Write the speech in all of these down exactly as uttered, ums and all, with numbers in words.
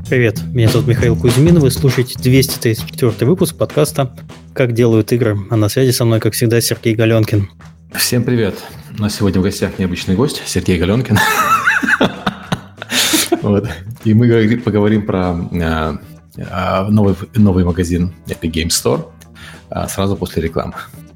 Привет, меня зовут Михаил Кузьмин, вы слушаете двести тридцать четвёртый выпуск подкаста «Как делают игры», а на связи со мной, как всегда, Сергей Галенкин. Всем привет, у нас сегодня в гостях необычный гость, Сергей Галенкин. И мы поговорим про новый магазин Epic Games Store сразу после рекламы.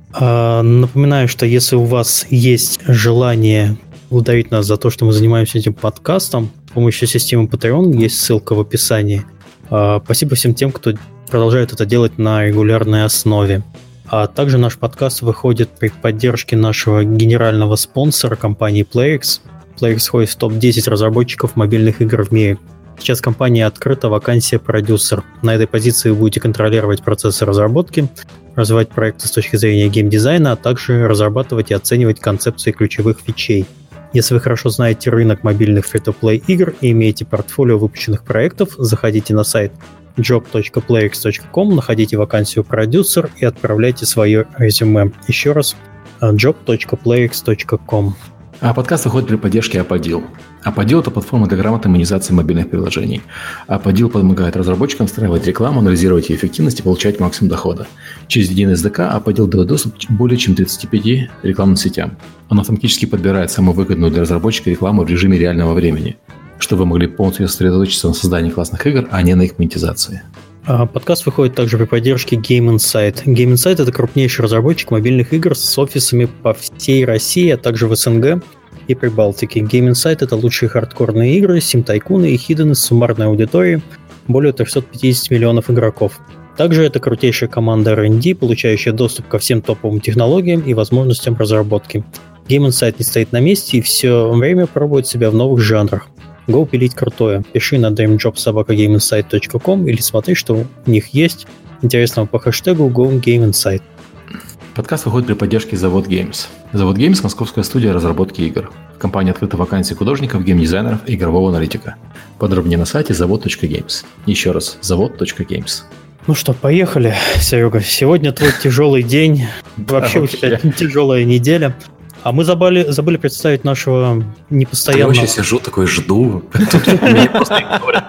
Напоминаю, что если у вас есть желание ударить нас за то, что мы занимаемся этим подкастом, с помощью системы Patreon, есть ссылка в описании. Спасибо всем тем, кто продолжает это делать на регулярной основе. А также наш подкаст выходит при поддержке нашего генерального спонсора компании PlayX. PlayX входит в топ десять разработчиков мобильных игр в мире. Сейчас в компании открыта вакансия продюсер. На этой позиции вы будете контролировать процессы разработки, развивать проекты с точки зрения геймдизайна, а также разрабатывать и оценивать концепции ключевых фичей. Если вы хорошо знаете рынок мобильных фри-то-плей игр и имеете портфолио выпущенных проектов, заходите на сайт джоб точка плей икс точка ком, находите вакансию продюсер и отправляйте свое резюме. Еще раз, джоб точка плей икс точка ком. А подкаст выходит при поддержке Apodil. Apodil – это платформа для грамотной монетизации мобильных приложений. Apodil помогает разработчикам встраивать рекламу, анализировать ее эффективность и получать максимум дохода. Через единый эс ди кей Apodil дает доступ к более чем тридцати пяти рекламным сетям. Он автоматически подбирает самую выгодную для разработчика рекламу в режиме реального времени, чтобы вы могли полностью сосредоточиться на создании классных игр, а не на их монетизации. Подкаст выходит также при поддержке Game Insight. Game Insight – это крупнейший разработчик мобильных игр с офисами по всей России, а также в эс эн гэ и Прибалтике. Game Insight – это лучшие хардкорные игры, сим-тайкуны и хидены с суммарной аудиторией более триста пятьдесят миллионов игроков. Также это крутейшая команда ар энд ди, получающая доступ ко всем топовым технологиям и возможностям разработки. Game Insight не стоит на месте и все время пробует себя в новых жанрах. Go пилить крутое. Пиши на dreamjob собака gameinsight точка ком или смотри, что у них есть интересного по хэштегу GoGameInsight. Подкаст выходит при поддержке Завод Games. Завод Games – московская студия разработки игр. В компании открыты вакансии художников, геймдизайнеров и игрового аналитика. Подробнее на сайте завод точка геймс. Еще раз, завод точка геймс. Ну что, поехали, Серега. Сегодня твой тяжелый день. Вообще у тебя тяжелая неделя. А мы забыли, забыли представить нашего непостоянного... Я вообще сижу такой, жду. Тут мне просто говорят.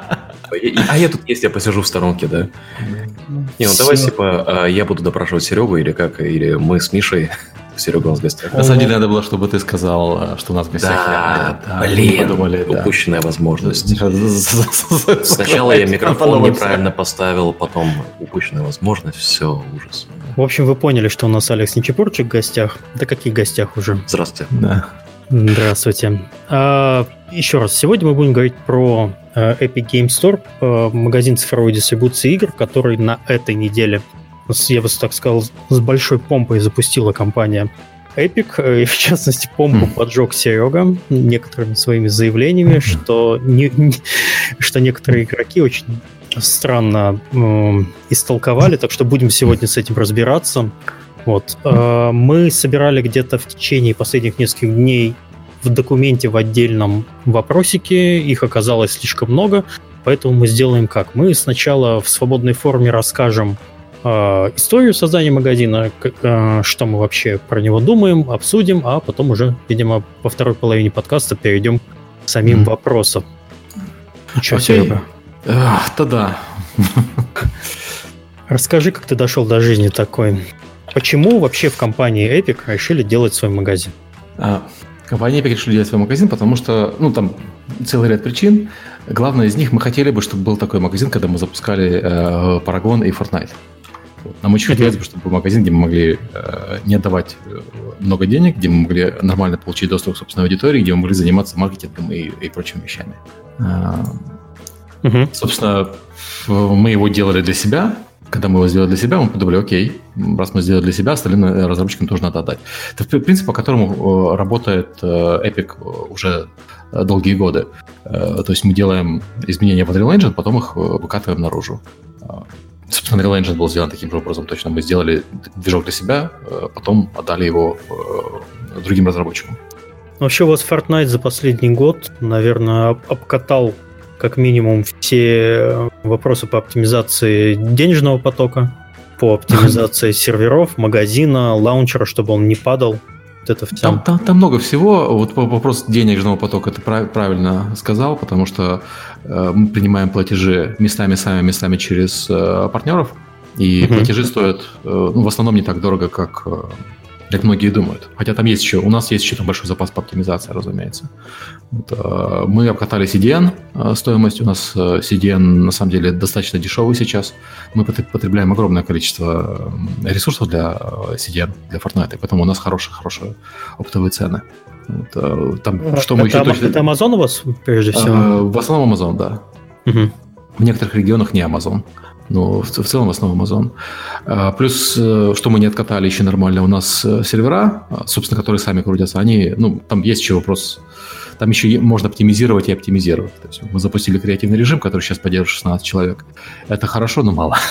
А я тут есть, я посижу в сторонке, да? Не, ну давай, типа, я буду допрашивать Серегу, или как, или мы с Мишей. Серега у нас в гостях. На самом деле, надо было, чтобы ты сказал, что у нас в гостях. Да, да, блин, подумали, упущенная да. возможность. Сначала я микрофон неправильно поставил, потом упущенная возможность, все, ужас. В общем, вы поняли, что у нас Алекс Нечепурчик в гостях. Да каких гостях уже? Здравствуйте. Да. Здравствуйте. А, еще раз, сегодня мы будем говорить про uh, Epic Games Store, uh, магазин цифровой дистрибуции игр, который на этой неделе, я бы так сказал, с большой помпой запустила компания Epic. И в частности, помпу mm. поджег Серега некоторыми своими заявлениями, mm-hmm. что, не, не, что некоторые игроки очень странно э, истолковали, так что будем сегодня с этим разбираться. Вот. Э, мы собирали где-то в течение последних нескольких дней в документе в отдельном вопросике, их оказалось слишком много, поэтому мы сделаем как? Мы сначала в свободной форме расскажем э, историю создания магазина, э, что мы вообще про него думаем, обсудим, а потом уже, видимо, во второй половине подкаста перейдем к самим mm. вопросам. Ну что, Серега? Да-да. Расскажи, как ты дошел до жизни такой. Почему вообще в компании Epic решили делать свой магазин? А, компания Epic решили делать свой магазин, потому что, ну, там целый ряд причин. Главное из них, мы хотели бы, чтобы был такой магазин, когда мы запускали э, Paragon и Fortnite. Нам очень хотелось бы, чтобы был магазин, где мы могли э, не отдавать много денег, где мы могли нормально получить доступ к собственной аудитории, где мы могли заниматься маркетингом и, и прочими вещами. Uh-huh. Собственно, мы его делали для себя. Когда мы его сделали для себя, мы подумали, окей, раз мы сделали для себя, остальным разработчикам тоже надо отдать. Это принцип, по которому работает Epic уже долгие годы. То есть мы делаем изменения в Unreal Engine, потом их выкатываем наружу. Собственно, Unreal Engine был сделан таким же образом. Точно мы сделали движок для себя, потом отдали его другим разработчикам. Вообще у вас Fortnite за последний год, наверное, обкатал как минимум все вопросы по оптимизации денежного потока, по оптимизации серверов, магазина, лаунчера, чтобы он не падал. Вот это все. Там, там, там много всего. Вот вопрос денежного потока ты правильно сказал, потому что э, мы принимаем платежи местами сами, местами через э, партнеров, и uh-huh. платежи стоят э, ну, в основном не так дорого, как, э, как многие думают. Хотя там есть еще, у нас есть еще там большой запас по оптимизации, разумеется. Вот, э, мы обкатали си ди эн э, стоимость, у нас э, си ди эн на самом деле достаточно дешевый сейчас. Мы потребляем огромное количество ресурсов для си ди эн, для Fortnite, поэтому у нас хорошие, хорошие оптовые цены. Вот, там, а, что мы это, еще точно... это Amazon у вас, прежде всего? А, в основном Amazon, да. Угу. В некоторых регионах не Amazon, но в, в целом в основном Amazon. А, плюс, что мы не откатали еще нормально, у нас сервера, собственно, которые сами крутятся, они, ну, там есть еще вопрос... Там еще можно оптимизировать и оптимизировать. То есть мы запустили креативный режим, который сейчас поддерживает шестнадцать человек. Это хорошо, но мало.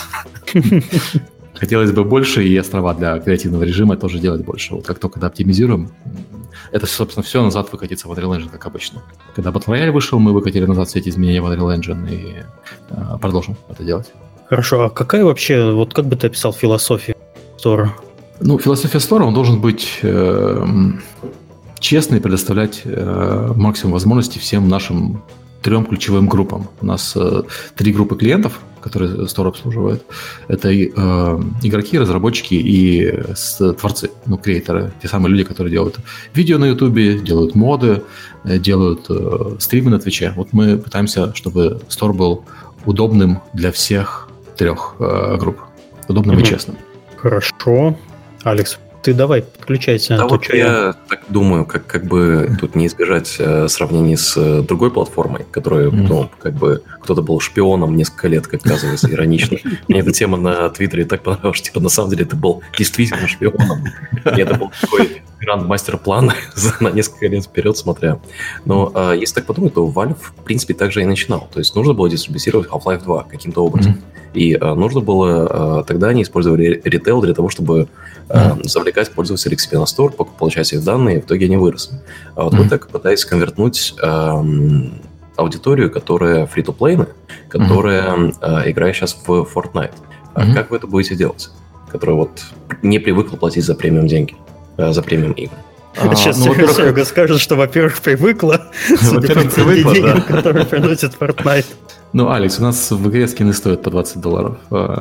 Хотелось бы больше, и острова для креативного режима тоже делать больше. Вот как только когда оптимизируем, это, собственно, все назад выкатится в Unreal Engine, как обычно. Когда Battle Royale вышел, мы выкатили назад все эти изменения в Unreal Engine и э, продолжим это делать. Хорошо, а какая вообще, вот как бы ты описал философию Store? Ну, философия Store, он должен быть... Э, честно и предоставлять э, максимум возможностей всем нашим трем ключевым группам. У нас э, три группы клиентов, которые Store обслуживает. Это э, игроки, разработчики и э, творцы, ну, креаторы. Те самые люди, которые делают видео на YouTube, делают моды, э, делают э, стримы на Твиче. Вот мы пытаемся, чтобы Store был удобным для всех трех э, групп. Удобным mm-hmm. и честным. Хорошо. Алекс, ты давай, подключайся. Да, то, вот я, я так думаю, как, как бы тут не избежать э, сравнений с э, другой платформой, которая, mm-hmm. ну, как бы кто-то был шпионом несколько лет, как оказывается, иронично. Мне эта тема на Твиттере так понравилась, что, типа, на самом деле ты был действительно шпионом. И это был такой гранд-мастер-план на несколько лет вперед смотря. Но э, если так подумать, то Valve, в принципе, так же и начинал. То есть нужно было дистрибутировать Half-Life два каким-то образом. Mm-hmm. И э, нужно было... Э, тогда они использовали ритейл для того, чтобы э, mm-hmm. завлекать пользователей к себе на стор, получать их данные, и в итоге они выросли. А вот mm-hmm. вы так пытаетесь конвертнуть э, аудиторию, которая free-to-play, которая mm-hmm. э, играет сейчас в Fortnite. А mm-hmm. как вы это будете делать? Которая вот не привыкла платить за премиум деньги, э, за премиум игры. А, Сейчас ну, Серега во-первых... скажет, что, во-первых, привыкла, во-первых, привыкла, денег, да. которые приносит Fortnite. Ну, Алекс, у нас в игре скины стоят по двадцать долларов.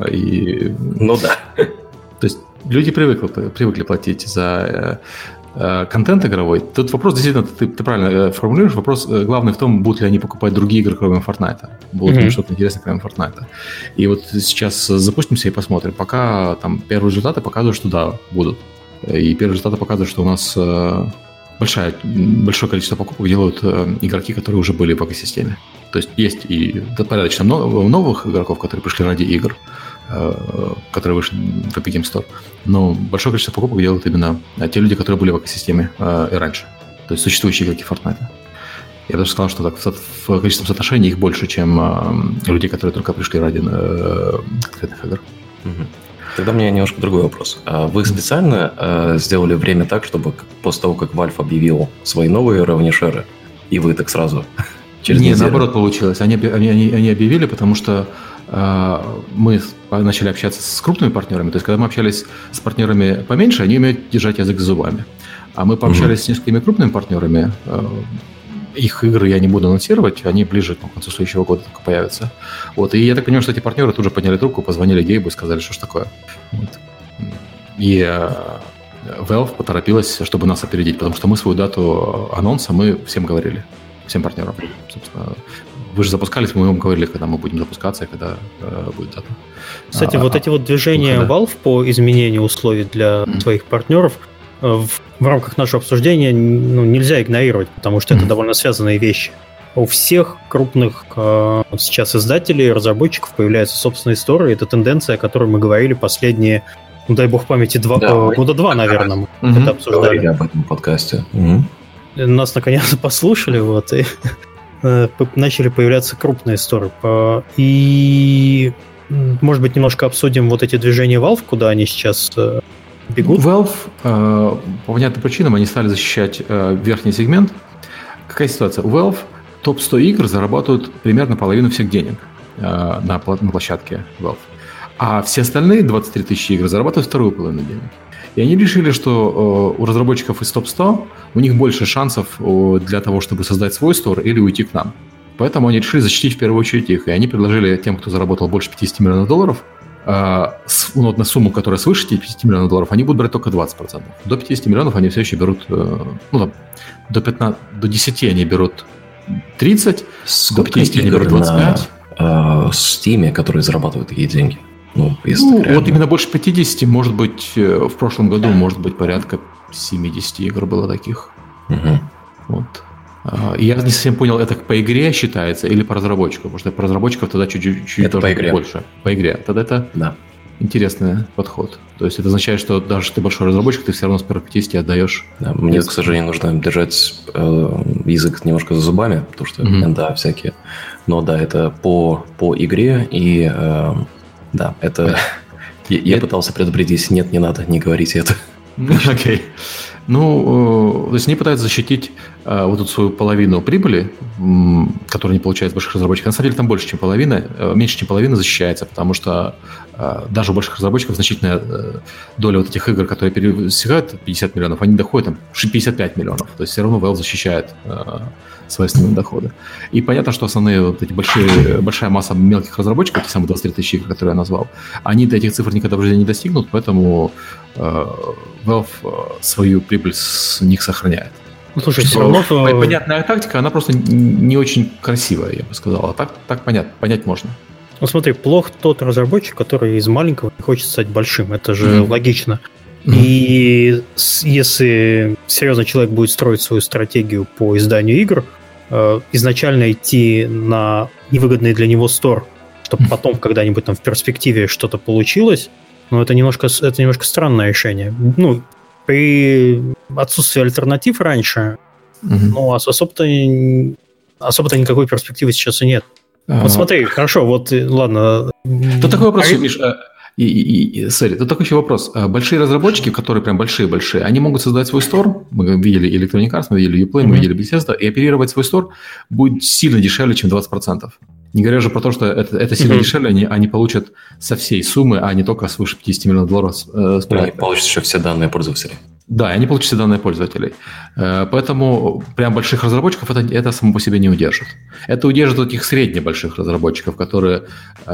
И... Ну да. То есть люди привыкли, привыкли платить за э, контент игровой. Тут вопрос, действительно, ты, ты правильно формулируешь, вопрос главный в том, будут ли они покупать другие игры, кроме Fortnite. Будет ли mm-hmm. что-то интересное, кроме Fortnite. И вот сейчас запустимся и посмотрим. Пока там первые результаты показывают, что да, будут. И первые результаты показывают, что у нас э, большая, большое количество покупок делают э, игроки, которые уже были в экосистеме. То есть есть и порядочно много новых игроков, которые пришли ради игр, э, которые вышли в Epic Games Store. Но большое количество покупок делают именно те люди, которые были в экосистеме э, и раньше. То есть существующие игроки Fortnite. Я бы даже сказал, что так, в, в количественном соотношении их больше, чем э, людей, которые только пришли ради э, конкретных игр. Mm-hmm. Тогда у меня немножко другой вопрос. Вы специально э, сделали время так, чтобы после того, как Valve объявил свои новые ревеню-шеры, и вы так сразу через Нет, неделю... наоборот получилось. Они, они, они объявили, потому что э, мы начали общаться с крупными партнерами. То есть, когда мы общались с партнерами поменьше, они умеют держать язык за зубами. А мы пообщались mm-hmm. с несколькими крупными партнерами. Э, их игры я не буду анонсировать, они ближе ну, к концу следующего года только появятся. Вот. И я так понимаю, что эти партнеры тут же подняли трубку, позвонили Гейбу и сказали, что ж такое. Вот. И э, Valve поторопилась, чтобы нас опередить, потому что мы свою дату анонса мы всем говорили, всем партнерам. Собственно, вы же запускались, мы вам говорили, когда мы будем запускаться и когда э, будет дата. Кстати, а, вот а, эти вот движения выхода. Valve по изменению условий для mm-hmm. своих партнеров в, в рамках нашего обсуждения ну, нельзя игнорировать, потому что mm-hmm. это довольно связанные вещи. У всех крупных э, сейчас издателей, разработчиков появляются собственные сторы. Это тенденция, о которой мы говорили последние, ну дай бог памяти, два, да, э, года два, наверное, мы mm-hmm. это обсуждали. Говорили об этом подкасте. Mm-hmm. Нас наконец-то послушали, вот, и э, начали появляться крупные сторы. И, может быть, немножко обсудим вот эти движения Valve, куда они сейчас э, бегут. Valve, э, по понятным причинам, они стали защищать э, верхний сегмент. Какая ситуация? У Valve топ сто игр зарабатывают примерно половину всех денег э, на, на площадке Valve. А все остальные двадцать три тысячи игр зарабатывают вторую половину денег. И они решили, что э, у разработчиков из топ сто у них больше шансов э, для того, чтобы создать свой стор или уйти к нам. Поэтому они решили защитить в первую очередь их. И они предложили тем, кто заработал больше пятьдесят миллионов долларов, э, с, ну, на сумму, которая свыше пятьдесят миллионов долларов, они будут брать только двадцать процентов. До пятьдесят миллионов они все еще берут, э, ну, там, до, пятнадцати, до десяти они берут тридцать, Сколько до пятидесяти они берут двадцать пять. На э, Steam, которые зарабатывают такие деньги? Ну, если ну реально... вот именно больше пятидесяти, может быть, в прошлом году, может быть, порядка семьдесят игр было таких. Угу. Вот. И я не совсем понял, это по игре считается или по разработчику? Потому что по разработчиков тогда чуть-чуть это по игре. больше. По игре. Тогда это да. интересный подход. То есть это означает, что даже если ты большой разработчик, ты все равно с первых пятидесяти отдаешь. Да, мне, к сожалению, нужно держать э, язык немножко за зубами, потому что mm-hmm. да, всякие. Но да, это по, по игре, и э, да, это... я, я это... пытался предупредить, нет, не надо, не говорите это. Окей. Okay. Ну, то есть они пытаются защитить э, вот эту свою половину прибыли, м, которую они получают с больших разработчиков. На самом деле там больше, чем половина, э, меньше, чем половина защищается, потому что э, даже у больших разработчиков значительная э, доля вот этих игр, которые пересекают пятьдесят миллионов, они доходят там пятьдесят пять миллионов. То есть все равно Valve защищает э, свои основные доходы. И понятно, что основные вот эти большие, большая масса мелких разработчиков, те самые двадцать три тысячи игр, которые я назвал, они до этих цифр никогда в жизни не достигнут, поэтому э, Valve э, свою прибыль с них сохраняет. Ну, слушай, все равно... Понятная тактика, она просто не очень красивая, я бы сказал. А так, так понять, понять можно. Ну смотри, плох тот разработчик, который из маленького не хочет стать большим. Это же mm-hmm. логично. Mm-hmm. И если серьезный человек будет строить свою стратегию по изданию игр, изначально идти на невыгодный для него стор, чтобы потом когда-нибудь там в перспективе что-то получилось, но это немножко, это немножко странное решение. Ну, при отсутствии альтернатив раньше, mm-hmm. ну, особо-то, особо-то никакой перспективы сейчас и нет. Uh-huh. Вот смотри, хорошо, вот, ладно. Тут такой вопрос, а... Миш, и, и, и, sorry, тут такой еще вопрос. Большие разработчики, которые прям большие-большие, они могут создать свой стор, мы видели Electronic Arts, мы видели Uplay, mm-hmm. мы видели Bethesda, и оперировать свой стор будет сильно дешевле, чем двадцать процентов. Не говоря же про то, что это, это сильно mm-hmm. дешевле, они, они получат со всей суммы, а не только свыше пятьдесят миллионов долларов. Э, с они получат еще все данные пользователей. Да, они получат все данные пользователей. Поэтому прям больших разработчиков это, это само по себе не удержит. Это удержит таких средне больших разработчиков, которые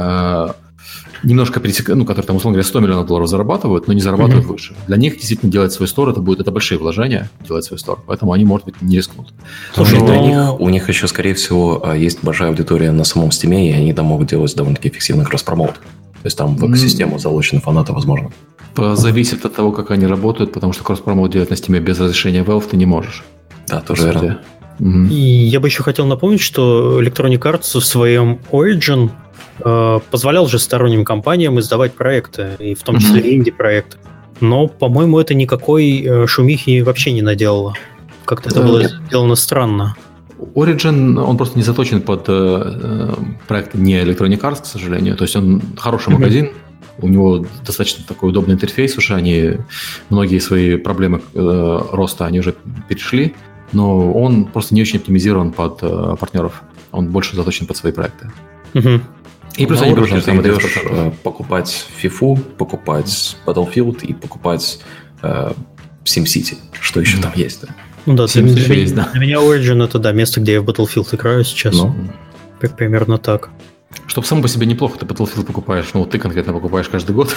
э, немножко пересекают, ну, которые там, условно говоря, сто миллионов долларов зарабатывают, но не зарабатывают mm-hmm. выше. Для них действительно делать свой стор, это будет это большие вложения, делать свой стор. Поэтому они, может быть, не рискнут. Слушай, но... для них, у них еще, скорее всего, есть большая аудитория на самом Steam, и они там могут делать довольно-таки эффективный кросс-промоут. То есть там в экосистему mm-hmm. залочены фанаты, возможно. Зависит от того, как они работают, потому что кросс-промоут делать на Steam без разрешения Valve ты не можешь. Да, тоже верно. Mm-hmm. И я бы еще хотел напомнить, что Electronic Arts в своем Origin э, позволял же сторонним компаниям издавать проекты, и в том числе mm-hmm. инди-проекты. Но, по-моему, это никакой э, шумихи вообще не наделало. Как-то это было сделано странно. Origin, он просто не заточен под э, проект не Electronic Arts, к сожалению. То есть он хороший mm-hmm. магазин, у него достаточно такой удобный интерфейс, уже они многие свои проблемы э, роста они уже перешли, но он просто не очень оптимизирован под э, партнеров. Он больше заточен под свои проекты. Угу. И плюс они берут, ты идешь э, покупать FIFA, покупать Battlefield и покупать э, SimCity. Что еще mm. там есть, да? Ну да, для, для, есть, да. Для меня Origin это да, место, где я в Battlefield играю сейчас. Ну. Примерно так. Чтобы само по себе неплохо ты Battlefield покупаешь, ну вот ты конкретно покупаешь каждый год,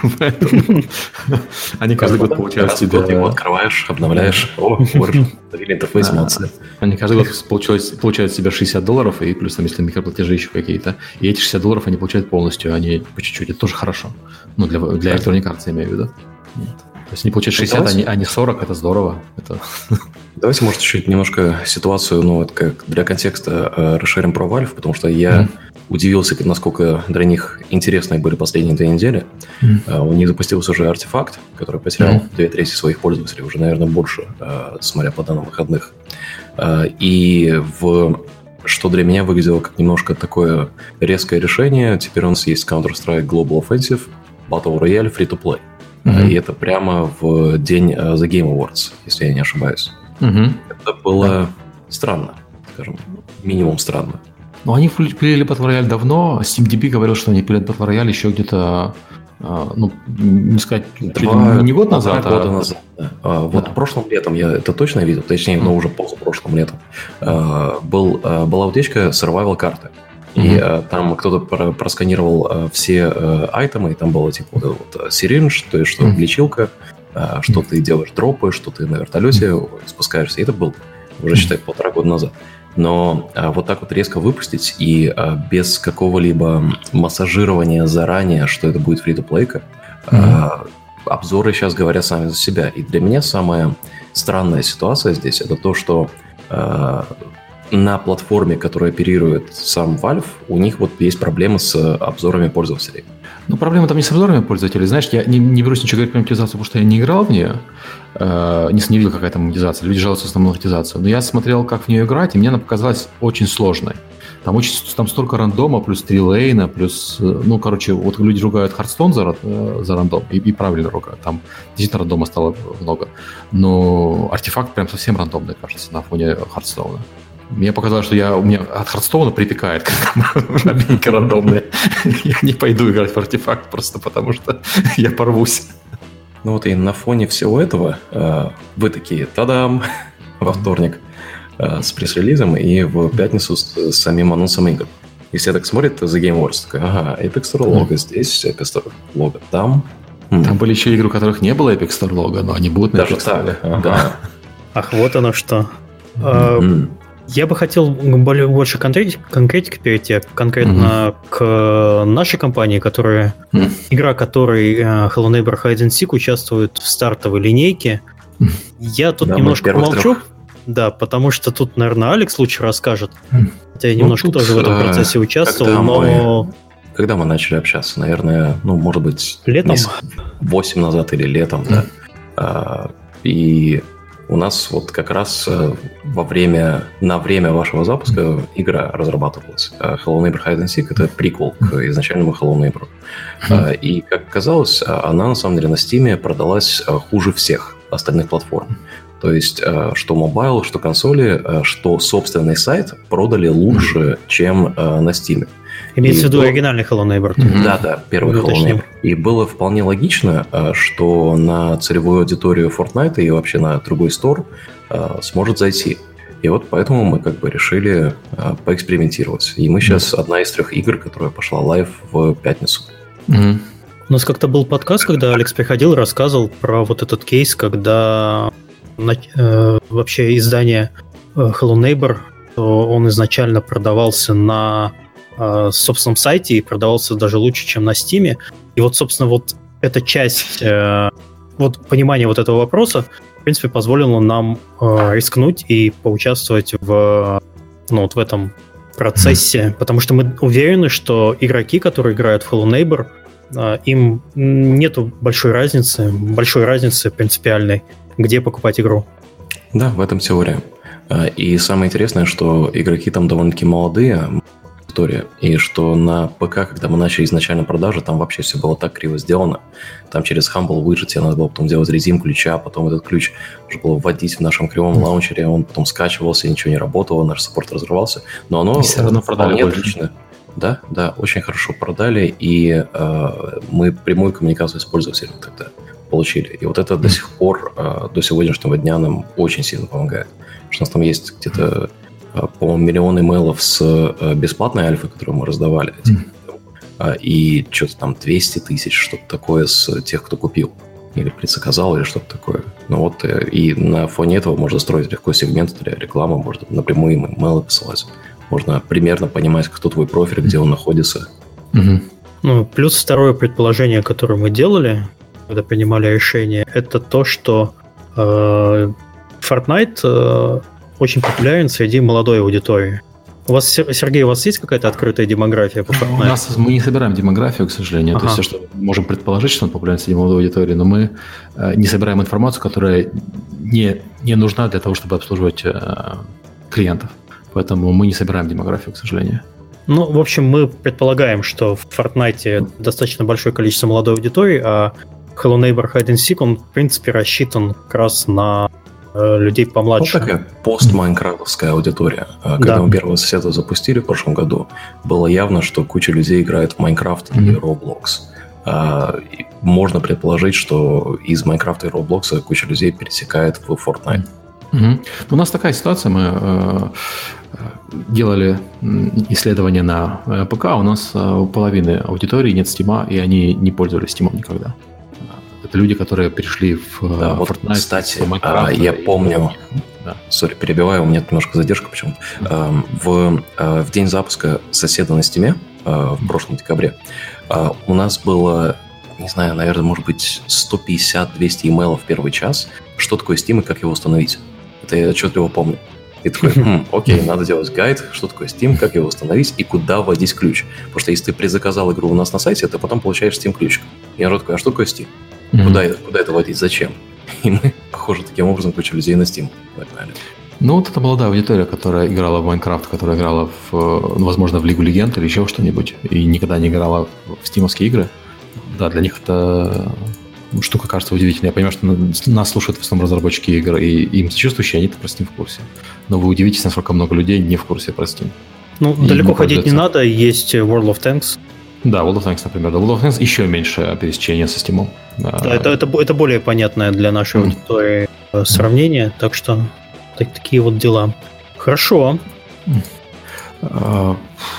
они каждый год получают себе... Ты его открываешь, обновляешь, о, довели интерфейс, молодцы. Они каждый год получают себе шестьдесят долларов, и плюс там, если микроплатежи еще какие-то, и эти шестьдесят долларов они получают полностью, они по чуть-чуть, это тоже хорошо. Ну, для Electronic Arts я имею в виду. То есть они получают шестьдесят, а не сорок, это здорово. Давайте, может, еще немножко ситуацию, ну, вот как для контекста расширим про Valve, потому что я удивился, насколько для них интересные были последние две недели. Mm. У них запустился уже артефакт, который потерял mm. две трети своих пользователей, уже, наверное, больше, смотря по данным выходных. И в... что для меня выглядело как немножко такое резкое решение, теперь у нас есть Counter-Strike Global Offensive, Battle Royale, Free-to-Play. Mm-hmm. И это прямо в день The Game Awards, если я не ошибаюсь. Mm-hmm. Это было yeah. странно, скажем, минимум странно. Ну, они пилили Battle Royale давно. SteamDB говорил, что они пилят Battle Royale еще где-то ну, не сказать, Два, не год назад, два года а... назад. Да. А, вот да. прошлым летом я это точно видел, точнее, но уже позапрошлым летом, а, был, а, была утечка survival карты. И mm-hmm. а, там кто-то про- просканировал а, все а, айтемы, и там было типа вот, вот сиринж, то есть что mm-hmm. лечилка, а, что mm-hmm. ты делаешь дропы, что ты на вертолете mm-hmm. спускаешься. И это был уже, считай, полтора года назад. Но а, вот так вот резко выпустить и а, без какого-либо массажирования заранее, что это будет фри-то-плейка, mm-hmm. а, обзоры сейчас говорят сами за себя. И для меня самая странная ситуация здесь, это то, что а, на платформе, которая оперирует сам Valve, у них вот есть проблемы с обзорами пользователей. Ну, проблема там не с обзорами пользователей. Знаешь, я не, не берусь ничего говорить про монетизацию, потому что я не играл в нее, э, не, не видел, какая там монетизация. Люди жалуются на монетизацию. Но я смотрел, как в нее играть, и мне она показалась очень сложной. Там, очень, там столько рандома, плюс три лейна, плюс... Ну, короче, вот люди ругают Hearthstone за, за рандом, и, и правильно ругают. Там действительно рандома стало много. Но артефакт прям совсем рандомный, кажется, на фоне Hearthstone. Мне показалось, что я, у меня от Хардстоуна припекает, когда обменники рандомные. Я не пойду играть в артефакт просто потому, что я порвусь. Ну вот и на фоне всего этого э, вы такие, тадам, во вторник э, с пресс-релизом и в пятницу с, с самим анонсом игр. И все так смотрят The Game Awards, такой, ага, Epic Store лого здесь, Epic Store лого там. Там были еще игры, у которых не было Epic Store лого, но они будут на Даже Epic Store. так, ага. Да. Ах, вот оно что. Mm-hmm. Я бы хотел более, больше конкретики, конкретики перейти конкретно mm-hmm. к нашей компании, которая, mm-hmm. игра которой Hello Neighbor Hide and Seek участвует в стартовой линейке. Mm-hmm. Я тут да, немножко помолчу, да, потому что тут, наверное, Алекс лучше расскажет. Mm-hmm. Хотя я немножко ну, тут, тоже в этом процессе участвовал, когда но... Мы, когда мы начали общаться, наверное, ну, может быть, летом? восемь назад или летом, mm-hmm. да. А, и... У нас вот как раз во время, на время вашего запуска игра разрабатывалась. Hello Neighbor Hide and Seek — это приквел к изначальному Hello Neighbor. Mm-hmm. И, как оказалось, она на самом деле на Steam продалась хуже всех остальных платформ. То есть, что мобайл, что консоли, что собственный сайт продали лучше, mm-hmm. чем на Steam. Имеется в виду оригинальный Hello Neighbor. Да, да, первый Hello Neighbor. И было вполне логично, что на целевую аудиторию Fortnite и вообще на другой стор сможет зайти. И вот поэтому мы как бы решили поэкспериментировать. И мы сейчас mm-hmm. одна из трех игр, которая пошла лайв в пятницу. Mm-hmm. У нас как-то был подкаст, когда Алекс приходил и рассказывал про вот этот кейс, когда э, вообще издание Hello Neighbor, он изначально продавался на собственном сайте и продавался даже лучше, чем на Steam. И вот, собственно, вот эта часть, э, вот понимание вот этого вопроса, в принципе, позволило нам э, рискнуть и поучаствовать в, ну, вот в этом процессе, mm-hmm. потому что мы уверены, что игроки, которые играют в Hello Neighbor, э, им нету большой разницы, большой разницы принципиальной, где покупать игру. Да, в этом теория. И самое интересное, что игроки там довольно-таки молодые, и что на ПК, когда мы начали изначально продажи, там вообще все было так криво сделано. Там через Humble Widget тебе надо было потом делать резим ключа, потом этот ключ нужно было вводить в нашем кривом лаунчере, он потом скачивался, ничего не работало, наш саппорт разрывался. Но оно все равно продали отлично. Да, да, очень хорошо продали, и э, мы прямую коммуникацию с пользователем тогда получили. И вот это mm. до сих пор, э, до сегодняшнего дня нам очень сильно помогает. Потому что у нас там есть где-то по-моему, миллион имейлов с бесплатной альфой, которую мы раздавали. Mm. И что-то там двести тысяч, что-то такое с тех, кто купил. Или предзаказал, или что-то такое. Ну вот, и на фоне этого можно строить легко сегмент для рекламы, можно напрямую им имейлы посылать. Можно примерно понимать, кто твой профиль, где он находится. Mm-hmm. Ну, плюс второе предположение, которое мы делали, когда принимали решение, это то, что э, Fortnite... Э, очень популярен среди молодой аудитории. У вас, Сергей, у вас есть какая-то открытая демография по Fortnite? У нас мы не собираем демографию, к сожалению. Ага. То есть, все, что можем предположить, что он популярен среди молодой аудитории, но мы э, не собираем информацию, которая не, не нужна для того, чтобы обслуживать э, клиентов. Поэтому мы не собираем демографию, к сожалению. Ну, в общем, мы предполагаем, что в Fortnite достаточно большое количество молодой аудитории, а Hello Neighbor Hide and Seek, он, в принципе, рассчитан как раз на людей помладше. Ну, такая пост-майнкрафтовская аудитория. Когда да. мы первого соседа запустили в прошлом году, было явно, что куча людей играет в Майнкрафт mm-hmm. и Roblox. можно предположить, что из Майнкрафта и Роблокса куча людей пересекает в Fortnite. Угу. У нас такая ситуация, мы э, делали исследования на ПК, у нас у половины аудитории нет Steam, и они не пользовались Steam никогда. Это люди, которые перешли в да, Fortnite. Вот, кстати, в а, я и... помню, да. Сори, перебиваю, у меня немножко задержка почему-то. Mm-hmm. В, в день запуска соседа на Steam в прошлом декабре у нас было, не знаю, наверное, может быть, сто пятьдесят - двести имейлов в первый час. Что такое Steam и как его установить? Это я отчетливо помню. И такой, хм, окей, надо делать гайд, что такое Steam, как его установить и куда вводить ключ. Потому что если ты предзаказал игру у нас на сайте, ты потом получаешь Steam ключик. И народ такой, а что такое Steam? Mm-hmm. Куда, куда это вводить? Зачем? И мы, похоже, таким образом кучу людей на Steam погнали. Ну, вот это молодая аудитория, которая играла в Майнкрафт, которая играла, в, возможно, в Лигу Легенд или еще что-нибудь, и никогда не играла в стимовские игры. Да, для них это штука кажется удивительной. Я понимаю, что нас слушают в основном разработчики игр, и им сочувствующие, они-то про Steam в курсе. Но вы удивитесь, насколько много людей не в курсе про Steam. Ну, и далеко ходить не надо, есть World of Tanks. Да, World of Tanks, например. Да, World of Tanks еще меньше пересечения со Steam. Да, а, это, это, это более понятное для нашей mm. аудитории сравнение, так что так, такие вот дела. Хорошо. Uh,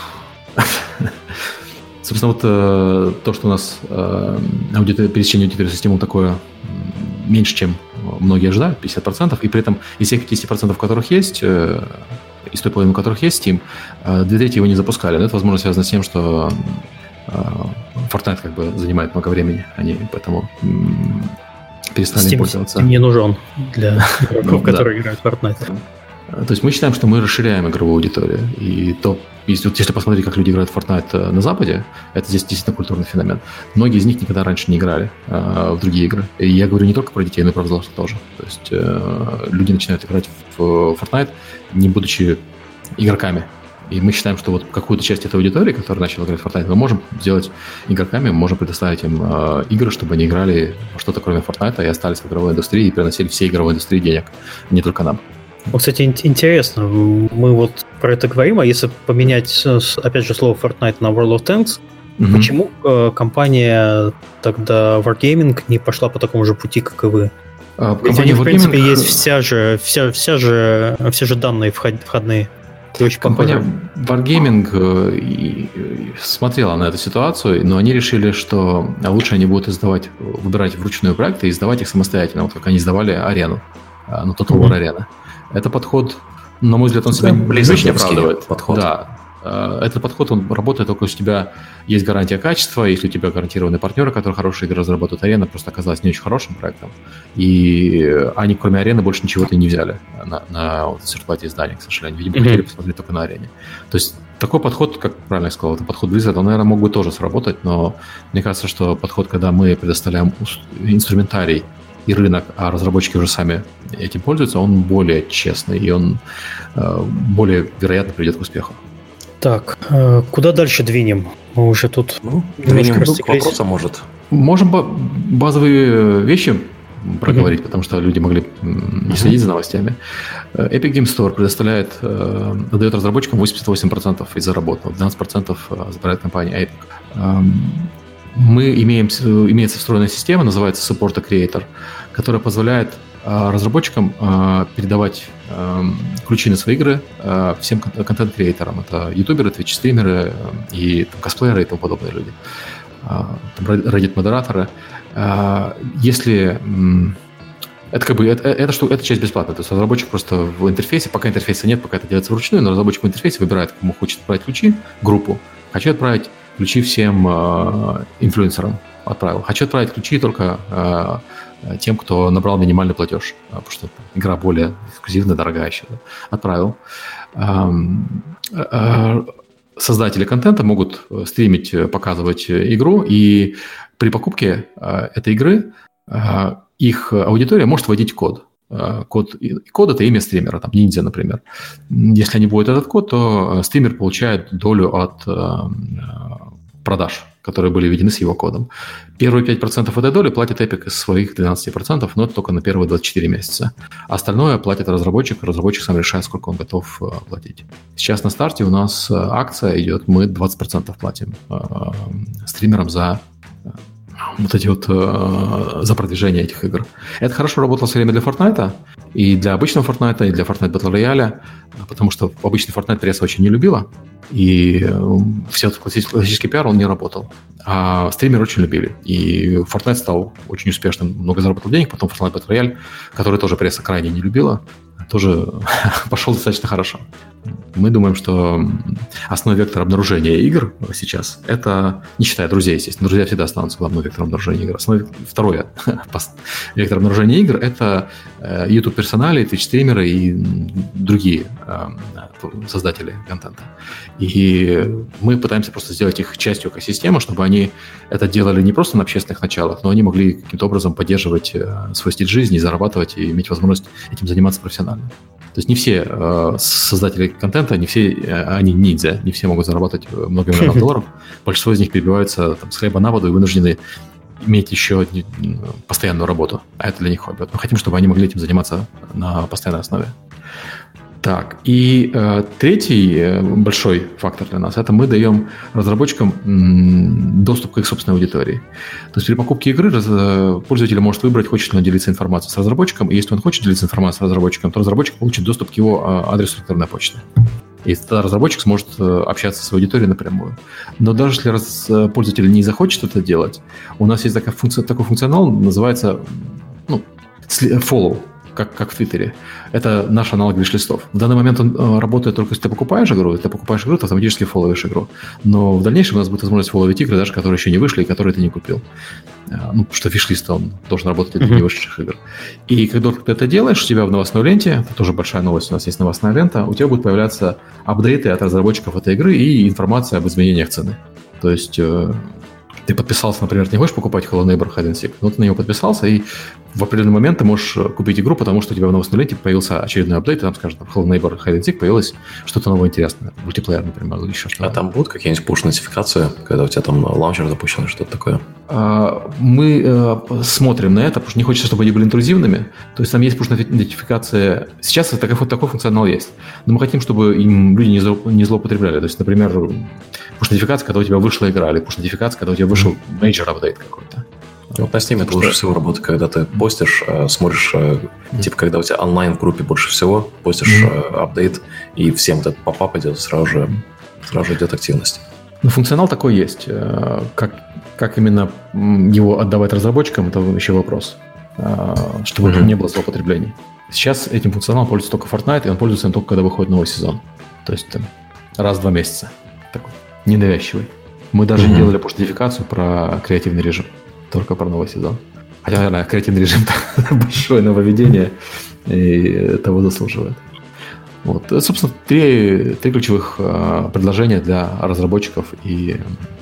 собственно, вот uh, то, что у нас uh, аудитория, пересечение аудитории со Steam такое меньше, чем многие ожидают, пятьдесят процентов, и при этом из тех пятьдесят процентов, которых есть, uh, из той половины, у которых есть Steam, uh, две трети его не запускали. Но это, возможно, связано с тем, что Fortnite как бы занимает много времени, они поэтому м- перестали Steam, пользоваться. Steam не нужен для игроков, которые играют в Fortnite. То есть мы считаем, что мы расширяем игровую аудиторию. И то, если, если посмотреть, как люди играют в Fortnite на Западе, это здесь действительно культурный феномен. Многие из них никогда раньше не играли э, в другие игры. И я говорю не только про детей, но и про взрослых тоже. То есть э, люди начинают играть в Fortnite, не будучи игроками. И мы считаем, что вот какую-то часть этой аудитории, которая начала играть в Fortnite, мы можем сделать игроками, мы можем предоставить им э, игры, чтобы они играли во что-то кроме Fortnite и остались в игровой индустрии и приносили всей игровой индустрии денег, не только нам. Вот, кстати, интересно, мы вот про это говорим, а если поменять, опять же, слово Fortnite на World of Tanks, mm-hmm. почему э, компания тогда Wargaming не пошла по такому же пути, как и вы? А, Ведь они, в принципе, Wargaming... есть вся же, вся, вся же, все же данные входные. Очень Компания Wargaming смотрела на эту ситуацию, но они решили, что лучше они будут издавать, выбирать вручную проекты и издавать их самостоятельно, вот как они издавали Арену, ну, Total War Arena. Это подход, на мой взгляд, он себя не оправдывает. Подход. Да. Этот подход, он работает только если у тебя есть гарантия качества, если у тебя гарантированные партнеры, которые хорошие игры разработают. Арена просто оказалась не очень хорошим проектом. И они, кроме Арены, больше ничего-то и не взяли на, на вот, зарплате издания, к сожалению. Видимо, mm-hmm. хотели посмотреть только на Арене. То есть такой подход, как правильно я сказал, это подход Blizzard, он, наверное, мог бы тоже сработать, но мне кажется, что подход, когда мы предоставляем инструментарий и рынок, а разработчики уже сами этим пользуются, он более честный, и он э, более вероятно приведет к успеху. Так, куда дальше двинем? Мы уже тут ну, двинем к вопросам, может. Можем базовые вещи проговорить, mm-hmm. потому что люди могли не mm-hmm. следить за новостями. Epic Games Store предоставляет, дает разработчикам восемьдесят восемь процентов из заработанного, двенадцать процентов забирает компания Epic. Мы имеем, имеется встроенная система, называется Support a Creator, которая позволяет разработчикам передавать ключи на свои игры всем контент-креаторам. Это ютуберы, твич-стримеры и там, косплееры и тому подобные люди. Reddit-модераторы. Если... Это как бы это, это, что, это часть бесплатная. То есть разработчик просто в интерфейсе, пока интерфейса нет, пока это делается вручную, но разработчик в интерфейсе выбирает, кому хочет отправить ключи, группу. Хочу отправить ключи всем инфлюенсерам. Отправил. Хочу отправить ключи только тем, кто набрал минимальный платеж, потому что игра более эксклюзивная, дорогая еще. Да? Отправил. Создатели контента могут стримить, показывать игру, и при покупке этой игры их аудитория может вводить код. Код, код – это имя стримера, там, ниндзя, например. Если они вводят этот код, то стример получает долю от продаж, которые были введены с его кодом. Первые пять процентов этой доли платит Epic из своих двенадцать процентов, но это только на первые двадцать четыре месяца. Остальное платит разработчик, разработчик сам решает, сколько он готов э, платить. Сейчас на старте у нас акция идет, мы двадцать процентов платим э, стримерам за вот эти вот э, за продвижение этих игр. Это хорошо работало все время для Fortnite, и для обычного Fortnite, и для Fortnite Battle Royale, потому что обычный Fortnite пресса очень не любила, и э, все этот классический, классический пиар, он не работал. А стримеры очень любили, и Fortnite стал очень успешным, много заработал денег, потом Fortnite Battle Royale, который тоже пресса крайне не любила, тоже пошел достаточно хорошо. Мы думаем, что основной вектор обнаружения игр сейчас, это, не считая друзей, естественно, друзья всегда останутся главным вектором обнаружения игр. Основной, второе вектор обнаружения игр, это YouTube-персонали, Twitch-стримеры и другие создатели контента. И мы пытаемся просто сделать их частью экосистемы, чтобы они это делали не просто на общественных началах, но они могли каким-то образом поддерживать свой стиль жизни, зарабатывать и иметь возможность этим заниматься профессионально. То есть не все э, создатели контента, не все, э, они ниндзя, не все могут зарабатывать много миллионов долларов. Большинство из них перебиваются там, с хлеба на воду и вынуждены иметь еще постоянную работу. А это для них хобби. Мы хотим, чтобы они могли этим заниматься на постоянной основе. Так, и э, третий э, большой фактор для нас – это мы даем разработчикам м, доступ к их собственной аудитории. То есть при покупке игры раз, э, пользователь может выбрать, хочет ли он делиться информацией с разработчиком, и если он хочет делиться информацией с разработчиком, то разработчик получит доступ к его э, адресу электронной почты. И тогда разработчик сможет э, общаться с аудиторией напрямую. Но даже если раз, э, пользователь не захочет это делать, у нас есть такая функция, такой функционал, называется ну, follow. Как, как в Твиттере. Это наш аналог виш-листов. В данный момент он э, работает только если ты покупаешь игру. Если ты покупаешь игру, то автоматически фолловишь игру. Но в дальнейшем у нас будет возможность фолловить игры, даже которые еще не вышли и которые ты не купил. Э, ну, потому что виш-лист, он должен работать для mm-hmm. не вышедших игр. И когда ты это делаешь, у тебя в новостной ленте, это тоже большая новость, у нас есть новостная лента, у тебя будут появляться апдейты от разработчиков этой игры и информация об изменениях цены. То есть... Э, ты подписался, например, ты не хочешь покупать Hello Neighbor Hide and Seek, но ты на него подписался, и в определенный момент ты можешь купить игру, потому что у тебя в новостной ленте появился очередной апдейт, и там, скажем, в Hello Neighbor Hide and Seek появилось что-то новое интересное, мультиплеер, например, или еще что-то. А там будут какие-нибудь push-нотификации, когда у тебя там лаунчер запущен, что-то такое? Мы смотрим на это, потому что не хочется, чтобы они были интрузивными. То есть там есть push-нотификация. Сейчас такой, такой функционал есть. Но мы хотим, чтобы им люди не злоупотребляли. То есть, например, push-нотификация, когда у тебя вышла игра, или push-нотификация, когда у тебя вышел major апдейт какой-то. Вот на Steam это лучше всего работает, когда ты постишь, смотришь, mm-hmm. типа, когда у тебя онлайн в группе больше всего, постишь mm-hmm. апдейт, и всем этот поп-ап идет, сразу же, сразу же идет активность. Ну, функционал такой есть. Как, как именно его отдавать разработчикам, это еще вопрос. Чтобы mm-hmm. не было злоупотреблений. Сейчас этим функционалом пользуется только Fortnite, и он пользуется им только, когда выходит новый сезон. То есть там, раз в два месяца. Такой ненавязчивый. Мы даже mm-hmm. не делали push-нотификацию про креативный режим. Только про новый сезон. Хотя, наверное, креативный режим большое нововведение и того заслуживает. Вот. Собственно, три, три ключевых э, предложения для разработчиков и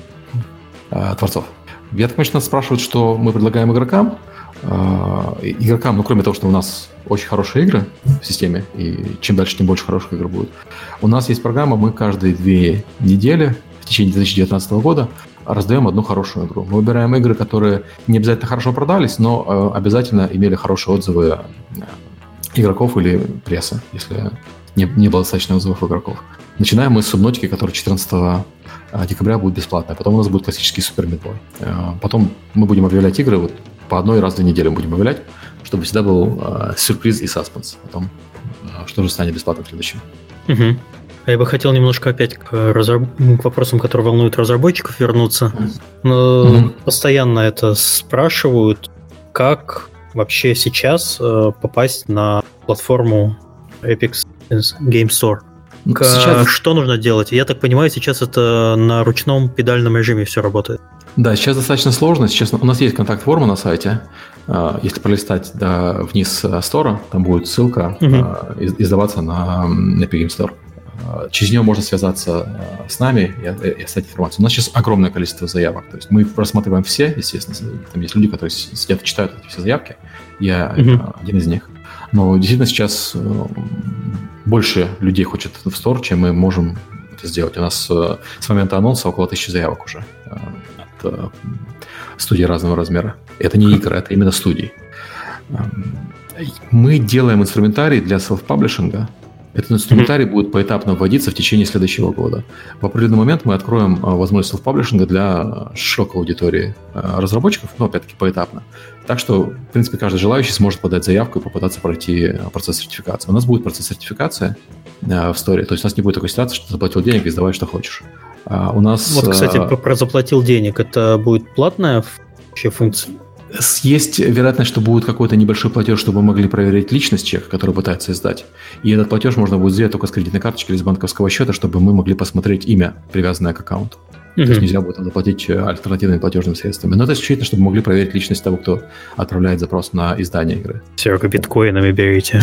э, творцов. Я так понимаю, что нас спрашивают, что мы предлагаем игрокам. Э, игрокам, ну, кроме того, что у нас очень хорошие игры в системе, и чем дальше, тем больше хороших игр будет. У нас есть программа, мы каждые две недели в течение две тысячи девятнадцатого года раздаем одну хорошую игру. Мы выбираем игры, которые не обязательно хорошо продались, но э, обязательно имели хорошие отзывы э, игроков или прессы, если не, не было достаточно отзывов игроков. Начинаем мы с Subnautica, который четырнадцатого декабря будет бесплатно. Потом у нас будет классический Super Meat Boy. Э, потом мы будем объявлять игры вот по одной раз в две недели будем объявлять, чтобы всегда был э, сюрприз и саспенс о том, э, что же станет бесплатным в следующем. Угу. Я бы хотел немножко опять к, разраб... к вопросам, которые волнуют разработчиков, вернуться. Но mm-hmm. постоянно это спрашивают, как вообще сейчас э, попасть на платформу Epic Game Store. К... Сейчас... Что нужно делать? Я так понимаю, сейчас это на ручном педальном режиме все работает. Да, сейчас достаточно сложно. Сейчас у нас есть контакт-форма на сайте. Если пролистать до вниз стора, там будет ссылка mm-hmm. издаваться на Epic Game Store. Через нее можно связаться с нами и оставить информацию. У нас сейчас огромное количество заявок. То есть мы рассматриваем все, естественно. Там есть люди, которые сидят и читают эти все заявки. Я mm-hmm. один из них. Но действительно сейчас больше людей хочет в Store, чем мы можем это сделать. У нас с момента анонса около тысячи заявок уже от студий разного размера. Это не игры, это именно студии. Мы делаем инструментарий для селф-паблишинга Этот инструментарий mm-hmm. будет поэтапно вводиться в течение следующего года. В определенный момент мы откроем возможность селф-паблишинга для широкой аудитории разработчиков, но опять-таки поэтапно. Так что, в принципе, каждый желающий сможет подать заявку и попытаться пройти процесс сертификации. У нас будет процесс сертификации в Store, то есть у нас не будет такой ситуации, что ты заплатил денег и сдавай, что хочешь. У нас... Вот, кстати, про заплатил денег, это будет платная вообще функция? Есть вероятность, что будет какой-то небольшой платеж, чтобы мы могли проверить личность человека, который пытается издать. И этот платеж можно будет сделать только с кредитной карточки или с банковского счета, чтобы мы могли посмотреть имя, привязанное к аккаунту. Mm-hmm. То есть нельзя будет заплатить альтернативными платежными средствами. Но это исключительно, чтобы мы могли проверить личность того, кто отправляет запрос на издание игры. Серега, биткоинами берите.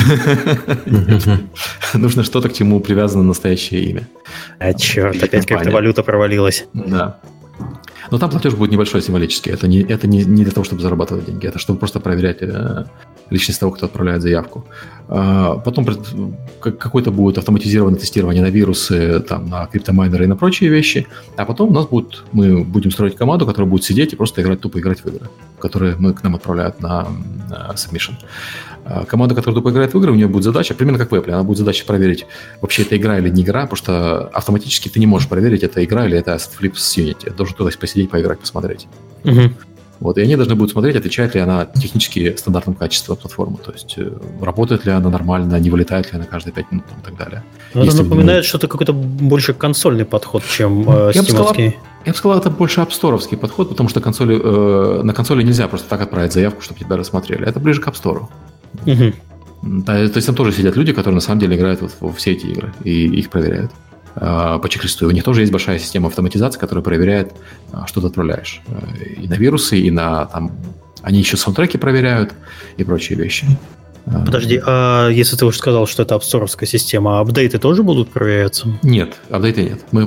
Нужно что-то, к чему привязано настоящее имя. А черт, опять криптовалюта провалилась. Да. Но там платеж будет небольшой, символический. Это не, это не, не для того, чтобы зарабатывать деньги. Это чтобы просто проверять э, личность того, кто отправляет заявку. А потом какое-то будет автоматизированное тестирование на вирусы, там, на криптомайнеры и на прочие вещи. А потом у нас будет, мы будем строить команду, которая будет сидеть и просто играть, тупо играть в игры, которые мы, к нам отправляют на, на submission. Команда, которая тупо играет в игры, у нее будет задача, примерно как в Apple, она будет задача проверить, вообще это игра или не игра, потому что автоматически ты не можешь проверить, это игра или это Asset Flip с Unity. Ты должен туда посидеть, поиграть, посмотреть. Угу. Вот, и они должны будут смотреть, отвечает ли она технически стандартным качеством платформы, то есть работает ли она нормально, не вылетает ли она каждые пять минут и так далее. Но это напоминает, что это какой-то больше консольный подход, чем э, стимовский. Я бы сказал, это больше апсторовский подход, потому что консоли, э, на консоли нельзя просто так отправить заявку, чтобы тебя рассмотрели. Это ближе к апстору. Угу. Да, то есть там тоже сидят люди, которые на самом деле играют вот во все эти игры и их проверяют э, по чек-листу. У них тоже есть большая система автоматизации, которая проверяет, э, что ты отправляешь. Э, и на вирусы, и на там... Они еще саундтреки проверяют и прочие вещи. Подожди, а если ты уже сказал, что это апсторовская система, апдейты тоже будут проверяться? Нет, апдейты нет. Мы,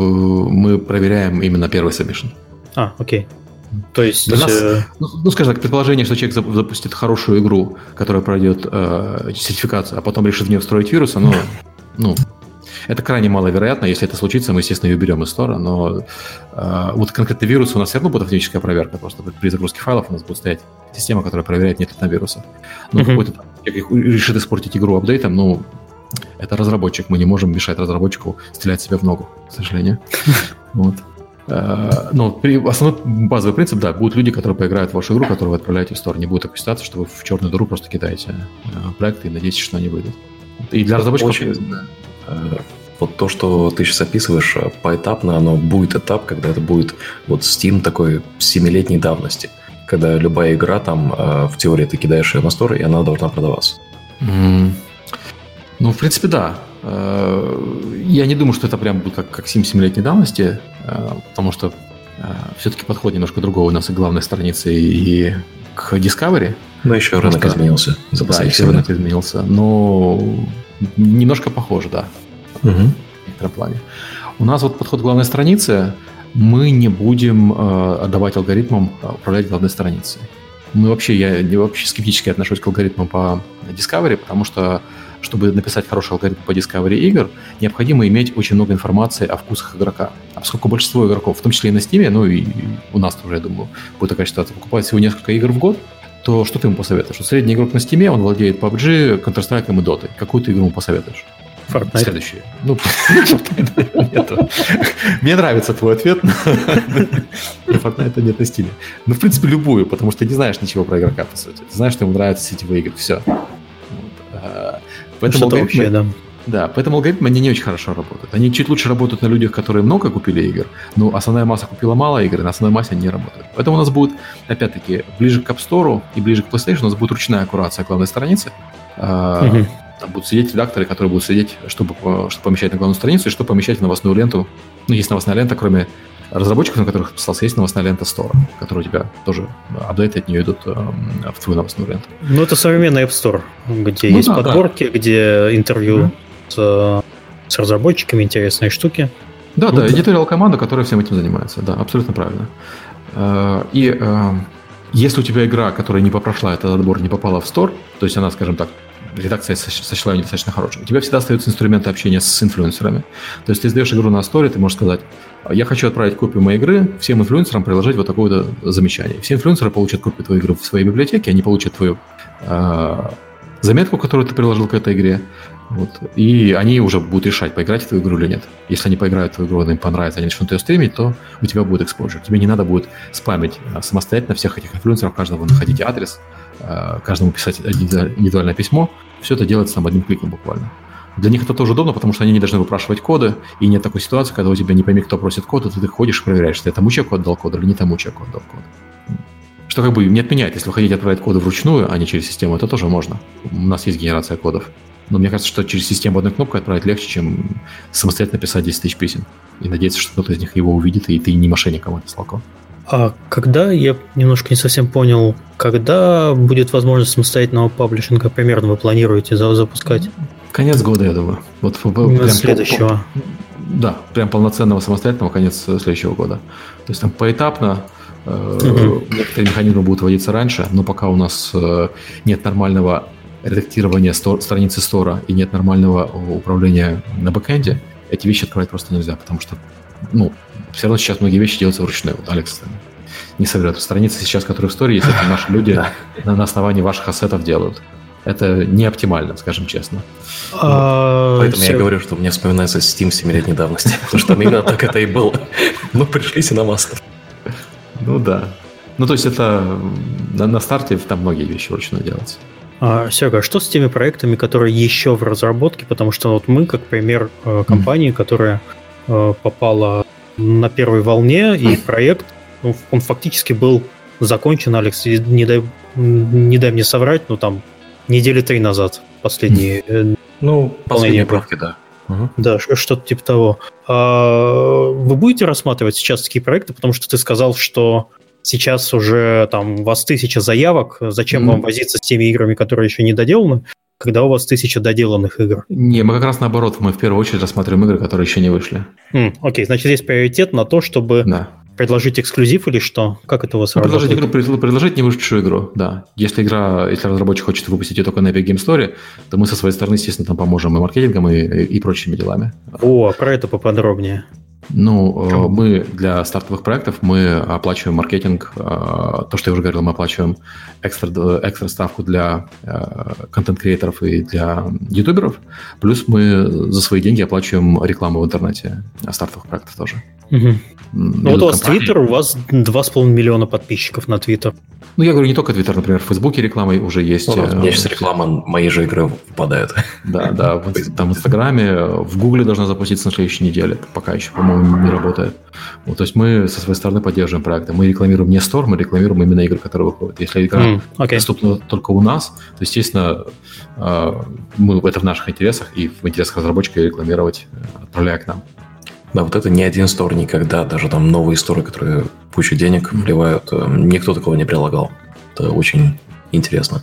мы проверяем именно первый submission. А, окей. То есть... Для нас, ну, ну, скажем так, предположение, что человек запустит хорошую игру, которая пройдет э, сертификацию, а потом решит в нее встроить вирус, оно, ну, это крайне маловероятно. Если это случится, мы, естественно, ее уберем из стора, но э, вот конкретно вирус у нас все равно будет автоматическая проверка, просто при загрузке файлов у нас будет стоять система, которая проверяет, нет ли там вируса. Но mm-hmm. какой-то там человек решит испортить игру апдейтом, ну, это разработчик, мы не можем мешать разработчику стрелять себе в ногу, к сожалению. Вот. Но при, основной базовый принцип, да, будут люди, которые поиграют в вашу игру, которую вы отправляете в стор. Не будет такой ситуации, что вы в черную дыру просто кидаете проекты и надеетесь, что они выйдут. И для разработчиков... Очень, вот то, что ты сейчас описываешь поэтапно, оно будет этап, когда это будет вот Steam такой семилетней давности, когда любая игра там, в теории ты кидаешь ее на стор, и она должна продаваться. Mm. Ну, в принципе, да. Я не думаю, что это прям будет как, как семилетней давности, потому что все-таки подход немножко другого у нас и главной страницы, и к Discovery. Но еще рынок что, изменился. За да, еще рынок изменился. Но немножко похоже, да. Угу. В некотором плане. У нас вот подход к главной странице, мы не будем отдавать алгоритмам управлять главной страницей. Мы вообще, я вообще скептически отношусь к алгоритмам по Discovery, потому что чтобы написать хороший алгоритм по Discovery игр, необходимо иметь очень много информации о вкусах игрока. А поскольку большинство игроков, в том числе и на Steam, ну и у нас тоже, я думаю, будет такая ситуация, покупает всего несколько игр в год, то что ты ему посоветуешь? Что средний игрок на Steam, он владеет пабг, Counter-Strike и Dota. Какую ты игру ему посоветуешь? Fortnite. Следующее. Ну, мне нравится твой ответ. Fortnite нет на Steam. Ну, в принципе, любую, потому что ты не знаешь ничего про игрока, по сути. Ты знаешь, что ему нравятся сетевые игры. Все. Поэтому алгоритмы, вообще, да. Да, поэтому алгоритмы, они не очень хорошо работают. Они чуть лучше работают на людях, которые много купили игр, но основная масса купила мало игр, и на основной массе они не работают. Поэтому у нас будет, опять-таки, ближе к App Store и ближе к PlayStation у нас будет ручная курация главной страницы. Mm-hmm. Там будут сидеть редакторы, которые будут сидеть, чтобы, чтобы помещать на главную страницу и чтобы помещать в новостную ленту. Ну, есть новостная лента, кроме разработчиков, на которых подписался, есть новостная лента Store, которая у тебя тоже апдейты от нее идут э, в твою новостную ленту. Ну, это современный App Store, где ну, есть да, подборки, да. где интервью mm-hmm. с, с разработчиками, интересные штуки. Да, ну, да, эдиториал команда, которая всем этим занимается. Да, абсолютно правильно. И э, если у тебя игра, которая не попрошла этот отбор, не попала в Store, то есть она, скажем так, редакция сочла ее недостаточно хорошей, у тебя всегда остаются инструменты общения с инфлюенсерами. То есть ты сдаешь игру на Store, ты можешь сказать: я хочу отправить копию моей игры, всем инфлюенсерам приложить вот такое-то замечание. Все инфлюенсеры получат копию твоей игры в своей библиотеке, они получат твою э, заметку, которую ты приложил к этой игре, Вот. И они уже будут решать, поиграть в твою игру или нет. Если они поиграют в твою игру, им понравится, они начнут ее стримить, то у тебя будет экспозиция. Тебе не надо будет спамить самостоятельно всех этих инфлюенсеров, каждого находить адрес, каждому писать индивидуальное письмо. Все это делается там одним кликом буквально. Для них это тоже удобно, потому что они не должны выпрашивать коды, и нет такой ситуации, когда у тебя не пойми, кто просит код, и ты ходишь и проверяешь, что это тому человеку отдал код или не тому человеку отдал код. Что как бы не отменяет, если вы хотите отправлять коды вручную, а не через систему, это тоже можно. У нас есть генерация кодов. Но мне кажется, что через систему одной кнопкой отправить легче, чем самостоятельно писать десять тысяч писем. И надеяться, что кто-то из них его увидит, и ты не мошенник кому-то слал. А когда, я немножко не совсем понял, когда будет возможность самостоятельного паблишинга, примерно вы планируете запускать? Конец года, я думаю. Вот прям следующего. По, да, прям полноценного самостоятельного конец следующего года. То есть там поэтапно э, угу. некоторые механизмы будут вводиться раньше, но пока у нас э, нет нормального редактирования стор, страницы стора и нет нормального управления на бэкэнде, эти вещи открывать просто нельзя, потому что, ну, все равно сейчас многие вещи делаются вручную. Вот Алекс не соврет. Страницы сейчас, которые в сторе есть, это наши люди на основании ваших ассетов делают. Это не оптимально, скажем честно. А, Поэтому все. Я говорю, что мне вспоминается Steam семилетней давности. Потому что именно так это и было. Мы пришлись и на массу. Ну да. Ну то есть это на, на старте там многие вещи вручную делаются. А, Серега, а что с теми проектами, которые еще в разработке? Потому что вот мы, как пример компании, mm. которая попала на первой волне, и проект, ну, он фактически был закончен, Алекс, не дай, не дай мне соврать, но там недели три назад последние. Ну, последние правки, да. Угу. Да, что-то типа того. А вы будете рассматривать сейчас такие проекты, потому что ты сказал, что сейчас уже там у вас тысяча заявок, зачем mm-hmm. вам возиться с теми играми, которые еще не доделаны, когда у вас тысяча доделанных игр? Не, мы как раз наоборот, мы в первую очередь рассматриваем игры, которые еще не вышли. Mm, окей, значит, здесь приоритет на то, чтобы да. предложить эксклюзив или что? Как это у вас ну, предложить, игру, предложить не вышедшую игру, да. Если игра, если разработчик хочет выпустить ее только на Epic Game Store, то мы со своей стороны, естественно, там поможем и маркетингом, и, и, и прочими делами. О, про это поподробнее. Ну, мы для стартовых проектов мы оплачиваем маркетинг, то, что я уже говорил, мы оплачиваем экстра, экстра ставку для контент-креаторов и для ютуберов, плюс мы за свои деньги оплачиваем рекламу в интернете стартовых проектов тоже. Угу. Ну вот у вас Твиттер, у вас два с половиной миллиона подписчиков на Твиттер. Ну, я говорю не только Твиттер, например, в Фейсбуке реклама уже есть. Ну, у меня сейчас реклама моей же игры выпадает. Да, да, в, там в Инстаграме, в Гугле должна запуститься на следующей неделе, пока еще, по-моему, не работает. Вот, то есть мы со своей стороны поддерживаем проекты. Мы рекламируем не Store, мы рекламируем именно игры, которые выходят. Если игра mm, okay. доступна только у нас, то, естественно, мы, это в наших интересах и в интересах разработчика рекламировать, отправляя к нам. Да, вот это ни один стор никогда, даже там новые сторы, которые кучу денег вливают, никто такого не прилагал. Это очень интересно.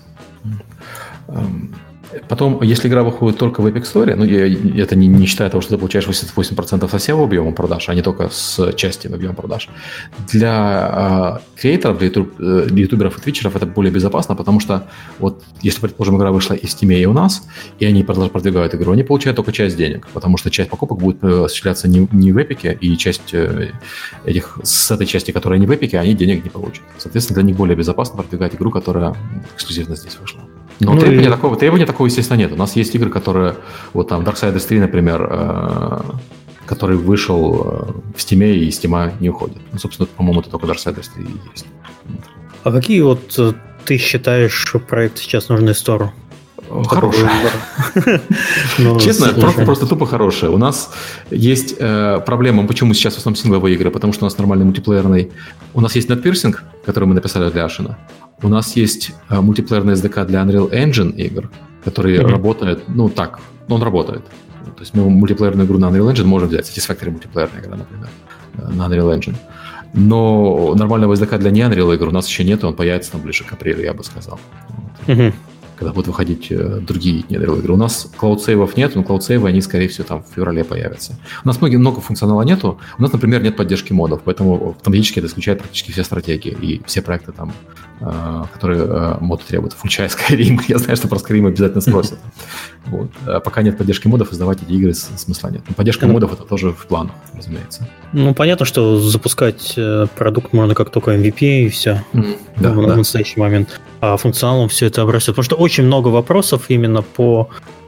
Потом, если игра выходит только в Epic Store, ну, я, это не, не считая того, что ты получаешь восемьдесят восемь процентов со всего объема продаж, а не только с части объема продаж. Для э, креаторов, для, ютуб, для ютуберов и твитчеров это более безопасно, потому что вот если, предположим, игра вышла и в Steam, и у нас, и они продвигают игру, они получают только часть денег, потому что часть покупок будет осуществляться не, не в Epic, и часть э, этих, с этой части, которая не в Epic, они денег не получат. Соответственно, для них более безопасно продвигать игру, которая эксклюзивно здесь вышла. Но ну требования, и... такого, требования такого, естественно, нет. У нас есть игры, которые, вот там Darksiders три, например, э, который вышел э, в Steam и из Steam не уходит. Ну, собственно, по-моему, это только Darksiders три и есть. А какие вот ты считаешь проекты сейчас нужны Стору? Хорошие. Честно, просто тупо хорошие. У нас есть проблема, почему сейчас в основном сингловые игры, потому что у нас нормальный мультиплеерный. У нас есть NetPiercing, который мы написали для Ашина. У нас есть мультиплеерный эс ди кей для Unreal Engine игр, который работает, ну так, он работает. То есть мы мультиплеерную игру на Unreal Engine можем взять, Satisfactory мультиплеерная игра, например, на Unreal Engine. Но нормального эс ди кей для не Unreal игр у нас еще нет, он появится там ближе к апрелю, я бы сказал. Mm-hmm. Когда будут выходить э, другие не Unreal игры. У нас клаудсейвов нет, но клаудсейвы, они, скорее всего, там в феврале появятся. У нас много, много функционала нету. У нас, например, нет поддержки модов, поэтому автоматически это исключает практически все стратегии и все проекты, там, э, которые э, моды требуют, включая Skyrim. Я знаю, что про Skyrim обязательно спросят. Вот. А пока нет поддержки модов, издавать эти игры смысла нет. Но поддержка модов — это тоже в планах, разумеется. Ну, понятно, что запускать продукт можно как только эм ви пи и все. Mm, да, в, да. в настоящий момент. А функционалом все это обрастет. Потому что очень много вопросов именно по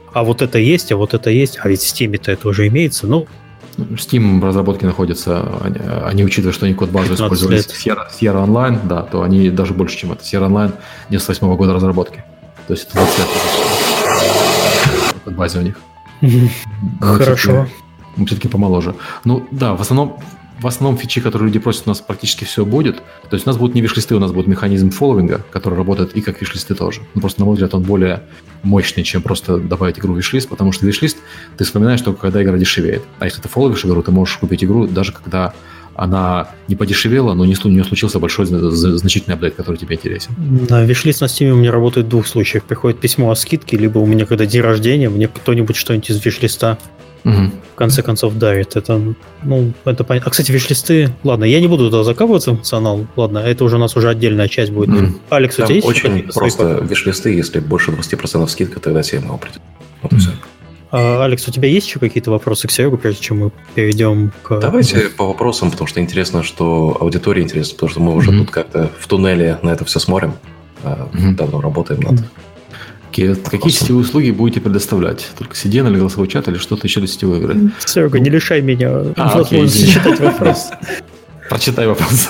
а вот это есть, а вот это есть, а ведь в Steam-то это уже имеется, ну... В Steam разработки находятся, они, они учитывая, что они код-базу использовали Sierra, Sierra Online, да, то они даже больше, чем это. Sierra Online девяносто восьмого года разработки. То есть это двадцать лет в код-базе у них. Хорошо. Мы все-таки помоложе. Ну да, в основном, в основном фичи, которые люди просят, у нас практически все будет. То есть у нас будут не виш-листы, у нас будет механизм фолловинга, который работает и как виш-листы тоже. Ну, просто, на мой взгляд, он более мощный, чем просто добавить игру в виш-лист, потому что виш-лист ты вспоминаешь только, когда игра дешевеет. А если ты фолловишь игру, ты можешь купить игру, даже когда она не подешевела, но не, у нее случился большой значительный апдейт, который тебе интересен. Да, виш-лист на Steam у меня работает в двух случаях. Приходит письмо о скидке, либо у меня, когда день рождения, мне кто-нибудь что-нибудь из виш-листа угу. в конце концов дарит. Это, ну, это понятно. А, кстати, виш-листы... Ладно, я не буду туда закапываться в функционал. Ладно, это уже у нас уже отдельная часть будет. Mm. Алекс, у тебя есть очень просто виш-листы, если больше двадцать процентов скидка, тогда тебе его придет. Вот и все. А, Алекс, у тебя есть еще какие-то вопросы к Серегу, прежде чем мы перейдем к... Давайте по вопросам, потому что интересно, что аудитория интересна, потому что мы уже mm-hmm. тут как-то в туннеле на это все смотрим. Mm-hmm. Давно работаем над... Какие, какие сетевые услуги будете предоставлять? Только си ди эн или голосовой чат, или что-то еще для сетевой игры? Серега, не лишай меня а, возможности читать вопрос. Прочитай вопрос.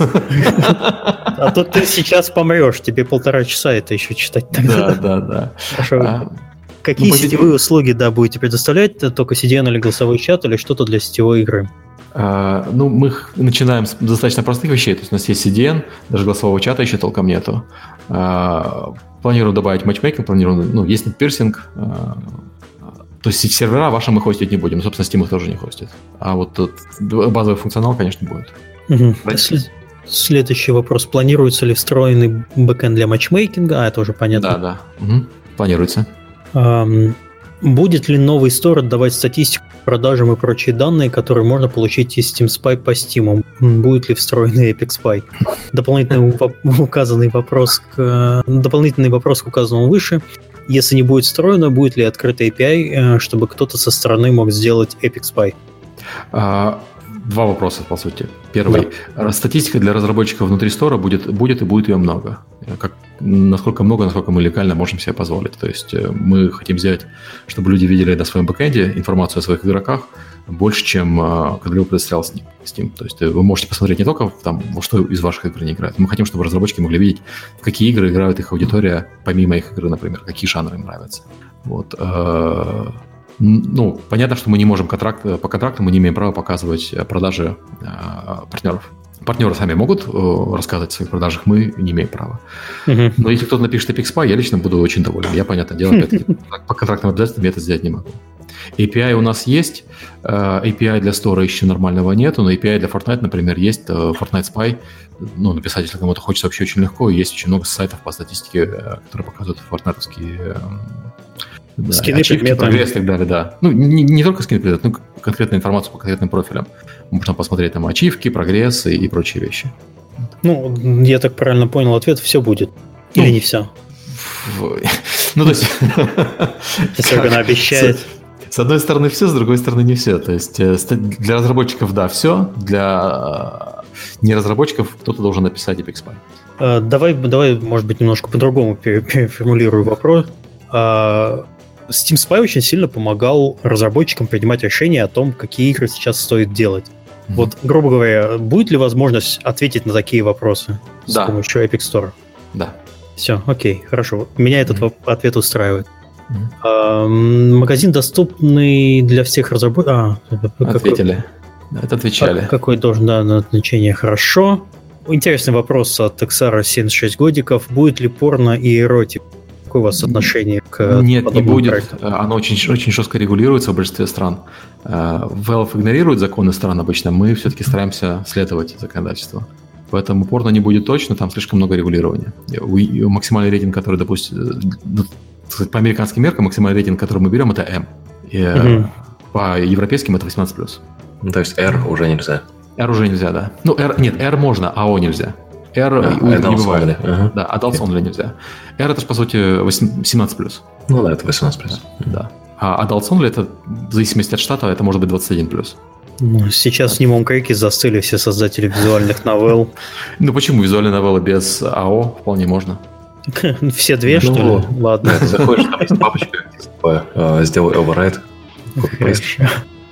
А то ты сейчас помрешь, тебе полтора часа это еще читать тогда. Да, да, да. Хорошо. А, какие ну, сетевые услуги, да, будете предоставлять? Только си ди эн или голосовой чат, или что-то для сетевой игры? А, ну, мы начинаем с достаточно простых вещей. То есть у нас есть си ди эн, даже голосового чата еще толком нету. А, планируем добавить матчмейкинг, планируем, ну, есть пирсинг. А, то есть сервера ваши мы хостить не будем. Собственно, Steam их тоже не хостит. А вот тут базовый функционал, конечно, будет. Угу. Следующий вопрос. Планируется ли встроенный бэкэнд для матчмейкинга? А, это уже понятно. Да, да. Угу. Планируется. Um, будет ли новый стор отдавать статистику, продажам и прочие данные, которые можно получить из Steam Spy по Steam? Будет ли встроенный Epic Spy? Дополнительный указанный вопрос к дополнительный вопрос к указанному выше. Если не будет встроено, будет ли открытый эй пи ай, чтобы кто-то со стороны мог сделать Epic Spy? А, два вопроса, по сути. Первый. Да. Статистика для разработчиков внутри стора будет, будет и будет ее много. Как, насколько много, насколько мы легально можем себе позволить. То есть мы хотим сделать, чтобы люди видели на своем бэкэнде информацию о своих игроках больше, чем когда предоставлял Steam. То есть вы можете посмотреть не только там, во что из ваших игр не играют. Мы хотим, чтобы разработчики могли видеть, в какие игры играют их аудитория, помимо их игры, например, какие жанры им нравятся. Вот. Ну, понятно, что мы не можем контракт, по контракту мы не имеем права показывать продажи партнеров. Партнеры сами могут э, рассказывать о своих продажах, мы не имеем права. Uh-huh. Но если кто-то напишет Epic Spy, я лично буду очень доволен. Я, понятное дело, опять-таки, по контрактным обязательствам я это сделать не могу. эй пи ай у нас есть, э, эй пи ай для стора еще нормального нету, но эй пи ай для Fortnite, например, есть. Э, Fortnite Spy, ну, написать, если кому-то хочется, вообще очень легко. Есть очень много сайтов по статистике, э, которые показывают фортнайтовские... Э, Да, скины, предметы. Прогресс и так далее, да. Ну, не, не только скины, предметы, но конкретную информацию по конкретным профилям. Можно посмотреть там ачивки, прогрессы и прочие вещи. Ну, я так правильно понял ответ, все будет. Или ну, не все? Ну, то есть... Особенно обещает. С одной стороны все, с другой стороны не все. То есть для разработчиков, да, все. Для неразработчиков кто-то должен написать Epic Spy. Давай, давай, может быть, немножко по-другому переформулирую вопрос. Steam Spy очень сильно помогал разработчикам принимать решения о том, какие игры сейчас стоит делать. Mm-hmm. Вот, грубо говоря, будет ли возможность ответить на такие вопросы да. с помощью Epic Store? Да. Все, окей, хорошо. Меня этот mm-hmm. ответ устраивает. Mm-hmm. А, магазин доступный для всех разработчиков. А, Ответили. Какой... Это отвечали. Как, какой должен, да, на значение? Хорошо. Интересный вопрос от Эксара, семьдесят шесть годиков. Будет ли порно и эротик? Какое у вас отношение к Нет, не будет. Проекту? Оно очень, очень жестко регулируется в большинстве стран. Valve игнорирует законы стран обычно, мы все-таки стараемся следовать законодательству. Поэтому порно не будет точно, там слишком много регулирования. Максимальный рейтинг, который, допустим, по американским меркам, максимальный рейтинг, который мы берем, это M. И угу. По европейским это восемнадцать плюс. Ну, то есть R уже нельзя? R уже нельзя, да. Ну, R, нет, R можно, а O нельзя. R а, не бывает. Uh-huh. Да, adults only нельзя. R это же, по сути, семнадцать плюс. Ну да, это восемнадцать плюс. Да. А adults only это, в зависимости от штата, это может быть двадцать один плюс. Ну, сейчас в немом крике застыли все создатели визуальных новелл. Ну почему визуальные новеллы без эй о вполне можно? Все две, что ли? Ладно. Ты заходишь, там есть папочка Э, сделай override. Хорошо.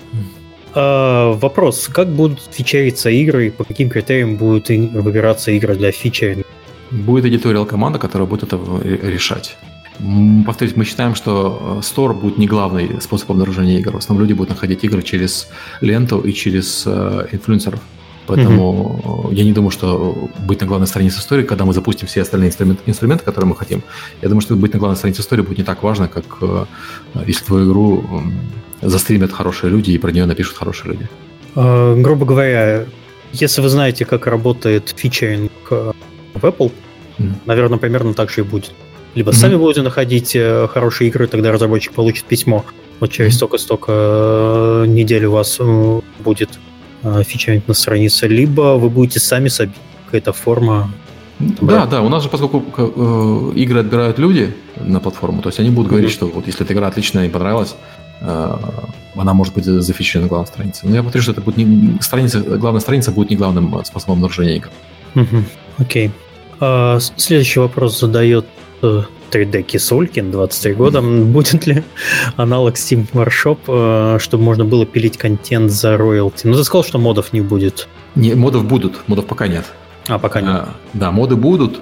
А, вопрос. Как будут фичериться игры и по каким критериям будут выбираться игры для фичеринга? Будет эдиториал команда, которая будет это решать. Повторюсь, мы считаем, что Store будет не главный способ обнаружения игр. В основном люди будут находить игры через ленту и через э, инфлюенсеров. Поэтому mm-hmm. я не думаю, что быть на главной странице истории, когда мы запустим все остальные инструменты, инструменты, которые мы хотим, я думаю, что быть на главной странице истории будет не так важно, как э, если твою игру э, застримят хорошие люди и про нее напишут хорошие люди. Uh, грубо говоря, если вы знаете, как работает фичеринг в Apple, mm-hmm. наверное, примерно так же и будет. Либо mm-hmm. сами будете находить э, хорошие игры, тогда разработчик получит письмо. Вот через mm-hmm. столько-столько э, недель у вас э, будет э, фичеринг на странице. Либо вы будете сами собирать какая-то форма. Да, да, у нас же, поскольку э, игры отбирают люди на платформу, то есть они будут mm-hmm. говорить, что вот если эта игра отличная и понравилась, э, она может быть зафичена на главной странице. Но я повторю, что это будет не страница, главная страница будет не главным способом обнаружения игр. Mm-hmm. Окей. А, следующий вопрос задает три дэ Кисулькин, двадцать три года. Mm-hmm. Будет ли аналог Steam Workshop, чтобы можно было пилить контент за роялти? Ну, ты сказал, что модов не будет. Не, модов будут, модов пока нет. А, пока нет. А, да, моды будут.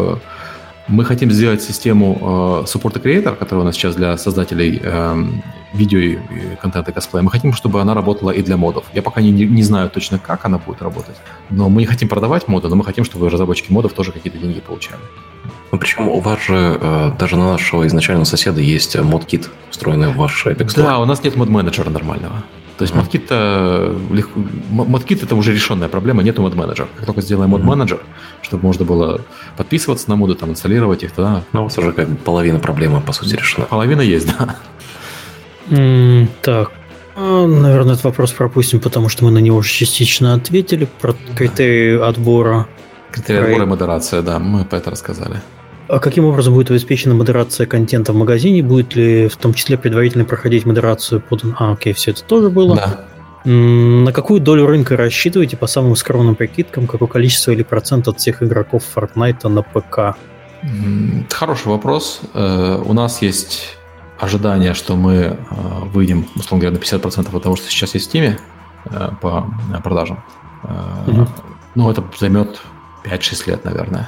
Мы хотим сделать систему Support Creator, которая у нас сейчас для создателей видео и контента и косплея. Мы хотим, чтобы она работала и для модов. Я пока не, не знаю точно, как она будет работать. Но мы не хотим продавать моды, но мы хотим, чтобы разработчики модов тоже какие-то деньги получали. Ну, причем у вас же даже на нашего изначального соседа есть мод-кит, встроенный в ваш Epic Store. Да, у нас нет мод-менеджера нормального. То есть мод-кит-то, мод-кит это уже решенная проблема, нету мод-менеджера. Как только сделаем мод-менеджер, чтобы можно было подписываться на моды, там, инсталлировать их, тогда... Ну, у вас уже как бы половина проблемы, по сути, решена. Половина есть, да. Mm, так, наверное, этот вопрос пропустим, потому что мы на него уже частично ответили, про критерии отбора. Критерии отбора и модерация, да, мы по это рассказали. А каким образом будет обеспечена модерация контента в магазине? Будет ли в том числе предварительно проходить модерацию под... А, окей, все это тоже было. Да. На какую долю рынка рассчитываете по самым скромным прикидкам? Какое количество или процент от всех игроков Fortnite на ПК? Хороший вопрос. У нас есть ожидание, что мы выйдем, условно говоря, на пятьдесят процентов от того, что сейчас есть в Steam по продажам. Угу. Ну, это займет пять-шесть лет, наверное.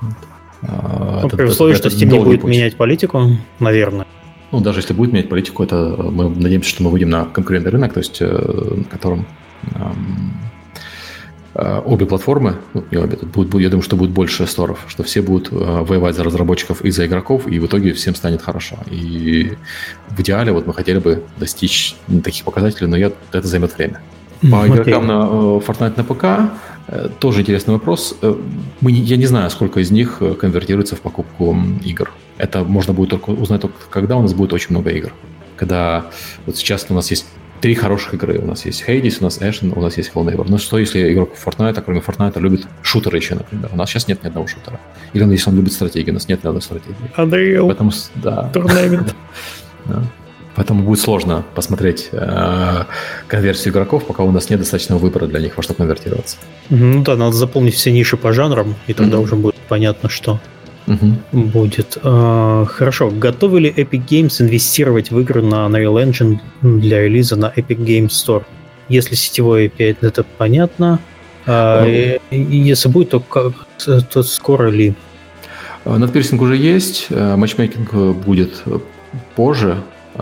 Ну, это, при условии, это, что Steam не будет путь. менять политику, наверное. Ну, даже если будет менять политику, это мы надеемся, что мы выйдем на конкурентный рынок, то есть на котором э, обе платформы, ну, не обе, тут будет, я думаю, что будет больше сторов, что все будут воевать за разработчиков и за игроков, и в итоге всем станет хорошо. И в идеале вот мы хотели бы достичь таких показателей, но я, это займет время. По okay. игрокам на Fortnite на ПК тоже интересный вопрос. Мы, я не знаю, сколько из них конвертируется в покупку игр. Это можно будет только узнать только когда у нас будет очень много игр. Когда вот сейчас у нас есть три хороших игры. У нас есть Hades, у нас Ashen, у нас есть Hellneighbor. Но что если игрок Fortnite, кроме Fortnite, любит шутеры еще, например? У нас сейчас нет ни одного шутера. Или если он любит стратегию, у нас нет ни одной стратегии. Unreal. Поэтому, да. Турнамент. Да. Поэтому будет сложно посмотреть э, конверсию игроков, пока у нас нет достаточного выбора для них, во что конвертироваться. Ну да, надо заполнить все ниши по жанрам, и тогда mm-hmm. уже будет понятно, что mm-hmm. будет. Э, хорошо, готовы ли Epic Games инвестировать в игры на Unreal Engine для релиза на Epic Games Store? Если сетевой эй пи ай, это понятно. А, mm-hmm. и, и если будет, то, как, то скоро ли? Надпирсинг уже есть, матчмейкинг будет позже.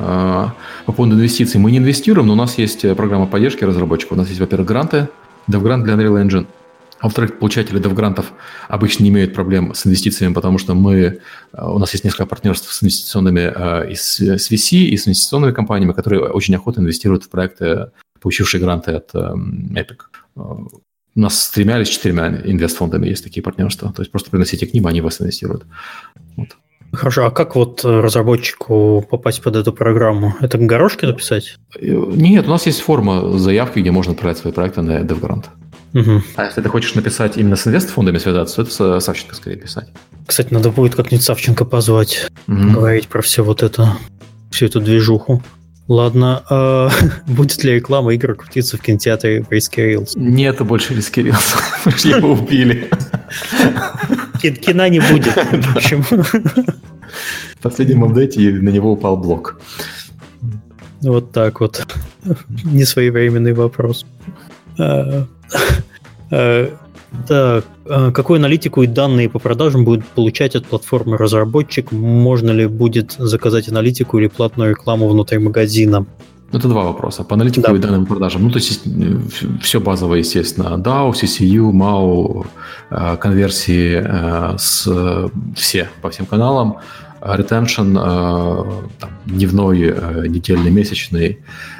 По поводу инвестиций. Мы не инвестируем, но у нас есть программа поддержки разработчиков. У нас есть, во-первых, гранты, DevGrant для Unreal Engine. А во-вторых, получатели DevGrantов обычно не имеют проблем с инвестициями, потому что мы, у нас есть несколько партнерств с инвестиционными, и с, с ви си, и с инвестиционными компаниями, которые очень охотно инвестируют в проекты, получившие гранты от Epic. У нас с тремя или с четырьмя инвестфондами есть такие партнерства. То есть просто приносите к ним, они вас инвестируют. Вот. Хорошо, а как вот разработчику попасть под эту программу? Это горошки написать? Нет, у нас есть форма заявки, где можно отправить свои проекты на DevGrant. Угу. А если ты хочешь написать именно с инвестфондами связаться, то это Савченко скорее писать. Кстати, надо будет как-нибудь Савченко позвать, угу. говорить про все вот это, всю эту движуху. Ладно, а будет ли реклама игр крутиться в кинотеатре Risky Reels? Нет, больше Risky Reels, потому что его убили. Кино не будет. В общем. В последнем апдейте на него упал блок. Вот так вот. Несвоевременный вопрос. Так, какую аналитику и данные по продажам будет получать от платформы разработчик? Можно ли будет заказать аналитику или платную рекламу внутри магазина? Это два вопроса. По аналитику да. и данным продажам. Ну, то есть все базовое, естественно. дао, си си ю, мау, конверсии, с, все по всем каналам. Ретеншн, там, дневной, недельный, месячный.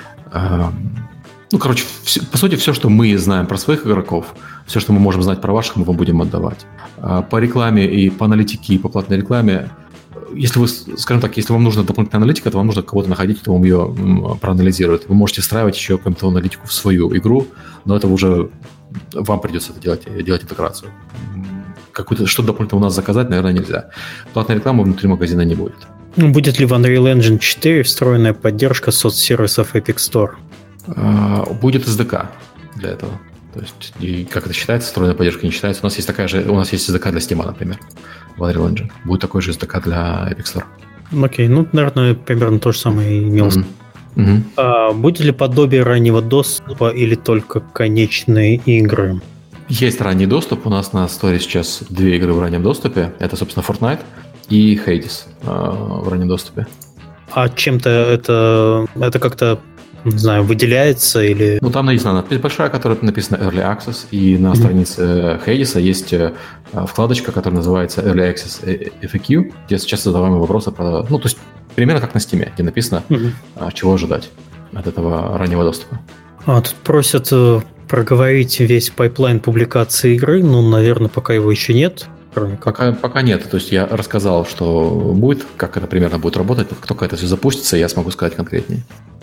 Ну, короче, все, по сути, все, что мы знаем про своих игроков, все, что мы можем знать про ваших, мы вам будем отдавать. По рекламе и по аналитике, и по платной рекламе, если вы, скажем так, если вам нужна дополнительная аналитика, то вам нужно кого-то находить, кто вам ее проанализирует. Вы можете встраивать еще какую-то аналитику в свою игру, но это уже вам придется это делать, делать интеграцию. Какую-то, что-то дополнительно у нас заказать, наверное, нельзя. Платной рекламы внутри магазина не будет. Будет ли в Unreal Engine четыре встроенная поддержка соцсервисов Epic Store? Будет эс ди кей для этого. То есть, и как это считается, встроенная поддержка не считается. У нас есть такая же, у нас есть эс ди кей для Steam, например, в Unreal Engine. Будет такой же эс ди кей для Epic Store. Окей, ну, наверное, примерно то же самое имелось. Mm-hmm. Mm-hmm. А, будет ли подобие раннего доступа или только конечные игры? Есть ранний доступ. У нас на сторе сейчас две игры в раннем доступе. Это, собственно, Fortnite и Hades э, в раннем доступе. А чем-то это, это как-то, не знаю, выделяется или... Ну, там написано надпись большая, которая написана Early Access, и на mm-hmm. странице Hades есть вкладочка, которая называется Early Access эф эй кью, где сейчас задаваемые вопросы про... Ну, то есть примерно как на Steam, где написано, mm-hmm. чего ожидать от этого раннего доступа. А, тут просят проговорить весь пайплайн публикации игры, ну, наверное, пока его еще нет. Пока, пока нет. То есть я рассказал, что будет, как это примерно будет работать, как только это все запустится, я смогу сказать конкретнее.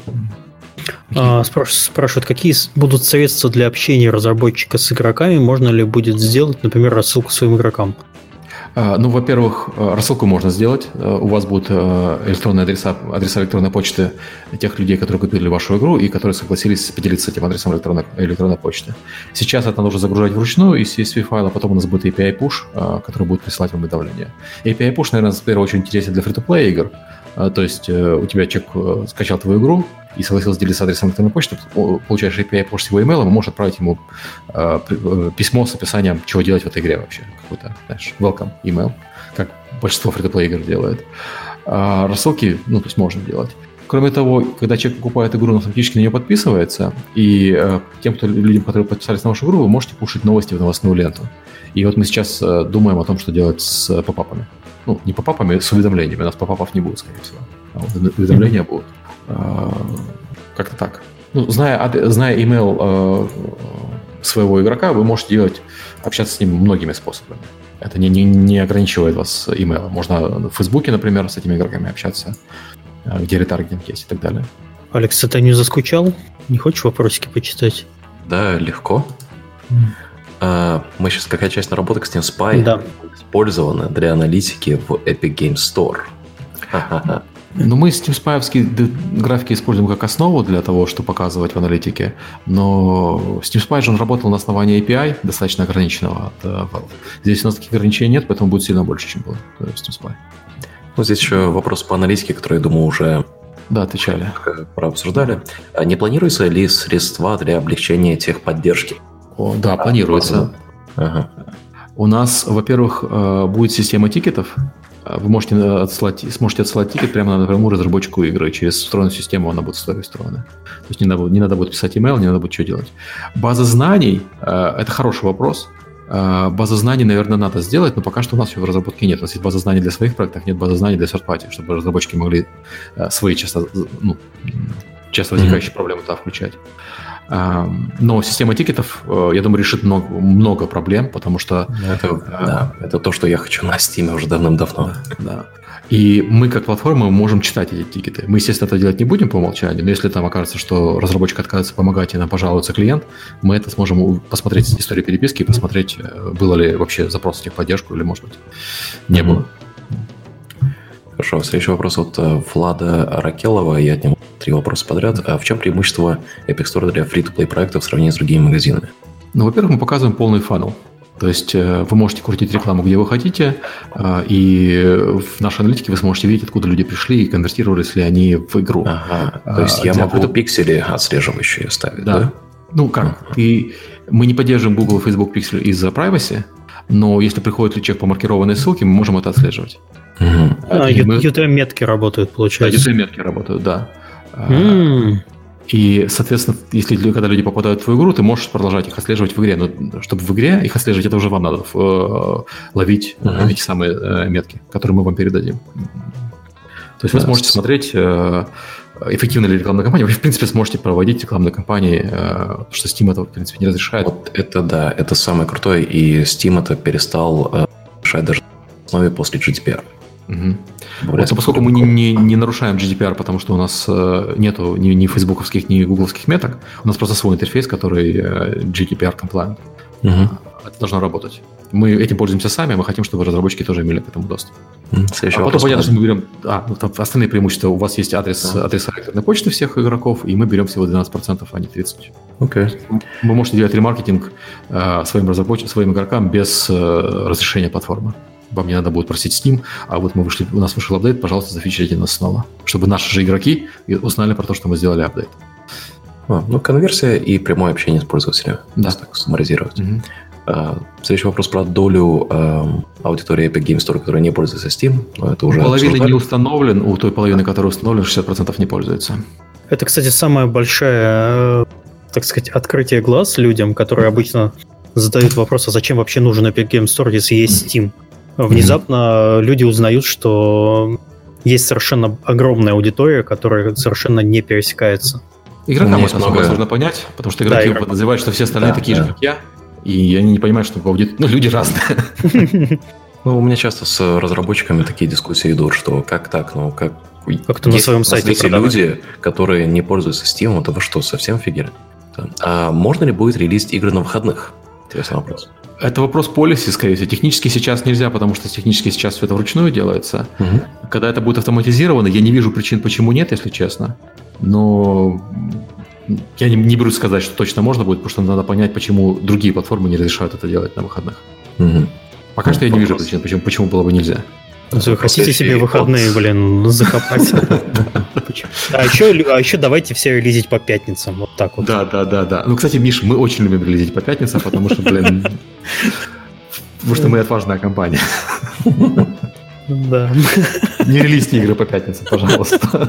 А, спрашивают, какие будут средства для общения разработчика с игроками, можно ли будет сделать, например, рассылку своим игрокам? Ну, во-первых, рассылку можно сделать. У вас будут электронные адреса, адреса электронной почты тех людей, которые купили вашу игру и которые согласились поделиться этим адресом электронной, электронной почты. Сейчас это нужно загружать вручную из си эс ви-файла, потом у нас будет эй пи ай-push, который будет присылать вам уведомления. эй пи ай-push, наверное, в первую очередь интересен для фри-то-плей игр. То есть у тебя человек скачал твою игру и согласился делиться адресом электронной почты, получаешь эй пи ай-push с его имейлом и можешь отправить ему письмо с описанием, чего делать в этой игре вообще. Какой-то, знаешь, welcome email, как большинство фри-то-плей игр делает. А рассылки, ну, то есть можно делать. Кроме того, когда человек покупает игру, он автоматически на нее подписывается, и э, тем, кто, людям, которые подписались на вашу игру, вы можете пушить новости в новостную ленту. И вот мы сейчас э, думаем о том, что делать с поп-апами. Ну, не поп-апами, с уведомлениями. У нас поп-апов не будет, скорее всего. А вот уведомления mm-hmm. будут. Э, как-то так. Ну, зная, зная email э, своего игрока, вы можете делать, общаться с ним многими способами. Это не, не, не ограничивает вас имейлом. Можно в Фейсбуке, например, с этими игроками общаться, где ретаргетинг есть и так далее. Алекс, ты не заскучал? Не хочешь вопросики почитать? Да, легко. Mm. А, мы сейчас, какая часть наработок Steam Spy да. использована для аналитики в Epic Games Store? Ха-ха-ха. Ну, мы Steam Spy-овские графики используем как основу для того, чтобы показывать в аналитике, но Steam Spy же он работал на основании эй пи ай, достаточно ограниченного от Valve. Здесь у нас таких ограничений нет, поэтому будет сильно больше, чем было в Steam Spy. Ну, здесь еще вопрос по аналитике, который, я думаю, уже да, отвечали. Прообсуждали. Не планируются ли средства для облегчения техподдержки? О, да, планируется. Ага. У нас, во-первых, будет система тикетов. Вы можете отсылать, сможете отсылать тикет прямо напрямую разработчику игры. Через встроенную систему она будет встроена. То есть не надо, не надо будет писать email, не надо будет что делать. База знаний – это хороший вопрос. База знаний, наверное, надо сделать, но пока что у нас ее в разработке нет. У нас есть база знаний для своих проектов, нет базы знаний для third-party, чтобы разработчики могли свои часто, ну, часто возникающие mm-hmm. проблемы туда включать. Но система тикетов, я думаю, решит много, много проблем, потому что... Это, да, это то, что я хочу на Steam уже давным-давно. Да, да. И мы, как платформа, можем читать эти тикеты. Мы, естественно, это делать не будем по умолчанию, но если там окажется, что разработчик отказывается помогать и нам пожалуется клиент, мы это сможем посмотреть историю переписки и посмотреть, было ли вообще запрос в техподдержку или, может быть, не mm-hmm. было. Хорошо, следующий вопрос от Влада Ракелова. Я от него три вопроса подряд. А в чем преимущество Epic Store для фри-то-плей проектов в сравнении с другими магазинами? Ну, во-первых, мы показываем полный фанел. То есть вы можете крутить рекламу, где вы хотите, и в нашей аналитике вы сможете видеть, откуда люди пришли и конвертировались ли они в игру. Ага. То есть а, я могу это... пиксели отслеживающие ставить, да? да? Ну как, и мы не поддерживаем Google и Facebook пиксели из-за privacy, но если приходит ли человек по маркированной ссылке, мы можем это отслеживать. Mm-hmm. А, ю ти эм-метки работают, получается. Да, ю ти эм-метки работают, да. Mm. И, соответственно, если когда люди попадают в твою игру, ты можешь продолжать их отслеживать в игре. Но чтобы в игре их отслеживать, это уже вам надо э, ловить uh-huh. эти самые э, метки, которые мы вам передадим. То есть вы сможете смотреть, э, эффективна ли рекламная кампания. Вы, в принципе, сможете проводить рекламные кампании, э, потому что Steam это, в принципе, не разрешает. Вот это да, это самое крутое. И Steam это перестал э, решать даже на основе после джи ди пи ар. Угу. Вот, поскольку мы не, не, не нарушаем джи ди пи ар, потому что у нас э, нету ни, ни фейсбуковских, ни гугловских меток, у нас просто свой интерфейс, который э, джи ди пи ар compliant. Угу. Это должно работать. Мы этим пользуемся сами, мы хотим, чтобы разработчики тоже имели к этому доступ. Следующий а потом понятно, что мы берем... А, ну, там остальные преимущества. У вас есть адрес, а. адрес электронной почты всех игроков, и мы берем всего двенадцать процентов, а не тридцать процентов. Okay. Вы можете делать ремаркетинг э, своим, разработчикам, своим игрокам без э, разрешения платформы. Вам не надо будет просить Steam, а вот мы вышли, у нас вышел апдейт, пожалуйста, зафичерите нас снова, чтобы наши же игроки узнали про то, что мы сделали апдейт. А, ну, конверсия и прямое общение с пользователем, да. Если так суммаризировать. Угу. А, следующий вопрос про долю а, аудитории Epic Games Store, которая не пользуется Steam. Это уже половина не установлен, у той половины, которая установлена, шестьдесят процентов не пользуется. Это, кстати, самое большое, так сказать, открытие глаз людям, которые обычно задают вопрос, а зачем вообще нужен Epic Games Store, если есть Steam? Внезапно mm-hmm. люди узнают, что есть совершенно огромная аудитория, которая совершенно не пересекается. Игрокам это много сложно понять, потому что игроки да, подозревают, что все остальные да, такие да. же, как я, и они не понимают, что аудит... ну, люди разные. Ну, у меня часто с разработчиками такие дискуссии идут, что как так, ну, как... Как-то на своем сайте эти люди, которые не пользуются Steam, это вы что, совсем офигели? А можно ли будет релизить игры на выходных? Интересный вопрос. Это вопрос policy, скорее всего. Технически сейчас нельзя, потому что технически сейчас все это вручную делается. Угу. Когда это будет автоматизировано, я не вижу причин, почему нет, если честно. Но я не, не берусь сказать, что точно можно будет, потому что надо понять, почему другие платформы не разрешают это делать на выходных. Угу. Пока ну, что я не вижу причин, почему, почему было бы нельзя. Вы хотите себе выходные, блин, закопать. А еще, а еще давайте все релизить по пятницам, вот так вот. Да, да, да, да. Ну, кстати, Миш, мы очень любим релизить по пятницам, потому что, блин, потому что мы отважная компания. Да. Не релизьте игры по пятницам, пожалуйста.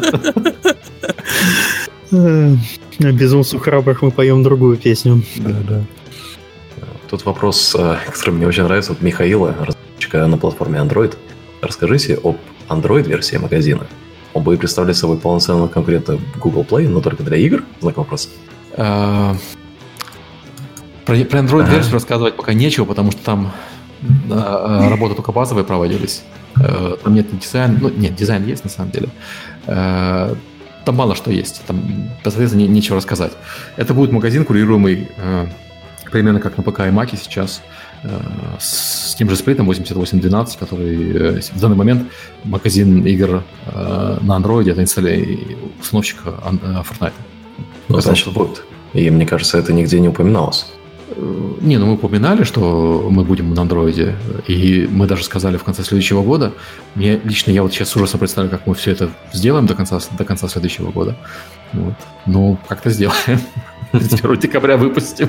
Безумцу храбрых мы поем другую песню. Да, да. Тут вопрос, который мне очень нравится, от Михаила, разработчика на платформе Android. Расскажите об Android-версии магазина. Он будет представлять собой полноценного конкурента Google Play, но только для игр? Знак вопроса. Про Android-версию рассказывать пока нечего, потому что там работы только базовые проводились. Там нет дизайна. Ну, нет, дизайн есть на самом деле. Там мало что есть. Там, соответственно, нечего рассказать. Это будет магазин, курируемый примерно как на ПК и Маке сейчас, с тем же сплитом восемьдесят восемь двенадцать, который в данный момент магазин игр на Android, это инсталляция установщика Fortnite. Ну, значит, будет. И мне кажется, это нигде не упоминалось. Не, ну мы упоминали, что мы будем на Android, и мы даже сказали в конце следующего года. Мне лично, я вот сейчас с ужасом представляю, как мы все это сделаем до конца, до конца следующего года. Вот. Ну, как-то сделаем. тридцать первого декабря выпустим.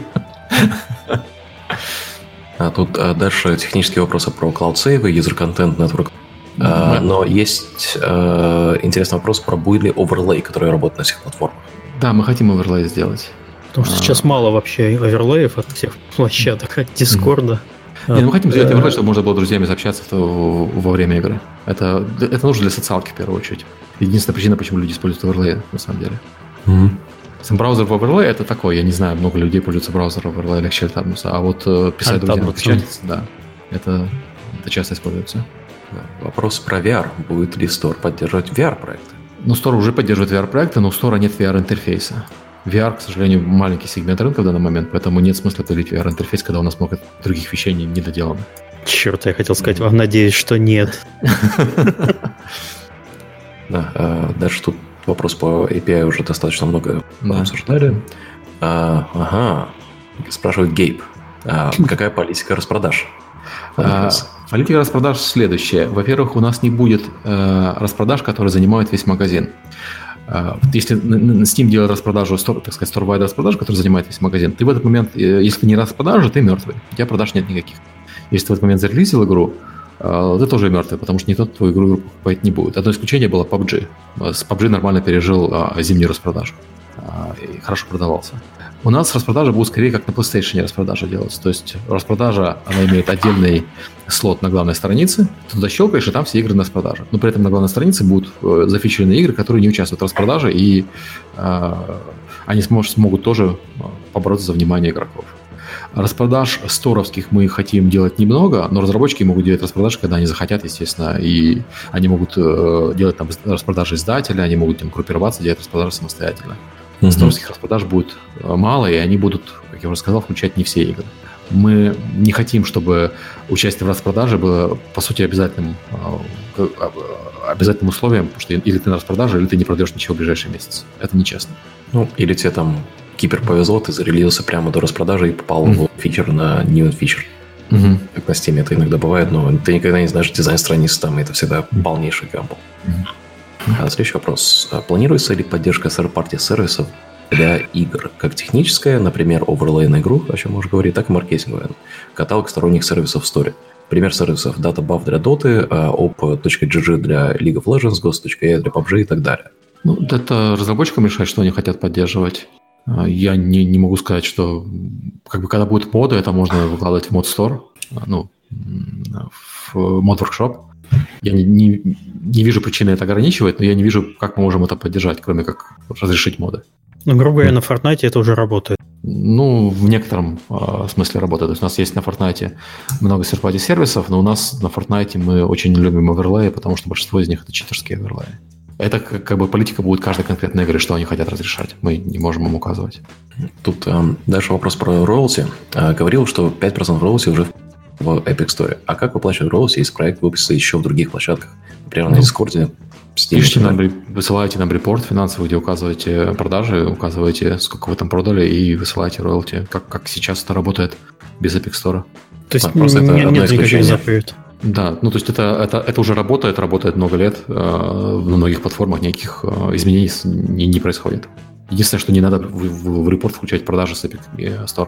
А тут а дальше технические вопросы про Cloud Save, User Content Network. Mm-hmm. А, но есть а, интересный вопрос про будет ли оверлей, который работает на всех платформах. Да, мы хотим оверлей сделать. Потому что а... сейчас мало вообще оверлеев от всех площадок, от Дискорда. Mm-hmm. Нет, мы хотим сделать оверлей, чтобы можно было друзьями общаться во время игры. Это, это нужно для социалки в первую очередь. Единственная причина, почему люди используют оверлей, на самом деле. Mm-hmm. Сам браузер в оверлей это такое, я не знаю, много людей пользуются браузером в оверлей, легче альтабнуса, а вот э, писать друзьям печататься, да, это, это часто используется. Да. Вопрос про ви ар. Будет ли Store поддерживать ви ар-проекты? Ну, Store уже поддерживает ви ар-проекты, но у Store нет ви ар-интерфейса. ви ар, к сожалению, маленький сегмент рынка в данный момент, поэтому нет смысла пилить ви ар-интерфейс, когда у нас много других вещей не, не доделано. Черт, я хотел сказать вам, надеюсь, что нет. Да, дальше тут вопрос по эй пи ай уже достаточно много да. обсуждали. А, ага. Спрашивает Гейб. А, какая политика распродаж? А, политика распродаж следующая. Во-первых, у нас не будет э, распродаж, которые занимают весь магазин. А, если на Steam делает распродажу, так сказать, store-wide распродажу, которая занимает весь магазин, ты в этот момент, если не распродажа, ты мертвый. У тебя продаж нет никаких. Если ты в этот момент зарелизил игру, ты тоже мертвый, потому что никто твою игру покупать не будет. Одно исключение было пабг. С пабг нормально пережил а, зимнюю распродажу. А, и хорошо продавался. У нас распродажи будут скорее как на PlayStation распродажа делаться. То есть распродажа, она имеет отдельный слот на главной странице. Ты туда щелкаешь, и там все игры на распродаже. Но при этом на главной странице будут э, зафичерены игры, которые не участвуют в распродаже, и э, они смог, смогут тоже побороться за внимание игроков. Распродаж сторовских мы хотим делать немного, но разработчики могут делать распродажи, когда они захотят, естественно, и они могут э, делать там распродажи издателя, они могут там группироваться, делать распродажи самостоятельно. Mm-hmm. Сторовских распродаж будет мало, и они будут, как я уже сказал, включать не все игры. Мы не хотим, чтобы участие в распродаже было, по сути, обязательным, э, обязательным условием, потому что или ты на распродаже, или ты не продаешь ничего в ближайший месяц. Это нечестно. Ну, или тебе там кипер повезло, ты зарелизился прямо до распродажи и попал mm-hmm. в фичер на new feature. Mm-hmm. Как на Steam это иногда бывает, но ты никогда не знаешь дизайн страницы там, и это всегда полнейший гамбл. Mm-hmm. А следующий вопрос. Планируется ли поддержка third-party сервисов для игр, как техническая, например, оверлей на игру, о чем мы уже говорили, так и маркетинговая, каталог сторонних сервисов в сторе? Пример сервисов DataBuff для Dota, op.gg для League of Legends, Ghost.ai для пабг и так далее. Ну, это разработчикам решать, что они хотят поддерживать. Я не, не могу сказать, что как бы когда будет мода, это можно выкладывать в мод стор, ну, в мод воркшоп. Я не, не, не вижу причины это ограничивать, но я не вижу, как мы можем это поддержать, кроме как разрешить моды. Ну, грубо говоря, на Fortnite это уже работает. Ну, в некотором э, смысле работает. То есть у нас есть на Fortnite много third-party сервисов, но у нас на Fortnite мы очень не любим оверлеи, потому что большинство из них это читерские оверлеи. Это как, как бы политика будет каждой конкретной игры, что они хотят разрешать. Мы не можем им указывать. Тут э, дальше вопрос про роялти. Э, говорил, что пять процентов роялти уже в Epic Store. А как выплачивать роялти, если проект выпустится еще в других площадках? Например, на Discord, Пишите нам, высылаете нам репорт финансовый, где указываете продажи, указываете, сколько вы там продали, и высылаете роялти. Как, как сейчас это работает без Epic Store. То есть просто это нет, нет никаких запрет. Да, ну то есть это, это, это уже работает, работает много лет, э, на многих платформах никаких э, изменений не, не происходит. Единственное, что не надо в, в, в репорт включать продажи с Epic Store.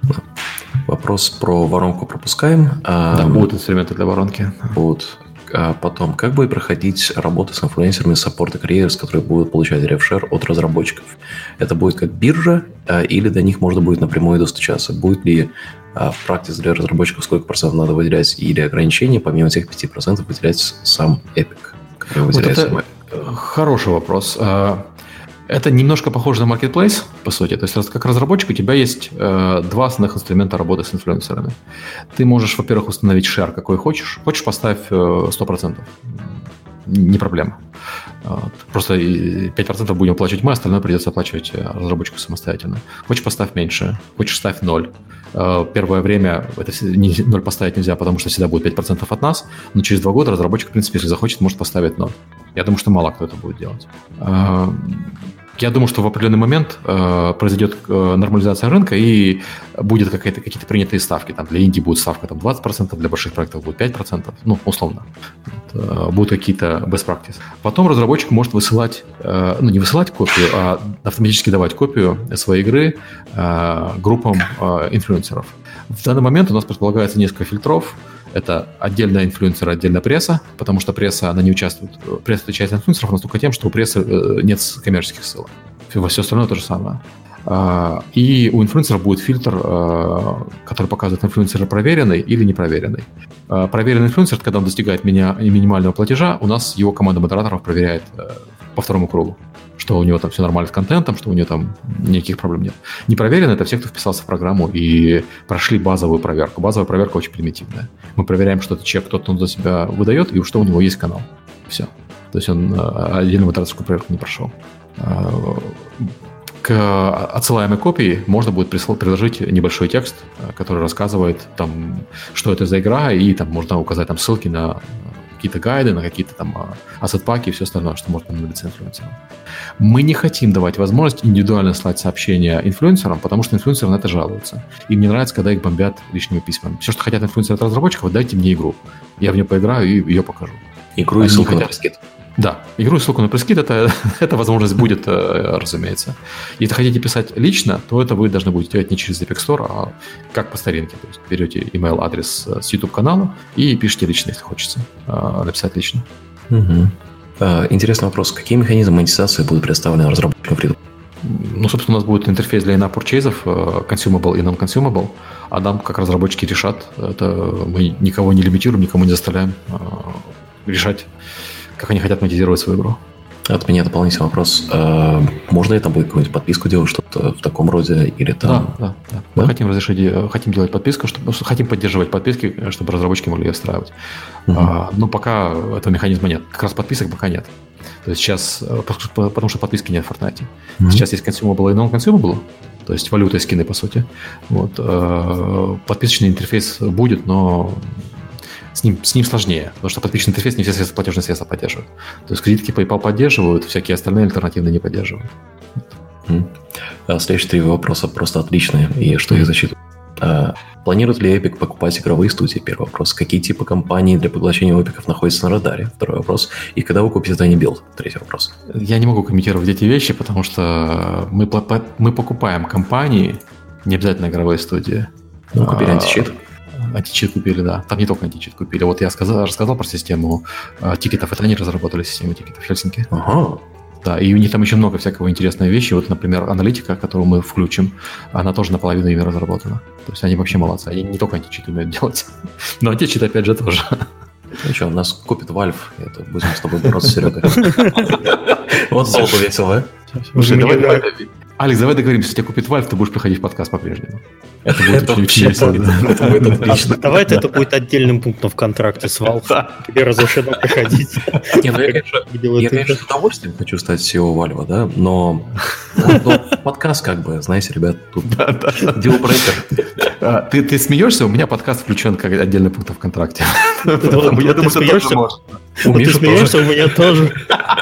Вопрос про воронку пропускаем. Да, будут инструменты для воронки. Будут. А потом, как будет проходить работа с инфлюенсерами, саппорт и карьерс, которые будут получать ревшер от разработчиков? Это будет как биржа, а, или до них можно будет напрямую достучаться? Будет ли а, в практике для разработчиков сколько процентов надо выделять, или ограничения, помимо этих пяти процентов, выделять сам Epic? Вот это хороший вопрос. Это немножко похоже на Marketplace, по сути. То есть, как разработчик, у тебя есть э, два основных инструмента работы с инфлюенсерами. Ты можешь, во-первых, установить шер, какой хочешь. Хочешь, поставь э, сто процентов. Не проблема. Вот. Просто пять процентов будем оплачивать мы, остальное придется оплачивать разработчику самостоятельно. Хочешь, поставь меньше. Хочешь, ставь ноль. Э, первое время это ноль поставить нельзя, потому что всегда будет пять процентов от нас, но через два года разработчик, в принципе, если захочет, может поставить ноль. Я думаю, что мало кто это будет делать. Э, Я думаю, что в определенный момент э, произойдет э, нормализация рынка и будет какая-то, какие-то принятые ставки. Там, для Индии будет ставка там, двадцать процентов, для больших проектов будет пять процентов, ну, условно. Вот, э, будут какие-то best practice. Потом разработчик может высылать, э, ну, не высылать копию, а автоматически давать копию своей игры э, группам э, инфлюенсеров. В данный момент у нас предполагается несколько фильтров. Это отдельно инфлюенсеры, отдельно пресса, потому что пресса, она не участвует. Пресса отличается от инфлюенсеров, но только тем, что у прессы нет коммерческих ссылок. Во все остальное то же самое. И у инфлюенсеров будет фильтр, который показывает, инфлюенсер проверенный или непроверенный. Проверенный инфлюенсер, когда он достигает минимального платежа, у нас его команда модераторов проверяет по второму кругу, что у него там все нормально с контентом, что у него там никаких проблем нет. Непроверенные — это все, кто вписался в программу и прошли базовую проверку. Базовая проверка очень примитивная. Мы проверяем, что этот человек, кто-то за себя выдает, и что у него есть канал. Все. То есть он отдельную модераторскую проверку не прошел. К отсылаемой копии можно будет приложить небольшой текст, который рассказывает, там, что это за игра, и там можно указать там ссылки на какие-то гайды, на какие-то там ассет-паки и все остальное, что может понадобиться инфлюенсерам. Мы не хотим давать возможность индивидуально слать сообщения инфлюенсерам, потому что инфлюенсеры на это жалуются. Им не нравится, когда их бомбят лишними письмами. Все, что хотят инфлюенсеры от разработчиков, дайте мне игру. Я в нее поиграю и ее покажу. Игру и ссылку на пресс-кит. Да, игру и ссылку на пресс-кит, это, эта возможность будет, разумеется. Если хотите писать лично, то это вы должны будете делать не через Epic Store, а как по старинке. То есть берете email-адрес с YouTube-канала и пишите лично, если хочется написать лично. Угу. Интересный вопрос. Какие механизмы монетизации будут представлены разработчикам фри-то-плей? Ну, собственно, у нас будет интерфейс для in-app purchase'ов, consumable и non-consumable, а нам, как разработчики, решат. Это мы никого не лимитируем, никому не заставляем решать, как они хотят монетизировать свою игру. От меня дополнительный вопрос. А можно ли там будет какую-нибудь подписку делать, что-то в таком роде? Или там... Да, да, да. Мы да? хотим разрешить, хотим делать подписку, чтобы, хотим поддерживать подписки, чтобы разработчики могли ее встраивать. Uh-huh. А, но пока этого механизма нет. Как раз подписок пока нет. То есть сейчас, потому что подписки нет в Fortnite. Uh-huh. Сейчас есть consumable и non-consumable, то есть валюта и скины, по сути. Вот. Подписочный интерфейс будет, но с ним, с ним сложнее, потому что подписочный интерфейс не все средства, платежные средства поддерживают. То есть кредитки PayPal поддерживают, всякие остальные альтернативные не поддерживают. Mm. Следующие три вопроса просто отличные, и что их зачитываю. А, планирует ли Epic покупать игровые студии? Первый вопрос. Какие типы компаний для поглощения Epic находятся на радаре? Второй вопрос. И когда вы купите Tiny Build? Третий вопрос. Я не могу комментировать эти вещи, потому что мы, мы покупаем компании, не обязательно игровые студии. Ну, купили античит. Античит купили, да. Там не только античит купили. Вот я сказал, рассказал про систему э, тикетов. Это они разработали систему тикетов в Хельсинки. Ага. Да, и у них там еще много всякого интересной вещи. Вот, например, аналитика, которую мы включим, она тоже наполовину ими разработана. То есть они вообще молодцы. Они не только античит умеют делать, но античит, опять же, тоже. Ну что, нас купит Valve. Это будем с тобой бороться, Серега. Вот столбу весело, а? Алекс, давай договоримся, если тебя купит Valve, ты будешь приходить в подкаст по-прежнему. Это будет очень весело. Это будет отлично. Давай это будет отдельным пунктом в контракте с Valve. Тебе разрешено приходить. Не, ну я, конечно, с удовольствием хочу стать си и о Valve, да, но подкаст как бы, знаете, ребят, тут deal-breaker. Ты смеешься? У меня подкаст включен как отдельный пункт в контракте. Я думаю, ты смеешься? Ты смеешься? У меня тоже.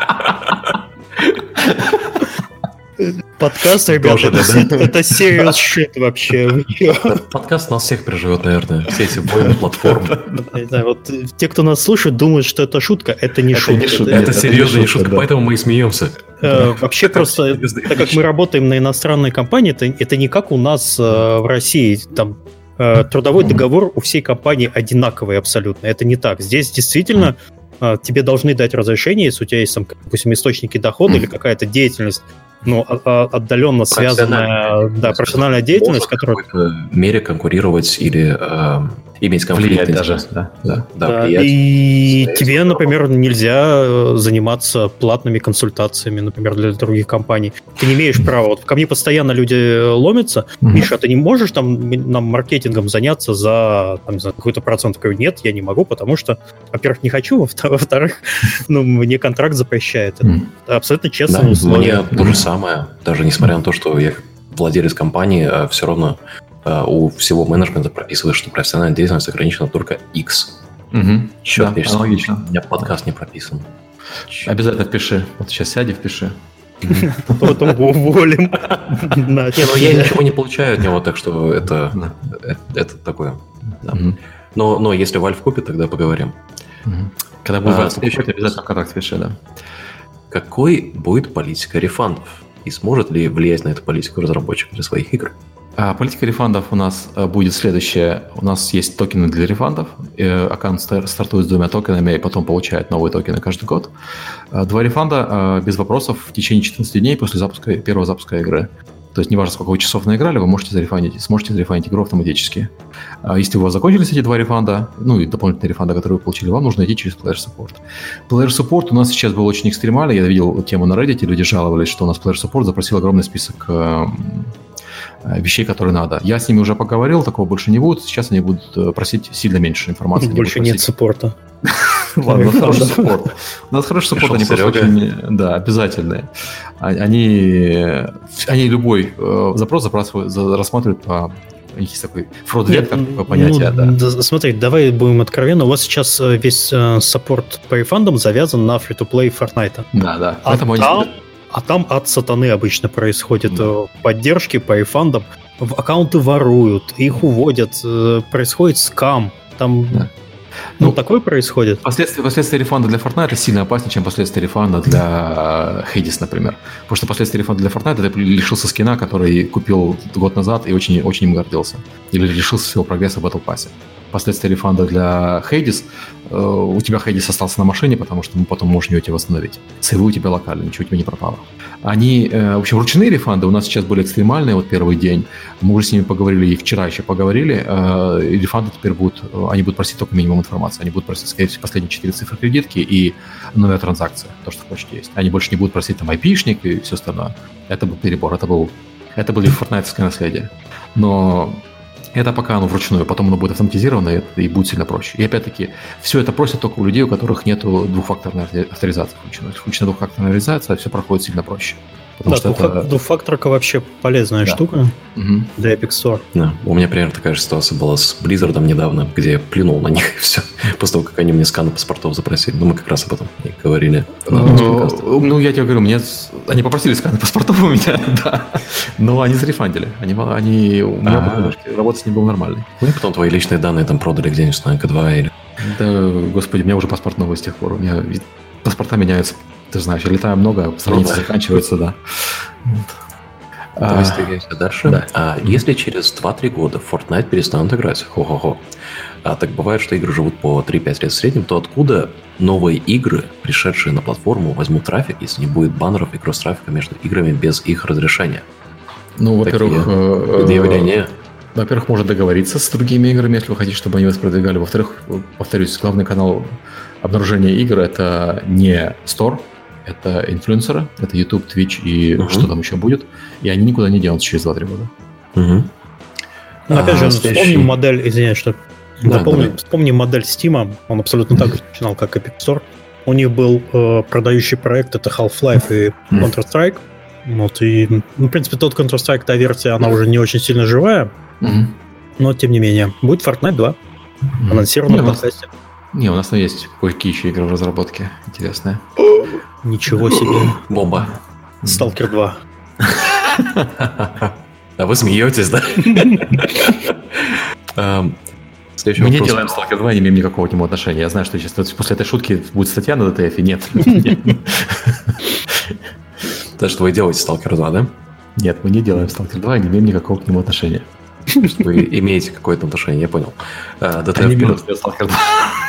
Подкаст, ребята, это, да? это serious shit вообще. Подкаст нас всех переживет, наверное. Все эти войны платформ. Да, вот те, кто нас слушает, думают, что это шутка. Это не это шутка. Не шутка. Это, это серьезная шутка, шутка да. Поэтому мы и смеемся. Э, вообще просто, так как мы работаем на иностранной компании, это, это не как у нас э, в России. Там э, трудовой договор у всей компании одинаковый абсолютно. Это не так. Здесь действительно э, тебе должны дать разрешение, если у тебя есть, там, допустим, источники дохода или какая-то деятельность, ну, отдаленно связанная, да, профессиональная деятельность, которая... в какой-то мере конкурировать или э, иметь конфликт даже. Да, да, да, да, и Своей тебе, например, нельзя заниматься платными консультациями, например, для других компаний. Ты не имеешь права. Вот ко мне постоянно люди ломятся. Mm-hmm. Миша, ты не можешь там нам маркетингом заняться за, там, за какой-то процент? Я говорю, нет, я не могу, потому что, во-первых, не хочу, во-вторых, ну, мне контракт запрещает. Это абсолютно честно. Мне тоже самое, даже несмотря на то, что я владелец компании, все равно у всего менеджмента прописывают, что профессиональная деятельность ограничена только X. Угу. Черт, да, аналогично. У меня подкаст не прописан. Черт. Обязательно впиши. Вот сейчас сяди, впиши. Потом уволим. Не, ну я ничего не получаю от него, так что это такое. Но если Valve купит, тогда поговорим. Когда будет Valve купить, обязательно контракт впиши, да. Какой будет политика рефандов? И сможет ли влиять на эту политику разработчик для своих игр? А, политика рефандов у нас будет следующая. У нас есть токены для рефандов. Аккаунт стартует с двумя токенами и потом получает новые токены каждый год. Два рефанда без вопросов в течение четырнадцати дней после запуска, первого запуска игры. То есть неважно, сколько вы часов наиграли, вы можете зарефандить, сможете зарефандить игру автоматически. Если у вас закончились эти два рефанда, ну и дополнительные рефанды, которые вы получили, вам нужно идти через Player Support. Player Support у нас сейчас был очень экстремальный. Я видел тему на Reddit, люди жаловались, что у нас Player Support запросил огромный список э, вещей, которые надо. Я с ними уже поговорил, такого больше не будет. Сейчас они будут просить сильно меньше информации. Больше нет саппорта. Ладно, у нас хороший саппорт. У нас хороший саппорт, они просто очень, да, обязательные. Они, они любой запрос рассматривают по У них есть такой фрод-вектор, такое понятие, ну, да. да. Смотри, давай будем откровенны. У вас сейчас весь э, саппорт по рефандам завязан на фри-то-плей Fortnite. Да, да. А Поэтому там, они... а там от сатаны обычно происходит Да. поддержки по рефандам. Аккаунты воруют, их уводят, происходит скам. Там... Да. Ну, Ну, такое происходит. Последствия, последствия рефанда для Fortnite сильно опаснее, чем последствия рефанда для Hades, например. Потому что последствия рефанда для Fortnite ты лишился скина, который купил год назад и очень, очень им гордился. Или лишился всего прогресса в Battle Pass. Последствия рефанда для Hades, э, у тебя Hades остался на машине, потому что мы потом можем его тебе восстановить. Сейвы у тебя локально, ничего у тебя не пропало. Они, э, в общем, ручные рефанды у нас сейчас были экстремальные, вот первый день. Мы уже с ними поговорили, и вчера еще поговорили. Э, и рефанды теперь будут, они будут просить только минимум информации. Они будут просить, скорее всего, последние четыре цифры кредитки и новая транзакция, то, что в почте есть. Они больше не будут просить там айпишник и все остальное. Это был перебор, это был, это было фортнайтовское наследие. Но это пока оно вручную, потом оно будет автоматизировано и, и будет сильно проще. И опять-таки, все это просят только у людей, у которых нет двухфакторной авторизации включена. Включена двухфакторная авторизация, все проходит сильно проще. Потому Да, что двухфак- это... двухфакторка вообще полезная Да. штука Угу. для Epic Store. Да. У меня примерно такая же ситуация была с Blizzard недавно, где я плюнул на них и все. После того, как они мне сканы паспортов запросили. Ну, мы как раз об этом и говорили. Ну, ну, я тебе говорю, мне они попросили сканы паспортов у меня, да, но они зарефандили. Они, они, у меня А-а-а. работа с ним была нормальной. Ну и потом твои личные данные там продали где-нибудь на ка два или... Да, господи, у меня уже паспорт новый с тех пор. У меня паспорта меняются, ты знаешь, я летаю много, страницы Ну да. заканчиваются, да. Давай А, двигаемся дальше. да. А если через два-три года в Fortnite перестанут играть, хо-хо-хо, а так бывает, что игры живут по три-пять лет в среднем, то откуда новые игры, пришедшие на платформу, возьмут трафик, если не будет баннеров и кросс-трафика между играми без их разрешения? Ну, во-первых, Такие э, предъявления. во-первых, можно договориться с другими играми, если вы хотите, чтобы они вас продвигали. Во-вторых, повторюсь, главный канал обнаружения игр — это не Store, это инфлюенсеры, это YouTube, Twitch и Мгм. что там еще будет. И они никуда не денутся через два-три года. Угу. Ну, опять А, же, следующий. вспомним модель, извиняюсь, что Да, дополню, давай. вспомним модель Steam, он абсолютно так же начинал, как Epic Store. У них был э, продающий проект, это Half-Life и Мгм. Counter-Strike. Вот, и, ну, в принципе, тот Counter-Strike, та версия, она уже не очень сильно живая, Мгм. но, тем не менее, будет Fortnite два, Мгм. анонсировано Не, в у нас- подкасте. Не, у нас там есть кое-какие еще игры в разработке интересные. Ничего себе. Бомба. Stalker два. А вы смеетесь, да? Эм, Следующий Мы не вопрос. делаем Stalker два, не имеем никакого к нему отношения. Я знаю, что сейчас после этой шутки будет статья на ди ти эф. Нет. Нет. Так что вы делаете Stalker два, да? Нет, мы не делаем Stalker два и не имеем никакого к нему отношения. Что вы имеете какое-то отношение, я понял. Э, ди ти эф Они вперед. берут Stalker два.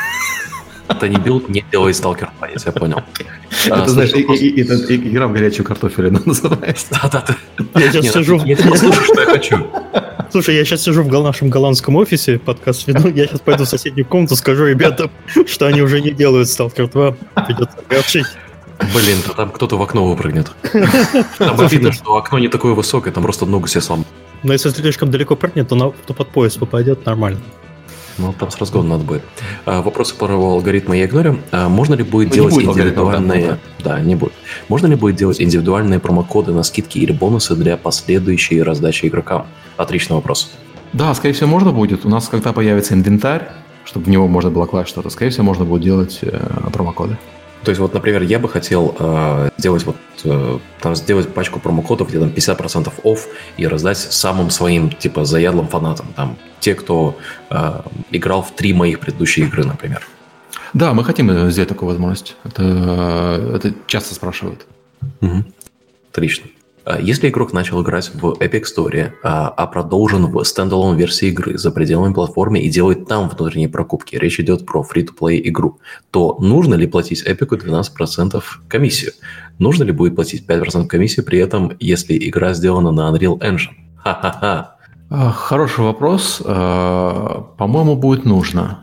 Tiny Build не делает Stalker два, если я понял. А, Это, знаешь, следующий вопрос. и- и- и- это игра в горячую картофелину называется. Да-да-да. Я сейчас Нет, сижу в... я не слышу, что я хочу. Слушай, я сейчас сижу в гол- нашем голландском офисе, подкаст веду, я сейчас пойду в соседнюю комнату, скажу ребятам, что они уже не делают Stalker два, придется огорчить. Блин, да там кто-то в окно выпрыгнет. Там видно, что окно не такое высокое, там просто ногу себе сломал. Но если слишком далеко прыгнет, то, на- то под пояс попадет нормально. Ну, там с разгоном надо будет. А, вопросы про алгоритмы я игнорю. А, можно ли будет Ну, не делать будет алгоритмов, индивидуальные... Да, не будет. Можно ли будет делать индивидуальные промокоды на скидки или бонусы для последующей раздачи игрокам? Отличный вопрос. Да, скорее всего, можно будет. У нас, когда появится инвентарь, чтобы в него можно было класть что-то, скорее всего, можно будет делать э, промокоды. То есть, вот, например, я бы хотел э, сделать вот э, там сделать пачку промокодов, где там пятьдесят процентов офф и раздать самым своим типа заядлым фанатам. Там те, кто э, играл в три моих предыдущие игры, например. Да, мы хотим э, сделать такую возможность. Это, э, это часто спрашивают. Угу. Отлично. А Если игрок начал играть в Epic Store, а, а продолжен в стендалон версии игры за пределами платформы и делает там внутренние покупки, речь идет про фри-то-плей игру, то нужно ли платить Epic двенадцать процентов комиссию? Нужно ли будет платить пять процентов комиссии при этом, если игра сделана на Unreal Engine? Ха-ха-ха. А, Хороший вопрос. А, По-моему, будет нужно.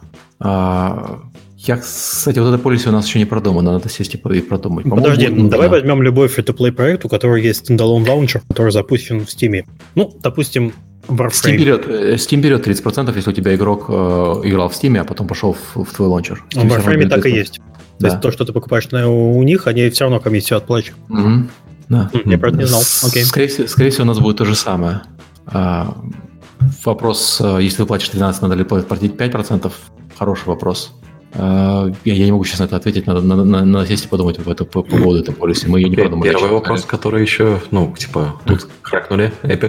А, Я, кстати, вот эта полиси у нас еще не продумана, надо сесть и и продумать. По-моему, Подожди, будет нужно. давай возьмем любой free-to-play проект, у которого есть стендалон лаунчер, который запущен в Steam. Ну, допустим, Steam Warframe. берет, э, Steam берет тридцать процентов, если у тебя игрок э, играл в Steam, а потом пошел в, в твой лончер. В Warframe так и есть. Да. То есть то, что ты покупаешь на, у них, они все равно комиссию отплачивают. Мгм. Да. М, Я про это не знал. Окей. Скорее, всего- скорее всего, у нас будет то же самое. А, вопрос, если вы платите тринадцать, надо ли платить пять процентов? Хороший вопрос. Я, я не могу сейчас на это ответить, надо, надо, надо, надо сесть и подумать по, по, по поводу этой полиси. Мы ее не продумали. Первый вопрос, который еще, ну, типа, тут хрякнули, Epic.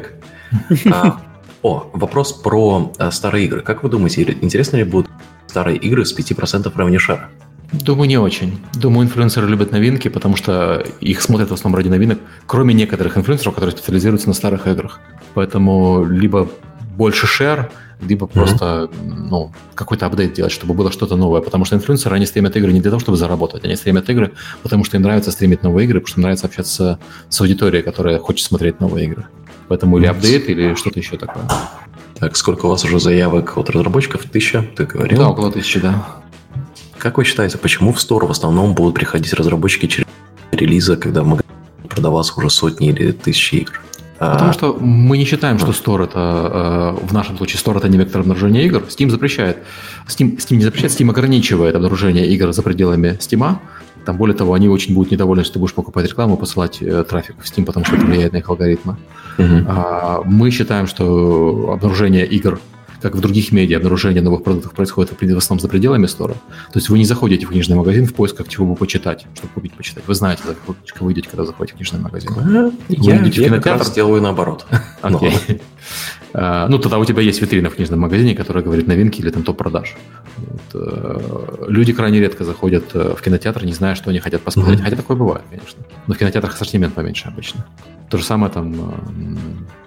А, о, вопрос про а, старые игры. Как вы думаете, интересно ли будут старые игры с пять процентов revenue share? Думаю, не очень. Думаю, инфлюенсеры любят новинки, потому что их смотрят в основном ради новинок, кроме некоторых инфлюенсеров, которые специализируются на старых играх. Поэтому либо больше шер, либо mm-hmm. просто ну, какой-то апдейт делать, чтобы было что-то новое. Потому что инфлюенсеры, они стримят игры не для того, чтобы заработать, они стримят игры, потому что им нравится стримить новые игры, потому что им нравится общаться с аудиторией, которая хочет смотреть новые игры. Поэтому или апдейт, или что-то еще такое. Так, сколько у вас уже заявок от разработчиков? Тысяча, ты говорил? Да, около тысячи, да. Как вы считаете, почему в Store в основном будут приходить разработчики через релизы, когда в магазине продаваться уже сотни или тысячи игр? Потому а... что мы не считаем, что Store это, в нашем случае, Store это не вектор обнаружения игр. Steam запрещает. Steam, Steam не запрещает, Steam ограничивает обнаружение игр за пределами Steam. Там, более того, они очень будут недовольны, что ты будешь покупать рекламу и посылать э, трафик в Steam, потому что это влияет на их алгоритмы. Uh-huh. А, мы считаем, что обнаружение игр, как в других медиа, обнаружение новых продуктов происходит в основном за пределами стора. То есть вы не заходите в книжный магазин в поисках чего бы почитать, чтобы купить, почитать. Вы знаете, за какой книжкой вы идете, когда заходите в книжный магазин. Вы я идете я в кинотеатр, как раз делаю наоборот. Окей. Okay. uh, ну, тогда у тебя есть витрина в книжном магазине, которая говорит новинки или там топ-продаж. Вот, uh, люди крайне редко заходят в кинотеатр, не зная, что они хотят посмотреть. Mm-hmm. Хотя такое бывает, конечно. Но в кинотеатрах ассортимент поменьше обычно. То же самое там... Uh,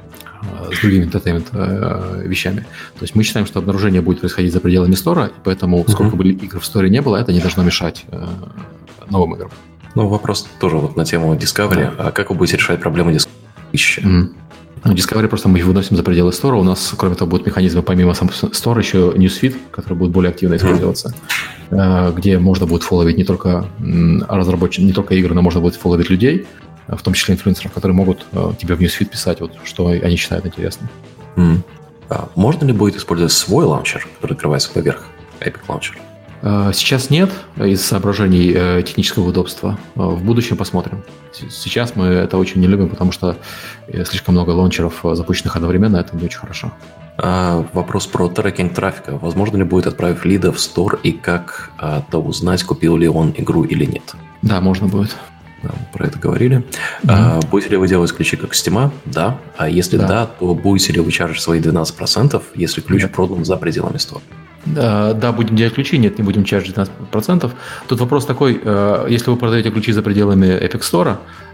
с другими entertainment-вещами. То есть мы считаем, что обнаружение будет происходить за пределами стора, и поэтому, uh-huh. сколько бы игр в сторе не было, это не должно мешать э, новым играм. Ну, вопрос тоже вот на тему Discovery. А как вы будете решать проблемы Discovery? Mm. Ну, Discovery просто мы их выносим за пределы стора. У нас, кроме того, будут механизмы помимо стора, еще Newsfeed, который будет более активно использоваться, mm. э, где можно будет фолловить не только разработчиков, не только игры, но можно будет фолловить людей, в том числе инфлюенсеров, которые могут э, тебе в Newsfeed писать, вот, что они считают интересным. Mm. А можно ли будет использовать свой лаунчер, который открывается поверх Epic Launcher? Э, сейчас нет, из соображений э, технического удобства. Э, в будущем посмотрим. Сейчас мы это очень не любим, потому что э, слишком много лаунчеров, запущенных одновременно, это не очень хорошо. А, вопрос про трекинг трафика. Возможно ли будет отправить лида в Store и как а, то узнать, купил ли он игру или нет? Да, можно будет. Да, про это говорили. Mm-hmm. А, будете ли вы делать ключи как Steam? Да. А если да, да то будете ли вы чаржить свои двенадцать процентов, если ключ нет. продан за пределами Store? Да, да, будем делать ключи, нет, не будем чаржить двенадцать процентов. Тут вопрос такой, если вы продаете ключи за пределами Epic Store,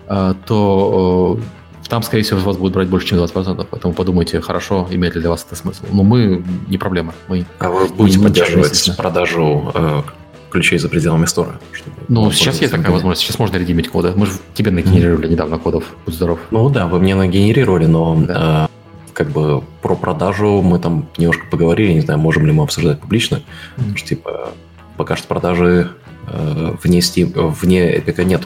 то там, скорее всего, вас будет брать больше, чем двадцать процентов. Поэтому подумайте, хорошо, имеет ли для вас это смысл. Но мы не проблема. Мы а вы будете поддерживать продажу э, ключей за пределами стора? Ну, сейчас есть такая возможность. Сейчас можно редимить коды. Мы же тебе нагенерировали mm-hmm. недавно кодов. Будь здоров. Ну да, вы мне нагенерировали, но да. э, как бы про продажу мы там немножко поговорили. Не знаю, можем ли мы обсуждать публично. Mm-hmm. Потому что, типа, пока что продажи э, вне Steam, вне Epic нет.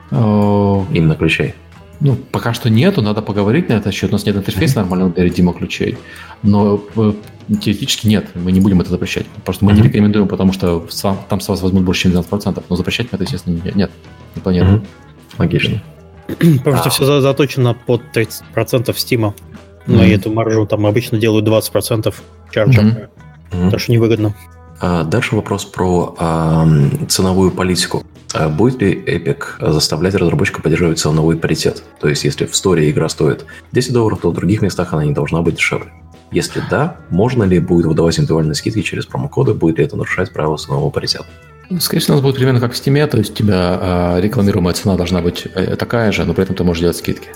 Oh. Именно ключей. Ну, пока что нету, надо поговорить на этот счет. У нас нет интерфейса нормального для редима ключей. Но э, теоретически нет, мы не будем это запрещать. Просто мы mm-hmm. не рекомендуем, потому что сам, там с вас возьмут больше, чем двенадцать процентов. Но запрещать мы это, естественно, нет. Не планируем. Mm-hmm. Логично. Потому что все заточено под тридцать процентов Steam. Но mm-hmm. эту маржу там обычно делают двадцать процентов чарджа. Mm-hmm. Потому что невыгодно. А дальше вопрос про а, ценовую политику. А будет ли Epic заставлять разработчика поддерживать ценовой паритет? То есть, если в сторе игра стоит десять долларов, то в других местах она не должна быть дешевле. Если да, можно ли будет выдавать индивидуальные скидки через промокоды? Будет ли это нарушать правила ценового паритета? Скорее всего, у нас будет примерно как в Steam, то есть у тебя э, рекламируемая цена должна быть э, такая же, но при этом ты можешь делать скидки.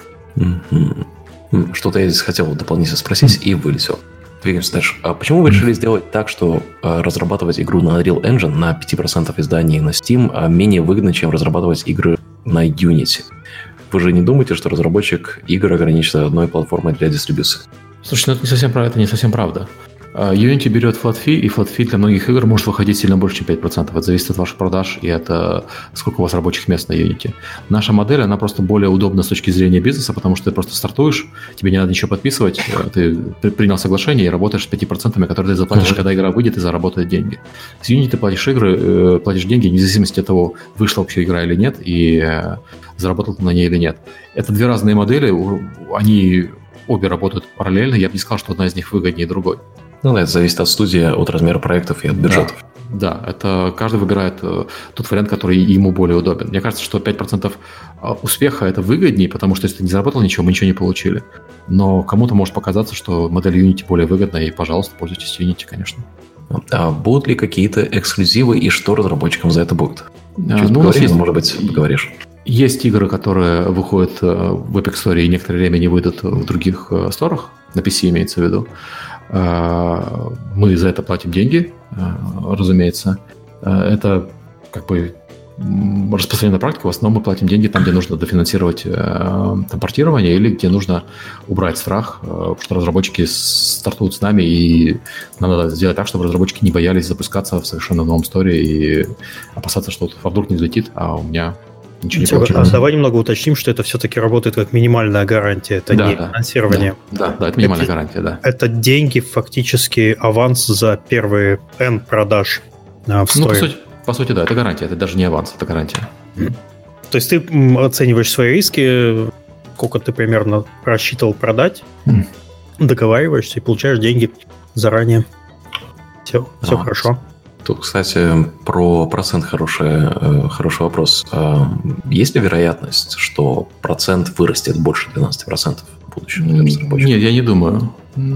Mm-hmm. Что-то я здесь хотел дополнительно спросить mm-hmm. и вылетел. Двигаемся дальше. А почему вы решили сделать так, что э, разрабатывать игру на Unreal Engine на пять процентов изданий на Steam а менее выгодно, чем разрабатывать игры на Unity? Вы же не думаете, что разработчик игр ограничится одной платформой для дистрибьюции? Слушай, ну это не совсем, это не совсем правда. Unity берет flat fee, и flat fee для многих игр может выходить сильно больше, чем пять процентов. Это зависит от ваших продаж и от uh, сколько у вас рабочих мест на Unity. Наша модель, она просто более удобна с точки зрения бизнеса, потому что ты просто стартуешь, тебе не надо ничего подписывать, ты принял соглашение и работаешь с пятью процентами, которые ты заплатишь, mm-hmm. когда игра выйдет и заработает деньги. С Unity ты платишь игры, платишь деньги, вне зависимости от того, вышла вообще игра или нет, и заработал ты на ней или нет. Это две разные модели, они обе работают параллельно, я бы не сказал, что одна из них выгоднее другой. Ну да, это зависит от студии, от размера проектов и от бюджетов. Да, да, это каждый выбирает тот вариант, который ему более удобен. Мне кажется, что пять процентов успеха это выгоднее, потому что если ты не заработал ничего, мы ничего не получили. Но кому-то может показаться, что модель Unity более выгодна, и, пожалуйста, пользуйтесь Unity, конечно. А будут ли какие-то эксклюзивы, и что разработчикам за это будет? Чуть ну, поговорим, есть, может быть, поговоришь. Есть игры, которые выходят в Epic Store и некоторое время не выйдут в других сторах, на пи си имеется в виду. Мы за это платим деньги, разумеется. Это как бы распространенная практика. В основном мы платим деньги там, где нужно дофинансировать там, портирование или где нужно убрать страх, потому что разработчики стартуют с нами, и нам надо сделать так, чтобы разработчики не боялись запускаться в совершенно новом сторе и опасаться, что вот вдруг не взлетит, а у меня ничего не получилось. А давай немного уточним, что это все-таки работает как минимальная гарантия, это да, не да, финансирование. Да, да, да, это минимальная это, гарантия, да. Это деньги, фактически аванс за первые N продаж в сторе. Ну, по сути, по сути, да, это гарантия, это даже не аванс, это гарантия. То есть ты оцениваешь свои риски, сколько ты примерно рассчитывал продать, mm. договариваешься и получаешь деньги заранее. Все, все а, хорошо. Тут, кстати, про процент хороший, хороший вопрос. Есть ли вероятность, что процент вырастет больше двенадцати процентов в будущем для разработчиков? Нет, я не думаю.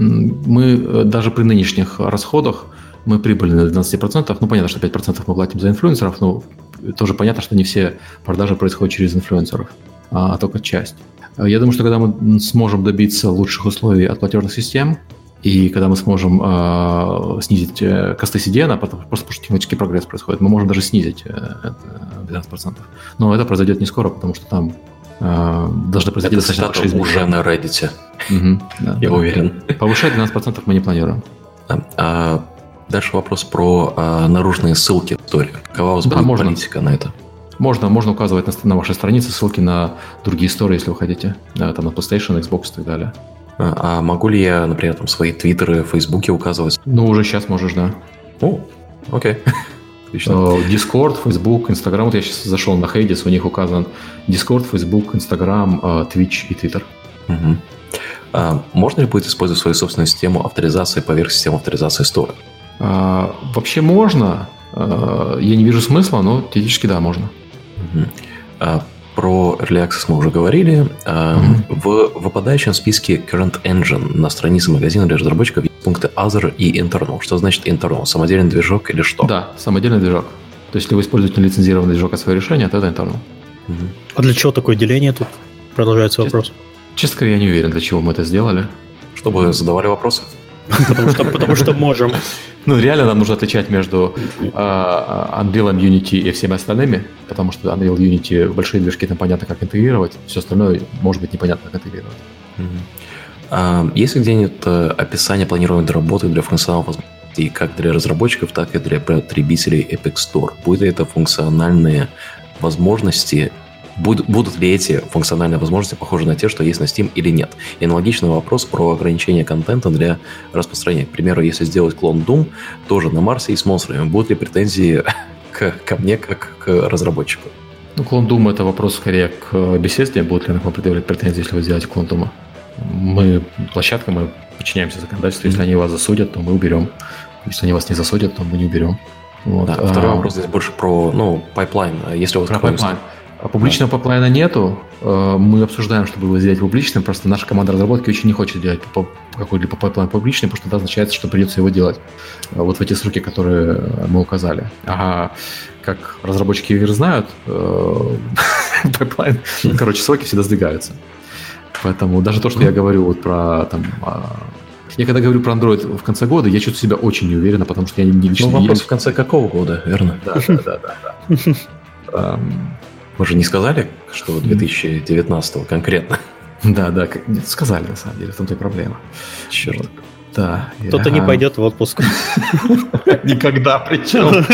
Мы даже при нынешних расходах мы прибыли на двенадцать процентов. Ну, понятно, что пять процентов мы платим за инфлюенсеров, но тоже понятно, что не все продажи происходят через инфлюенсеров, а только часть. Я думаю, что когда мы сможем добиться лучших условий от платежных систем, и когда мы сможем э, снизить э, косты си ди эн, просто потому что технический прогресс происходит, мы можем даже снизить э, двенадцать процентов. Но это произойдет не скоро, потому что там э, должны произойти это достаточно большие изменения. Уже на Reddit. Угу, да, я да. уверен. Повышать двенадцать процентов мы не планируем. А, а дальше вопрос про а, наружные ссылки в истории. Какова у вас да, будет можно. политика на это? Можно, можно указывать на, на вашей странице ссылки на другие истории, если вы хотите. Да, там на PlayStation, Xbox и так далее. А, а могу ли я, например, там свои твиттеры, фейсбуке указывать? Ну, уже сейчас можешь, да. О, окей. Отлично. Discord, Facebook, Instagram. Вот я сейчас зашел на Hades, у них указан Discord, Facebook, Instagram, Twitch и Twitter. Угу. А можно ли будет использовать свою собственную систему авторизации поверх системы авторизации Store? А, вообще можно. А, я не вижу смысла, но теоретически да, можно. Угу. А, Про Early Access мы уже говорили. Mm-hmm. В выпадающем списке Current Engine на странице магазина для разработчиков есть пункты Other и Internal. Что значит Internal? Самодельный движок или что? Да, самодельный движок. То есть, если вы используете нелицензированный движок от своего решения, то это Internal. Mm-hmm. А для чего такое деление тут? Продолжается вопрос. Честно говоря, я не уверен, для чего мы это сделали. Чтобы задавали вопросы. Потому что, потому что можем. Ну, реально нам нужно отличать между uh, Unreal, Unity и всеми остальными, потому что Unreal, Unity, большие движки, там понятно, как интегрировать, все остальное может быть непонятно, как интегрировать. Mm-hmm. А есть ли где-нибудь описание планируемой работы для функциональных возможностей как для разработчиков, так и для потребителей Epic Store? Будут ли это функциональные возможности? Будут, будут ли эти функциональные возможности похожи на те, что есть на Steam или нет? И аналогичный вопрос про ограничение контента для распространения. К примеру, если сделать клон Doom, тоже на Марсе и с монстрами, будут ли претензии к, ко мне, как к разработчику? Ну, клон Doom — это вопрос скорее к Bethesda. Будут ли к вам предъявлять претензии, если вы сделаете клон Doom? Мы площадка, мы подчиняемся законодательству. Если mm-hmm. они вас засудят, то мы уберем. Если они вас не засудят, то мы не уберем. Вот. Да, второй а, вопрос здесь больше про ну, пайплайн. Если у вас про пайплайн. А публичного да. пайплайна нету. Мы обсуждаем, чтобы его сделать публичным. Просто наша команда разработки очень не хочет делать какой-либо пайплайн публичный, потому что тогда означает, что придется его делать вот в эти сроки, которые мы указали. А как разработчики игр знают, пайплайн, короче, сроки всегда сдвигаются. Поэтому даже то, что я говорю вот про там... Я когда говорю про Android в конце года, я чувствую себя очень неуверенно, потому что я не лично... Ну, вопрос в конце какого года, верно? Да, да, да, да. Мы же не сказали, что две тысячи девятнадцатого конкретно. Да, да, сказали на самом деле, в том-то и проблема. Черт. Да. Кто-то не пойдет в отпуск. Никогда причем.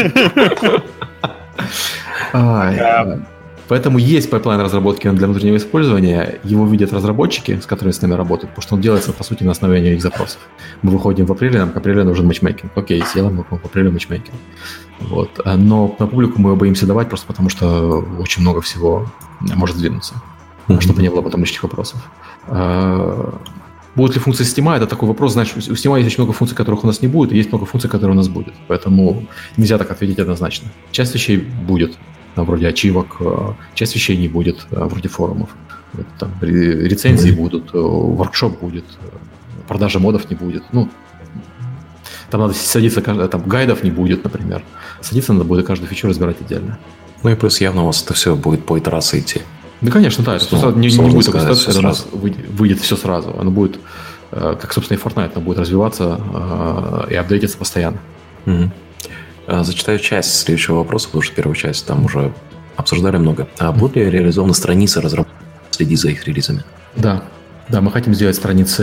Поэтому есть пайплайн разработки для внутреннего использования. Его видят разработчики, с которыми с нами работают, потому что он делается, по сути, на основании их запросов. Мы выходим в апреле, нам к апрелю нужен матчмейкинг. Окей, сделаем в апреле матчмейкинг. Вот. Но на публику мы его боимся давать, просто потому что очень много всего может сдвинуться, mm-hmm. чтобы не было потом лишних вопросов. Будут ли функции Steam? Это такой вопрос, знаешь, у Steam есть очень много функций, которых у нас не будет, и есть много функций, которые у нас будет. Поэтому нельзя так ответить однозначно. Часть вещей будет, вроде ачивок, часть вещей не будет, вроде форумов. Там, рецензии mm-hmm. будут, воркшоп будет, продажи модов не будет. Ну, там надо садиться, там гайдов не будет, например. Садиться надо будет каждую фичу разбирать отдельно. Ну и плюс явно у вас это все будет по итерации идти. Да, конечно, да. Это ну, не, не будет такой ситуации, когда у нас выйдет, выйдет все сразу. Оно будет, как, собственно, и Fortnite, оно будет развиваться и апдейтиться постоянно. Mm-hmm. Зачитаю часть следующего вопроса, потому что первую часть там уже обсуждали много. А будут ли реализованы страницы разработки, следи за их релизами? Да. Да, мы хотим сделать страницы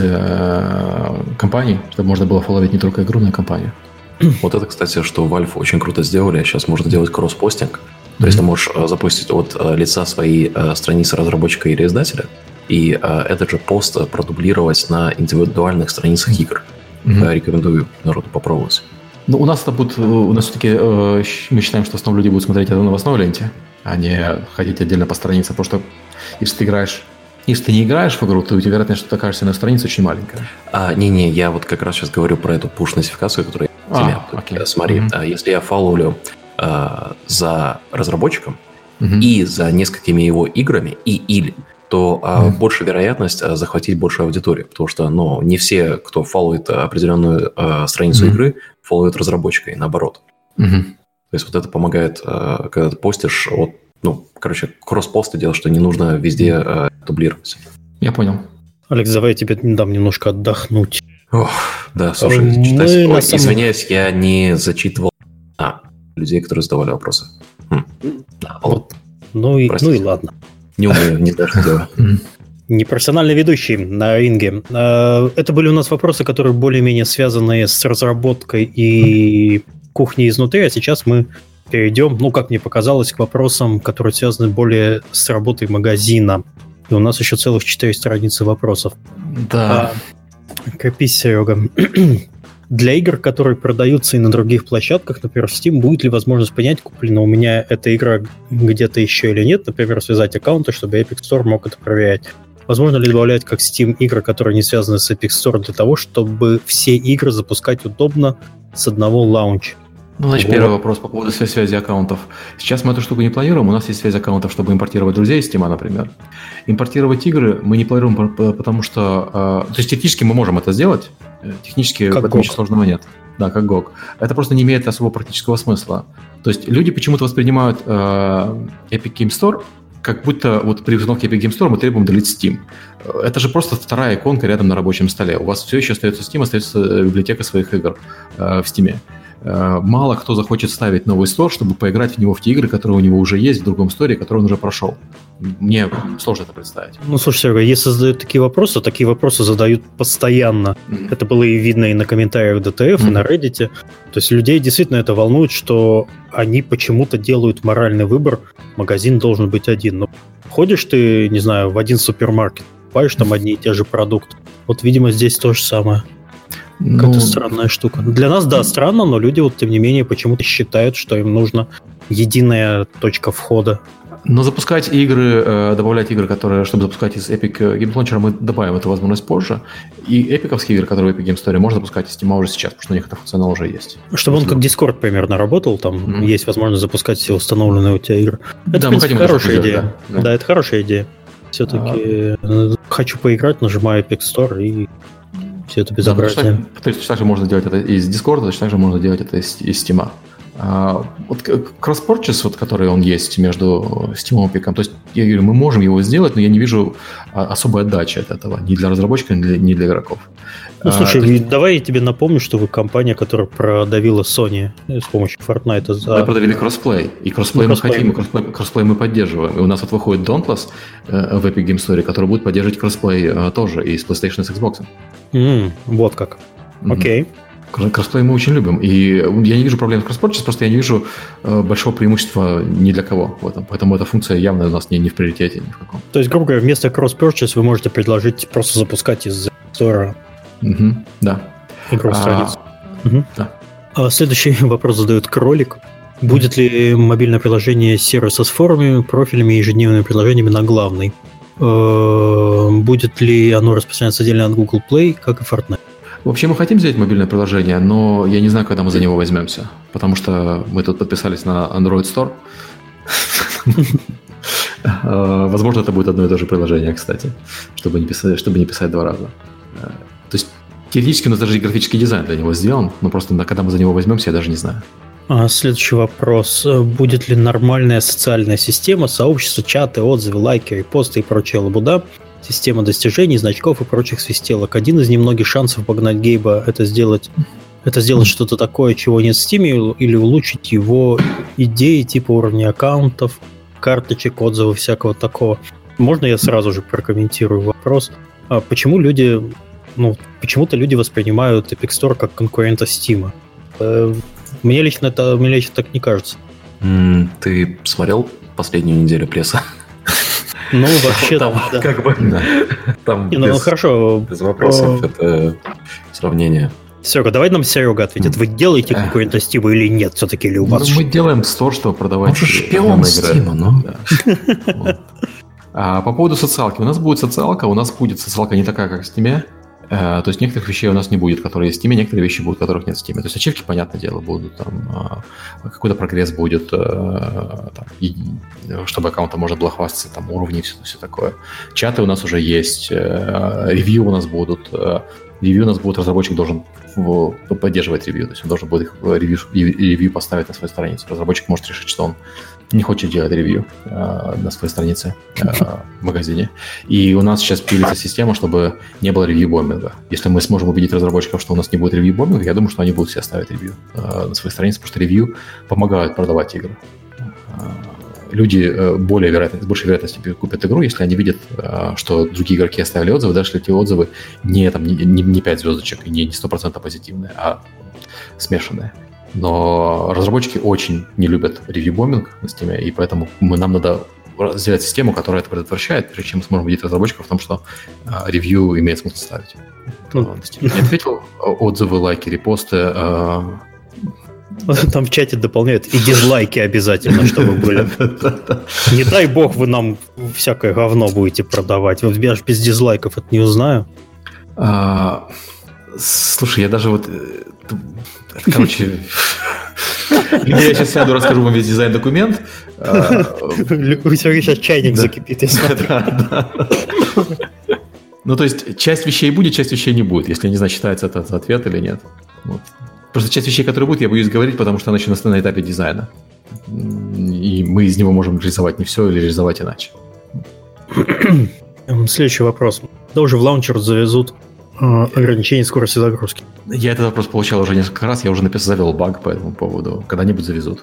э, компаний, чтобы можно было фолловить не только игру, но и компанию. Вот это, кстати, что Valve очень круто сделали. Сейчас можно делать кросс-постинг. То есть ты можешь запустить от лица своей страницы разработчика или издателя, и этот же пост продублировать на индивидуальных страницах игр. Mm-hmm. Рекомендую народу попробовать. Ну, у нас это будет, у нас все-таки, мы считаем, что в основном люди будут смотреть это на новостной ленте, а не ходить отдельно по странице, потому что если ты играешь Если ты не играешь в игру, то у тебя вероятность, что ты окажешься на странице, очень маленькая. А, не-не, я вот как раз сейчас говорю про эту push-нотификацию, которая а, тебя. Okay. Смотри, mm-hmm. если я фолловлю а, за разработчиком mm-hmm. и за несколькими его играми, и или, то а, mm-hmm. больше вероятность а, захватить большую аудиторию, потому что ну, не все, кто фолловит определенную а, страницу mm-hmm. игры, фолловят разработчика, и наоборот. Mm-hmm. То есть вот это помогает, а, когда ты постишь от Ну, короче, кросс-посты делать, что не нужно везде э, дублировать. Я понял. Алекс, давай я тебе дам немножко отдохнуть. Ох, да, слушай, Мы читать... Ой, самом... извиняюсь, я не зачитывал а, людей, которые задавали вопросы. Хм. Да, вот. ну, и, ну и ладно. Не умею, не знаю, что делаю. Непрофессиональный ведущий на ринге. Это были у нас вопросы, которые более-менее связаны с разработкой и кухней изнутри, а сейчас мы перейдем, ну, как мне показалось, к вопросам, которые связаны более с работой магазина. И у нас еще целых четыре страницы вопросов. Да. А, копись, Серега. Для игр, которые продаются и на других площадках, например, в Steam, будет ли возможность понять, куплена у меня эта игра где-то еще или нет? Например, связать аккаунты, чтобы Epic Store мог это проверять. Возможно ли добавлять как Steam игры, которые не связаны с Epic Store, для того, чтобы все игры запускать удобно с одного лаунча? Ну, значит, вот. Первый вопрос по поводу связи аккаунтов. Сейчас мы эту штуку не планируем. У нас есть связь аккаунтов, чтобы импортировать друзей из Steam, например. Импортировать игры мы не планируем, потому что... То есть технически мы можем это сделать. Технически как в этом ничего сложного нет. Да, как гог. Это просто не имеет особого практического смысла. То есть люди почему-то воспринимают э, Epic Game Store, как будто вот при установке Epic Game Store мы требуем удалить Steam. Это же просто вторая иконка рядом на рабочем столе. У вас все еще остается Steam, остается библиотека своих игр э, в Steam. Мало кто захочет ставить новый стор, чтобы поиграть в него в те игры, которые у него уже есть в другом сторе, которые он уже прошел. Мне сложно это представить. Ну, слушай, Серега, если задают такие вопросы, такие вопросы задают постоянно. Mm-hmm. Это было и видно и на комментариях ди ти эф, mm-hmm. и на Reddit. То есть людей действительно это волнует, что они почему-то делают моральный выбор, магазин должен быть один. Но ходишь ты, не знаю, в один супермаркет, покупаешь там одни и те же продукты. Вот, видимо, здесь то же самое. Ну, какая-то странная штука. Для нас, да, странно, но люди вот, тем не менее, почему-то считают, что им нужна единая точка входа. Но запускать игры, добавлять игры, которые, чтобы запускать из Epic Game Launcher, мы добавим эту возможность позже. И эпиковские игры, которые в Epic Game Store, можно запускать из Steam уже сейчас, потому что у них эта функционал уже есть. Чтобы он как Discord примерно работал, там mm-hmm. есть возможность запускать все установленные у тебя игры. Это, да, в принципе, хорошая идея. Да, да. да, это хорошая идея. Все-таки а... хочу поиграть, нажимаю Epic Store и все это безобразие. Да, то есть также можно делать это из Discord, точно так же можно делать это из, из Steam. А, вот кросс-порчес, вот, который он есть между Steam и Epic, то есть я говорю, мы можем его сделать, но я не вижу особой отдачи от этого, ни для разработчиков, ни для, ни для игроков. Ну, слушай, а, есть... давай я тебе напомню, что вы компания, которая продавила Sony с помощью Fortnite. За... Мы продавили кроссплей, и кроссплей ну, мы хотим, и кроссплей, кроссплей мы поддерживаем. И у нас вот выходит Dauntless э, в Epic Game Store, который будет поддерживать кроссплей э, тоже и с PlayStation, и с Xbox. Mm, вот как. Окей. Okay. Кроссплей мы очень любим. И я не вижу проблем с кросс-порчес, просто я не вижу э, большого преимущества ни для кого в этом. Поэтому эта функция явно у нас не, не в приоритете ни в каком. То есть, грубо говоря, вместо кросс-порчес вы можете предложить просто запускать из Store угу, да. игру страницу. А, угу. Да. А следующий вопрос задает Кролик. Будет ли мобильное приложение с сервиса с форумами, профилями и ежедневными приложениями на главной? будет ли оно распространяться отдельно от Google Play, как и Fortnite? Вообще мы хотим взять мобильное приложение, но я не знаю, когда мы за него возьмемся, потому что мы тут подписались на Android Store. Возможно, это будет одно и то же приложение, кстати, чтобы не писать, чтобы не писать два раза. То есть теоретически у нас даже и графический дизайн для него сделан, но просто когда мы за него возьмемся, я даже не знаю. А, следующий вопрос. Будет ли нормальная социальная система, сообщество, чаты, отзывы, лайки, репосты и прочая лабуда, система достижений, значков и прочих свистелок? Один из немногих шансов погнать Гейба – это сделать, это сделать что-то такое, чего нет в Steam, или улучшить его идеи типа уровня аккаунтов, карточек, отзывов, всякого такого. Можно я сразу же прокомментирую вопрос? А почему люди, ну, почему-то люди воспринимают Epic Store как конкурента Steam? Мне лично это, мне лично так не кажется. Mm, ты смотрел последнюю неделю пресса? Ну, вообще, там, да. Как бы, да. Там не, ну, без, хорошо. без вопросов, это сравнение. Серега, давай нам Серега ответит. Вы делаете конкурента Steam или нет? Все-таки или у вас? Ну, мы делаем стор, чтобы продавать... Он же шпион Steam, ну. Да. Вот. А по поводу социалки. У нас будет социалка, у нас будет социалка не такая, как в Steam. Uh, то есть некоторых вещей у нас не будет, которые есть в Steam, некоторые вещи будут, которых нет в Steam. То есть ачивки, понятное дело, будут, там, uh, какой-то прогресс будет, uh, там, и, чтобы аккаунтом можно было хвастаться, там, уровни и все, все такое. Чаты у нас уже есть, uh, ревью у нас будут. Uh, ревью у нас будет, разработчик должен в, поддерживать ревью, то есть он должен будет их ревью, ревью поставить на свою страницу. Разработчик может решить, что он не хочет делать ревью э, на своей странице э, в магазине. И у нас сейчас появится система, чтобы не было ревью-бомбинга. Если мы сможем убедить разработчиков, что у нас не будет ревью-бомбинга, я думаю, что они будут все ставить ревью э, на своей странице, потому что ревью помогают продавать игры. Э, люди э, более вероятно, с большей вероятностью купят игру, если они видят, э, что другие игроки оставили отзывы, даже если эти отзывы не, там, не, не пять звездочек и не сто процентов позитивные, а смешанные. Но разработчики очень не любят ревью-бомбинг на Steam, и поэтому мы, нам надо сделать систему, которая это предотвращает, прежде чем мы сможем убедить разработчиков в том, что а, ревью имеет смысл ставить. Ну, не ответил отзывы, лайки, репосты. А... Там в чате дополняют и дизлайки обязательно, чтобы были. Не дай бог вы нам всякое говно будете продавать. Я же без дизлайков это не узнаю. Слушай, я даже вот... Короче, я сейчас сяду, расскажу вам весь дизайн-документ. У Сергея сейчас чайник закипит, я смотрю. Ну, то есть, часть вещей будет, часть вещей не будет, если не знаю, считается это ответ или нет. Вот. Просто часть вещей, которые будут, я боюсь говорить, потому что она еще на этапе дизайна. И мы из него можем реализовать не все или реализовать иначе. Следующий вопрос. Когда уже в лаунчер завезут ограничение скорости загрузки? Я этот вопрос получал уже несколько раз, я уже написал, завел баг по этому поводу. Когда-нибудь завезут.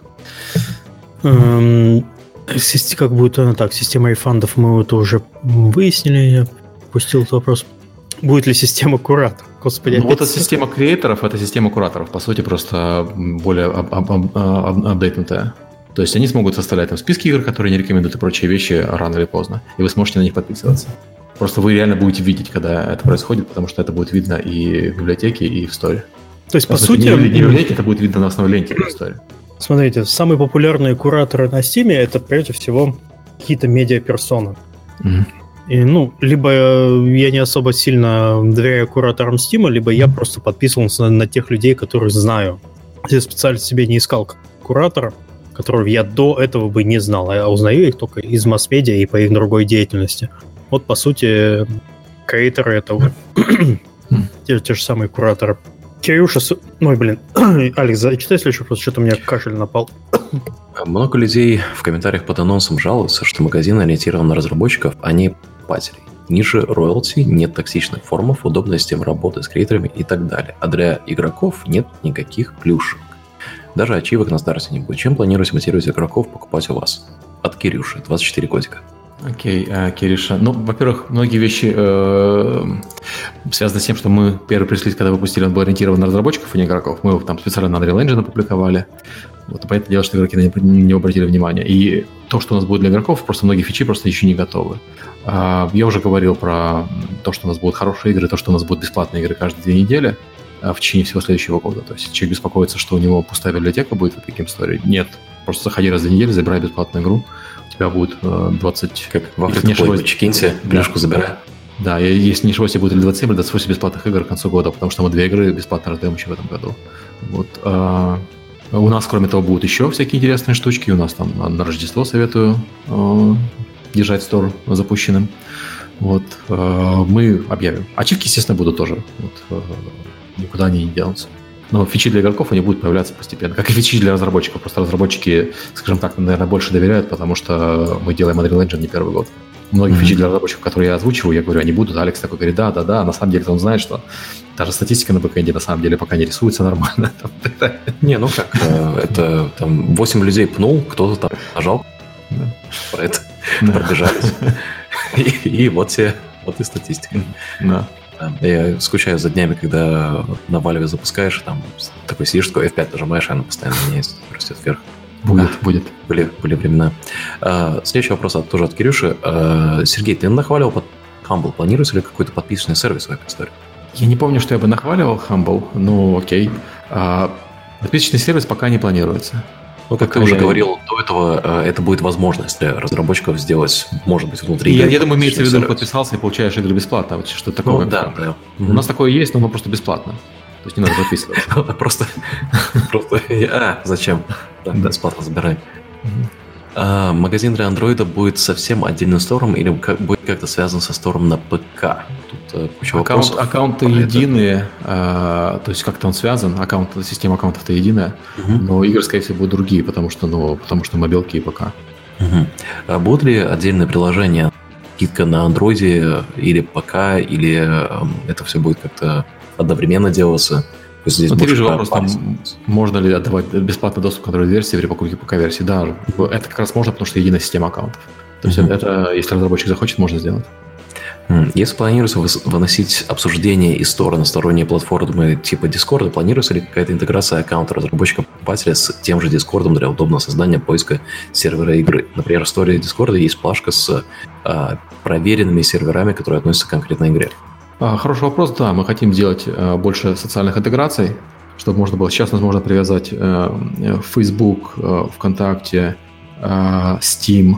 Эм, как будет она так? Система рефандов мы это уже выяснили. Я пустил этот вопрос. Будет ли система куратор? Господи, ну, вот эта система креаторов, это система кураторов, по сути, просто более апдейтнутая. То есть они смогут составлять там списки игр, которые не рекомендуют и прочие вещи рано или поздно. И вы сможете на них подписываться. Просто вы реально будете видеть, когда это происходит, потому что это будет видно и в библиотеке, и в сторе. То есть, по, по сути... сути... Не в библиотеке, это будет видно на основной ленте в сторе. Смотрите, самые популярные кураторы на Steam — это, прежде всего, какие-то медиаперсоны. Mm-hmm. И, ну, либо я не особо сильно доверяю кураторам Steam, либо я просто подписывался на, на тех людей, которых знаю. Я специально себе не искал куратора, которого я до этого бы не знал, а узнаю их только из масс-медиа и по их другой деятельности. Вот, по сути, креаторы этого. те, те же самые кураторы. Кирюша... С... Ой, блин. Алекс, зачитай следующий вопрос, что-то у меня кашель напал. Много людей в комментариях под анонсом жалуются, что магазин ориентирован на разработчиков, а не покупателей. Ниже роялти, нет токсичных форумов, удобная система работы с креаторами и так далее. А для игроков нет никаких плюшек. Даже ачивок на старте не будет. Чем планируете мотивировать игроков покупать у вас? От Кирюши, двадцать четыре годика. Окей, okay, Кириша. Ну, во-первых, многие вещи э, связаны с тем, что мы первый пресс-лист, когда выпустили, он был ориентирован на разработчиков, а не игроков. Мы его там специально на Unreal Engine опубликовали. Вот, и понятное дело, что игроки на него не обратили внимания. И то, что у нас будет для игроков, просто многие фичи просто еще не готовы. А, я уже говорил про то, что у нас будут хорошие игры, то, что у нас будут бесплатные игры каждые две недели в течение всего следующего года. То есть человек беспокоится, что у него пустая библиотека будет в Epic Game Store. Нет, просто заходи раз в две недели, забирай бесплатную игру, у тебя будет двадцать... Как в Африке, чекиньте, плюшку забирай. Да, и, если не ошибаюсь, будет или двадцать семь, или двадцать восемь бесплатных игр к концу года, потому что мы две игры бесплатно раздаем еще в этом году. Вот. А, у нас, кроме того, будут еще всякие интересные штучки. У нас там на, на Рождество советую а, держать стор запущенным. Вот. А, мы объявим. Ачивки, естественно, будут тоже. Вот. А, никуда они не денутся. Но фичи для игроков, они будут появляться постепенно. Как и фичи для разработчиков. Просто разработчики, скажем так, наверное, больше доверяют, потому что мы делаем Unreal Engine не первый год. Многие mm-hmm. фичи для разработчиков, которые я озвучиваю, я говорю, они будут. Алекс такой говорит, да, да, да. На самом деле он знает, что даже статистика на бэкэнде на самом деле пока не рисуется нормально. Не, ну как, это там восемь людей пнул, кто-то там нажал, про это пробежались. И вот тебе, вот и статистика. Я скучаю за днями, когда на Valve запускаешь, там такой сидишь, такой эф пять нажимаешь, и она постоянно меняется, растет вверх. Будет, а, будет. Были, были времена. А, следующий вопрос от, тоже от Кирюши. А, Сергей, ты нахваливал под Humble. Планируется ли какой-то подписочный сервис в App Store? Я не помню, что я бы нахваливал Humble, ну окей. А, подписочный сервис пока не планируется. Ну, как ты уже говорил до этого, это будет возможность для разработчиков сделать, может быть, внутри. Я, я думаю, имеется в виду, подписался и получаешь игры бесплатно. Вот что-то такое. Ну, да, да. У нас такое есть, но оно просто бесплатно. То есть не надо подписываться. Просто, просто, а, зачем? Да, бесплатно забирай. А, магазин для андроида будет совсем отдельным стором или как, будет как-то связан со стором на ПК? Тут куча Аккаунт, вопросов. Аккаунты единые, а, то есть как-то он связан, аккаунт, система аккаунтов-то единая, угу. но игры, скорее всего, будут другие, потому что, ну, потому что мобилки и ПК. Угу. А будут ли отдельные приложения, скидка на андроиде или ПК, или э, это все будет как-то одновременно делаться? Здесь ну, ты вижу вопрос, там, можно ли отдавать бесплатный доступ к Android-версии при покупке ПК-версии? Да, это как раз можно, потому что единая система аккаунтов. То есть mm-hmm. это, если разработчик захочет, можно сделать. Если планируется выносить обсуждение из стора на сторонние платформы типа Discord, планируется ли какая-то интеграция аккаунта разработчика-покупателя с тем же Discord для удобного создания поиска сервера игры? Например, в сторе Discord есть плашка с а, проверенными серверами, которые относятся к конкретной игре. Хороший вопрос, да. Мы хотим сделать больше социальных интеграций, чтобы можно было... Сейчас нас можно привязать Facebook, ВКонтакте, Steam,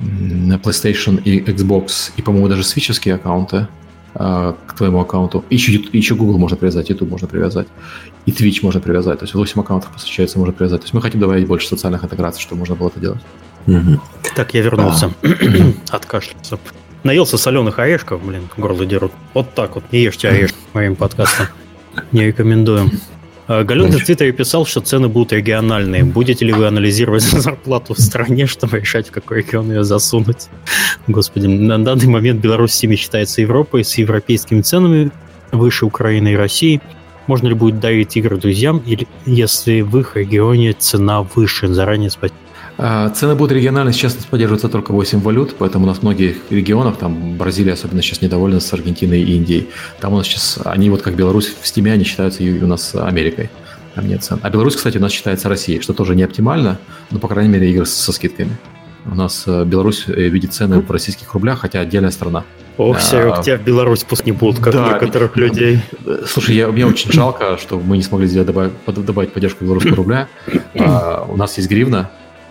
PlayStation и Xbox, и, по-моему, даже свитчевские аккаунты к твоему аккаунту. Еще, еще Google можно привязать, YouTube можно привязать, и Twitch можно привязать. То есть восемь аккаунтов, получается, можно привязать. То есть мы хотим добавить больше социальных интеграций, чтобы можно было это делать. Mm-hmm. Так, я вернулся. Откашлялся. Наелся соленых орешков, блин, горло дерут. Вот так вот, не ешьте орешки моим подкастом. Не рекомендую. Галенкин в Твиттере писал, что цены будут региональные. Будете ли вы анализировать зарплату в стране, чтобы решать, в какой регион ее засунуть? Господи, на данный момент Беларусь всеми считается Европой с европейскими ценами выше Украины и России. Можно ли будет дарить игры друзьям, или если в их регионе цена выше? Заранее спасибо. Цены будут региональные, сейчас поддерживаются только восемь валют, поэтому у нас в многих регионах, там Бразилия особенно сейчас недовольна с Аргентиной и Индией. Там у нас сейчас, они вот как Беларусь в Стиме, они считаются и у нас Америкой. Там нет цен. А Беларусь, кстати, у нас считается Россией, что тоже не оптимально, но, по крайней мере, игры со скидками. У нас Беларусь видит цены в российских рублях, хотя отдельная страна. Ох, Серег, а, тебя в Беларусь пусть не будут, как да, некоторых не, людей. Слушай, я, мне очень жалко, что мы не смогли здесь добавить, добавить поддержку белорусского рубля. А, у нас есть гривна,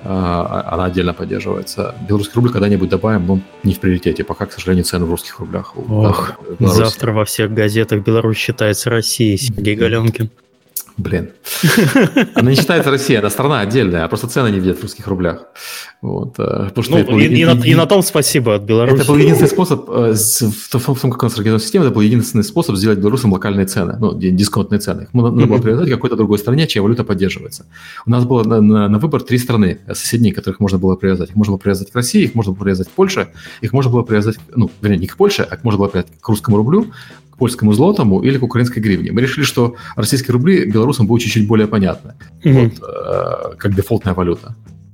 она отдельно поддерживается. Белорусский рубль когда-нибудь добавим, но не в приоритете. Пока, к сожалению, цены в русских рублях. Ох, завтра во всех газетах Беларусь считается Россией. Сергей Галенкин. Блин. Она не считается Россией, она страна отдельная, а просто цены не видят в русских рублях. Вот, потому что ну, и, и, и, на, и на том спасибо от Беларуси. Это был единственный способ, в том, как у нас организована система, это был единственный способ сделать белорусам локальные цены, ну, дисконтные цены. Их надо было привязать к какой-то другой стране, чья валюта поддерживается. У нас было на, на, на выбор три страны соседние, которых можно было привязать. Их можно было привязать к России, их можно было привязать к Польше, их можно было привязать, ну, вернее, не к Польше, а можно было привязать к русскому рублю, к польскому злотому или к украинской гривне. Мы решили, что российские рубли белорусам будут чуть-чуть более понятны, mm-hmm. вот, э, как дефолтная валюта.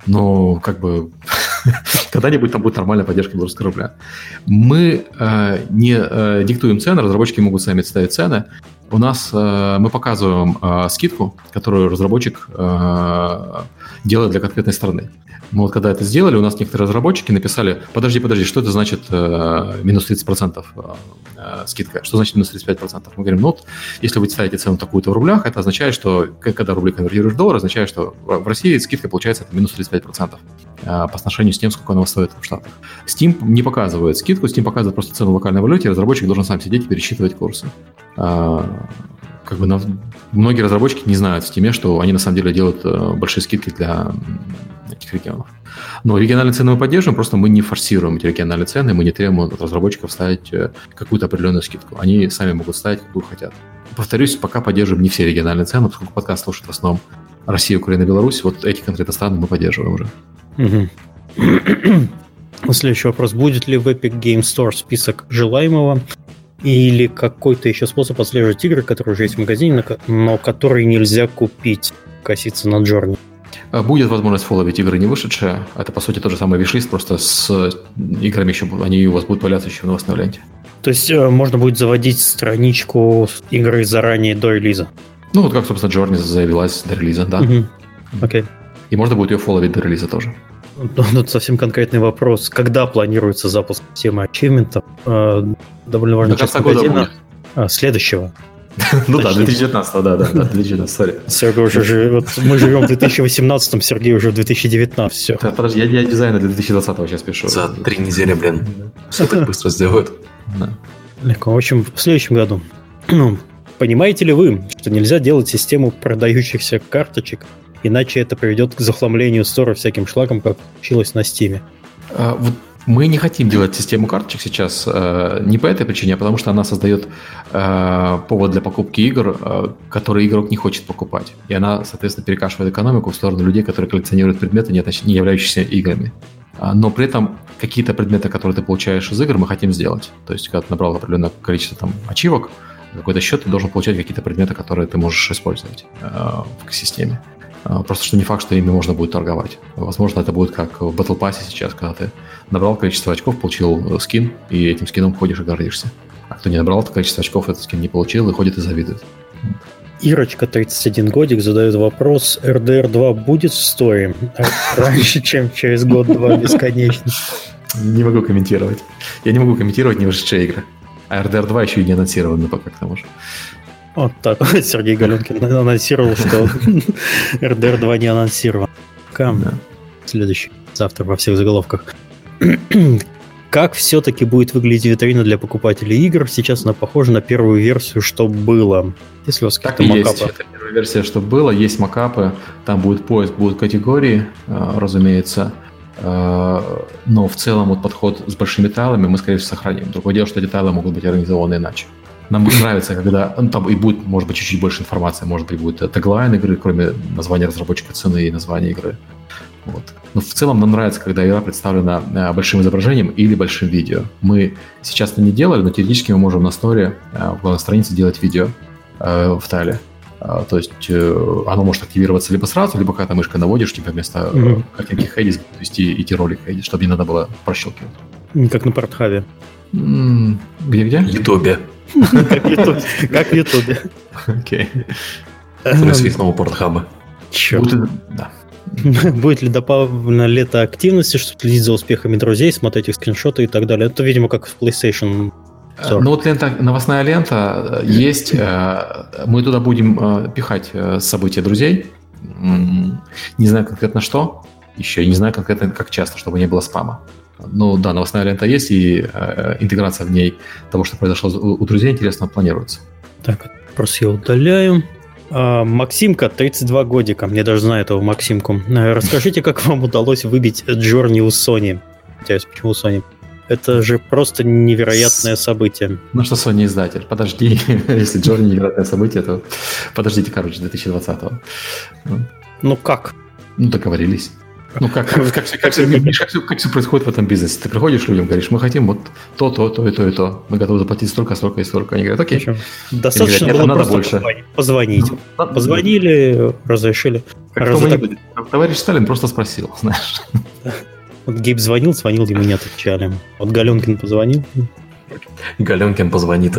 Но как бы когда-нибудь там будет нормальная поддержка белорусского рубля. Мы э, не э, диктуем цены, разработчики могут сами ставить цены. У нас э, мы показываем э, скидку, которую разработчик э, делает для конкретной страны. Мы вот когда это сделали, у нас некоторые разработчики написали: подожди, подожди, что это значит э, минус тридцать процентов э, скидка? Что значит минус тридцать пять процентов? Мы говорим, ну вот, если вы ставите цену такую-то в рублях, это означает, что когда рубли конвертируешь в доллар, означает, что в России скидка получается минус тридцать пять процентов. по отношению с тем, сколько оно стоит в Штатах. Steam не показывает скидку, Steam показывает просто цену в локальной валюте, и разработчик должен сам сидеть и пересчитывать курсы. Как бы на... Многие разработчики не знают в Steam, что они на самом деле делают большие скидки для этих регионов. Но региональные цены мы поддерживаем, просто мы не форсируем эти региональные цены, мы не требуем от разработчиков ставить какую-то определенную скидку. Они сами могут ставить, какую хотят. Повторюсь, пока поддерживаем не все региональные цены, поскольку подкаст слушает в основном Россия, Украина, Беларусь. Вот эти конкретно страны мы поддерживаем уже. Угу. Следующий вопрос. Будет ли в Epic Game Store список желаемого или какой-то еще способ отслеживать игры, которые уже есть в магазине, но которые нельзя купить, коситься на Journey? Будет возможность фолловить игры не вышедшие. Это, по сути, тот же самый виш-лист, просто с играми еще, они у вас будут появляться еще в новостной ленте. То есть можно будет заводить страничку игры заранее до релиза? Ну, вот как, собственно, Journey завелась до релиза, да. Окей. Uh-huh. Okay. И можно будет ее фолловить до релиза тоже. Тут совсем конкретный вопрос. Когда планируется запуск системы ачивментов? Довольно важно. До конца года будет. А, следующего. Ну да, две тысячи девятнадцатого, да, да, две тысячи девятнадцатого, сори. Сергей уже живет, мы живем в две тысячи восемнадцатом, Сергей уже в две тысячи девятнадцатом, все. Подожди, я, я дизайна для две тысячи двадцатого сейчас пишу. За три недели, блин. Все так быстро сделают. Легко. В общем, в следующем году. Ну, понимаете ли вы, что нельзя делать систему продающихся карточек, иначе это приведет к захламлению стора всяким шлагом, как случилось на Steam? А, вот мы не хотим делать систему карточек сейчас э, не по этой причине, а потому что она создает э, повод для покупки игр, э, которые игрок не хочет покупать. И она, соответственно, перекашивает экономику в сторону людей, которые коллекционируют предметы, не, не являющиеся играми. А, но при этом какие-то предметы, которые ты получаешь из игр, мы хотим сделать. То есть, когда ты набрал определенное количество там, ачивок, какой-то счет, ты должен получать какие-то предметы, которые ты можешь использовать э, в системе. Просто что не факт, что ими можно будет торговать. Возможно, это будет как в Battle Pass сейчас, когда ты набрал количество очков, получил скин, и этим скином ходишь и гордишься. А кто не набрал это количество очков, этот скин не получил, и ходит и завидует. Ирочка, тридцать один годик, задает вопрос. эр дэ эр два будет в сторе раньше, чем через год-два бесконечно? Не могу комментировать. Я не могу комментировать не вышедшие игры. А эр дэ эр два еще и не анонсированы пока к тому же. Вот так. Сергей Галенкин анонсировал, что эр дэ эр два не анонсирован. Да. Следующий. Завтра во всех заголовках. Как все-таки будет выглядеть витрина для покупателей игр? Сейчас она похожа на первую версию, что было. Если у вас какие-то макапы. Есть. Это первая версия, что было. Есть макапы. Там будет поиск, будут категории, разумеется. Но в целом вот подход с большими тайлами мы, скорее всего, сохраним. Другое дело, что эти тайлы могут быть организованы иначе. Нам будет нравиться, когда ну, там и будет, может быть, чуть-чуть больше информации, может быть, будет теглайн игры, кроме названия разработчика, цены и названия игры. Вот. Но в целом нам нравится, когда игра представлена большим изображением или большим видео. Мы сейчас это не делали, но теоретически мы можем на сторе, в главной странице делать видео э, в тайле. Э, то есть э, оно может активироваться либо сразу, либо когда ты мышкой наводишь, типа вместо mm-hmm. картинки Hades вести идти ролик Hades, чтобы не надо было прощелкивать. Как на Портхабе. Где-где? В Ютубе. Как в Ютубе. Окей. Свистного Портхаба. Черт. Будет ли добавлено лето активности, чтобы следить за успехами друзей, смотреть их скриншоты и так далее? Это, видимо, как в PlayStation. Ну вот лента, новостная лента есть. Мы туда будем пихать события друзей. Не знаю конкретно что. Еще не знаю конкретно как часто, чтобы не было спама. Ну да, новостная лента есть, и э, интеграция в ней того, что произошло у, у друзей, интересно планируется. Так, просто я удаляю. А, Максимка, тридцать два годика. Мне даже знаю этого Максимку. Расскажите, как вам удалось выбить Journey у Sony? Интересно, почему у Sony? Это же просто невероятное событие. Ну что, Sony издатель, подожди. Если Journey невероятное событие, то подождите, короче, две тысячи двадцатого. Ну как? Ну договорились. Ну, как, как, как, как, как, как, как все происходит в этом бизнесе? Ты приходишь людям, говоришь, мы хотим вот то, то, то и то, и то. Мы готовы заплатить столько, столько и столько. Они говорят, окей. Причем, достаточно говорят, было надо просто больше. Позвонить. Ну, позвонили, разрешили. Как Раз так... Товарищ Сталин просто спросил, знаешь. Вот Гейб звонил, звонил, ему не отвечали. Вот Галенкин позвонил. Галенкин позвонит.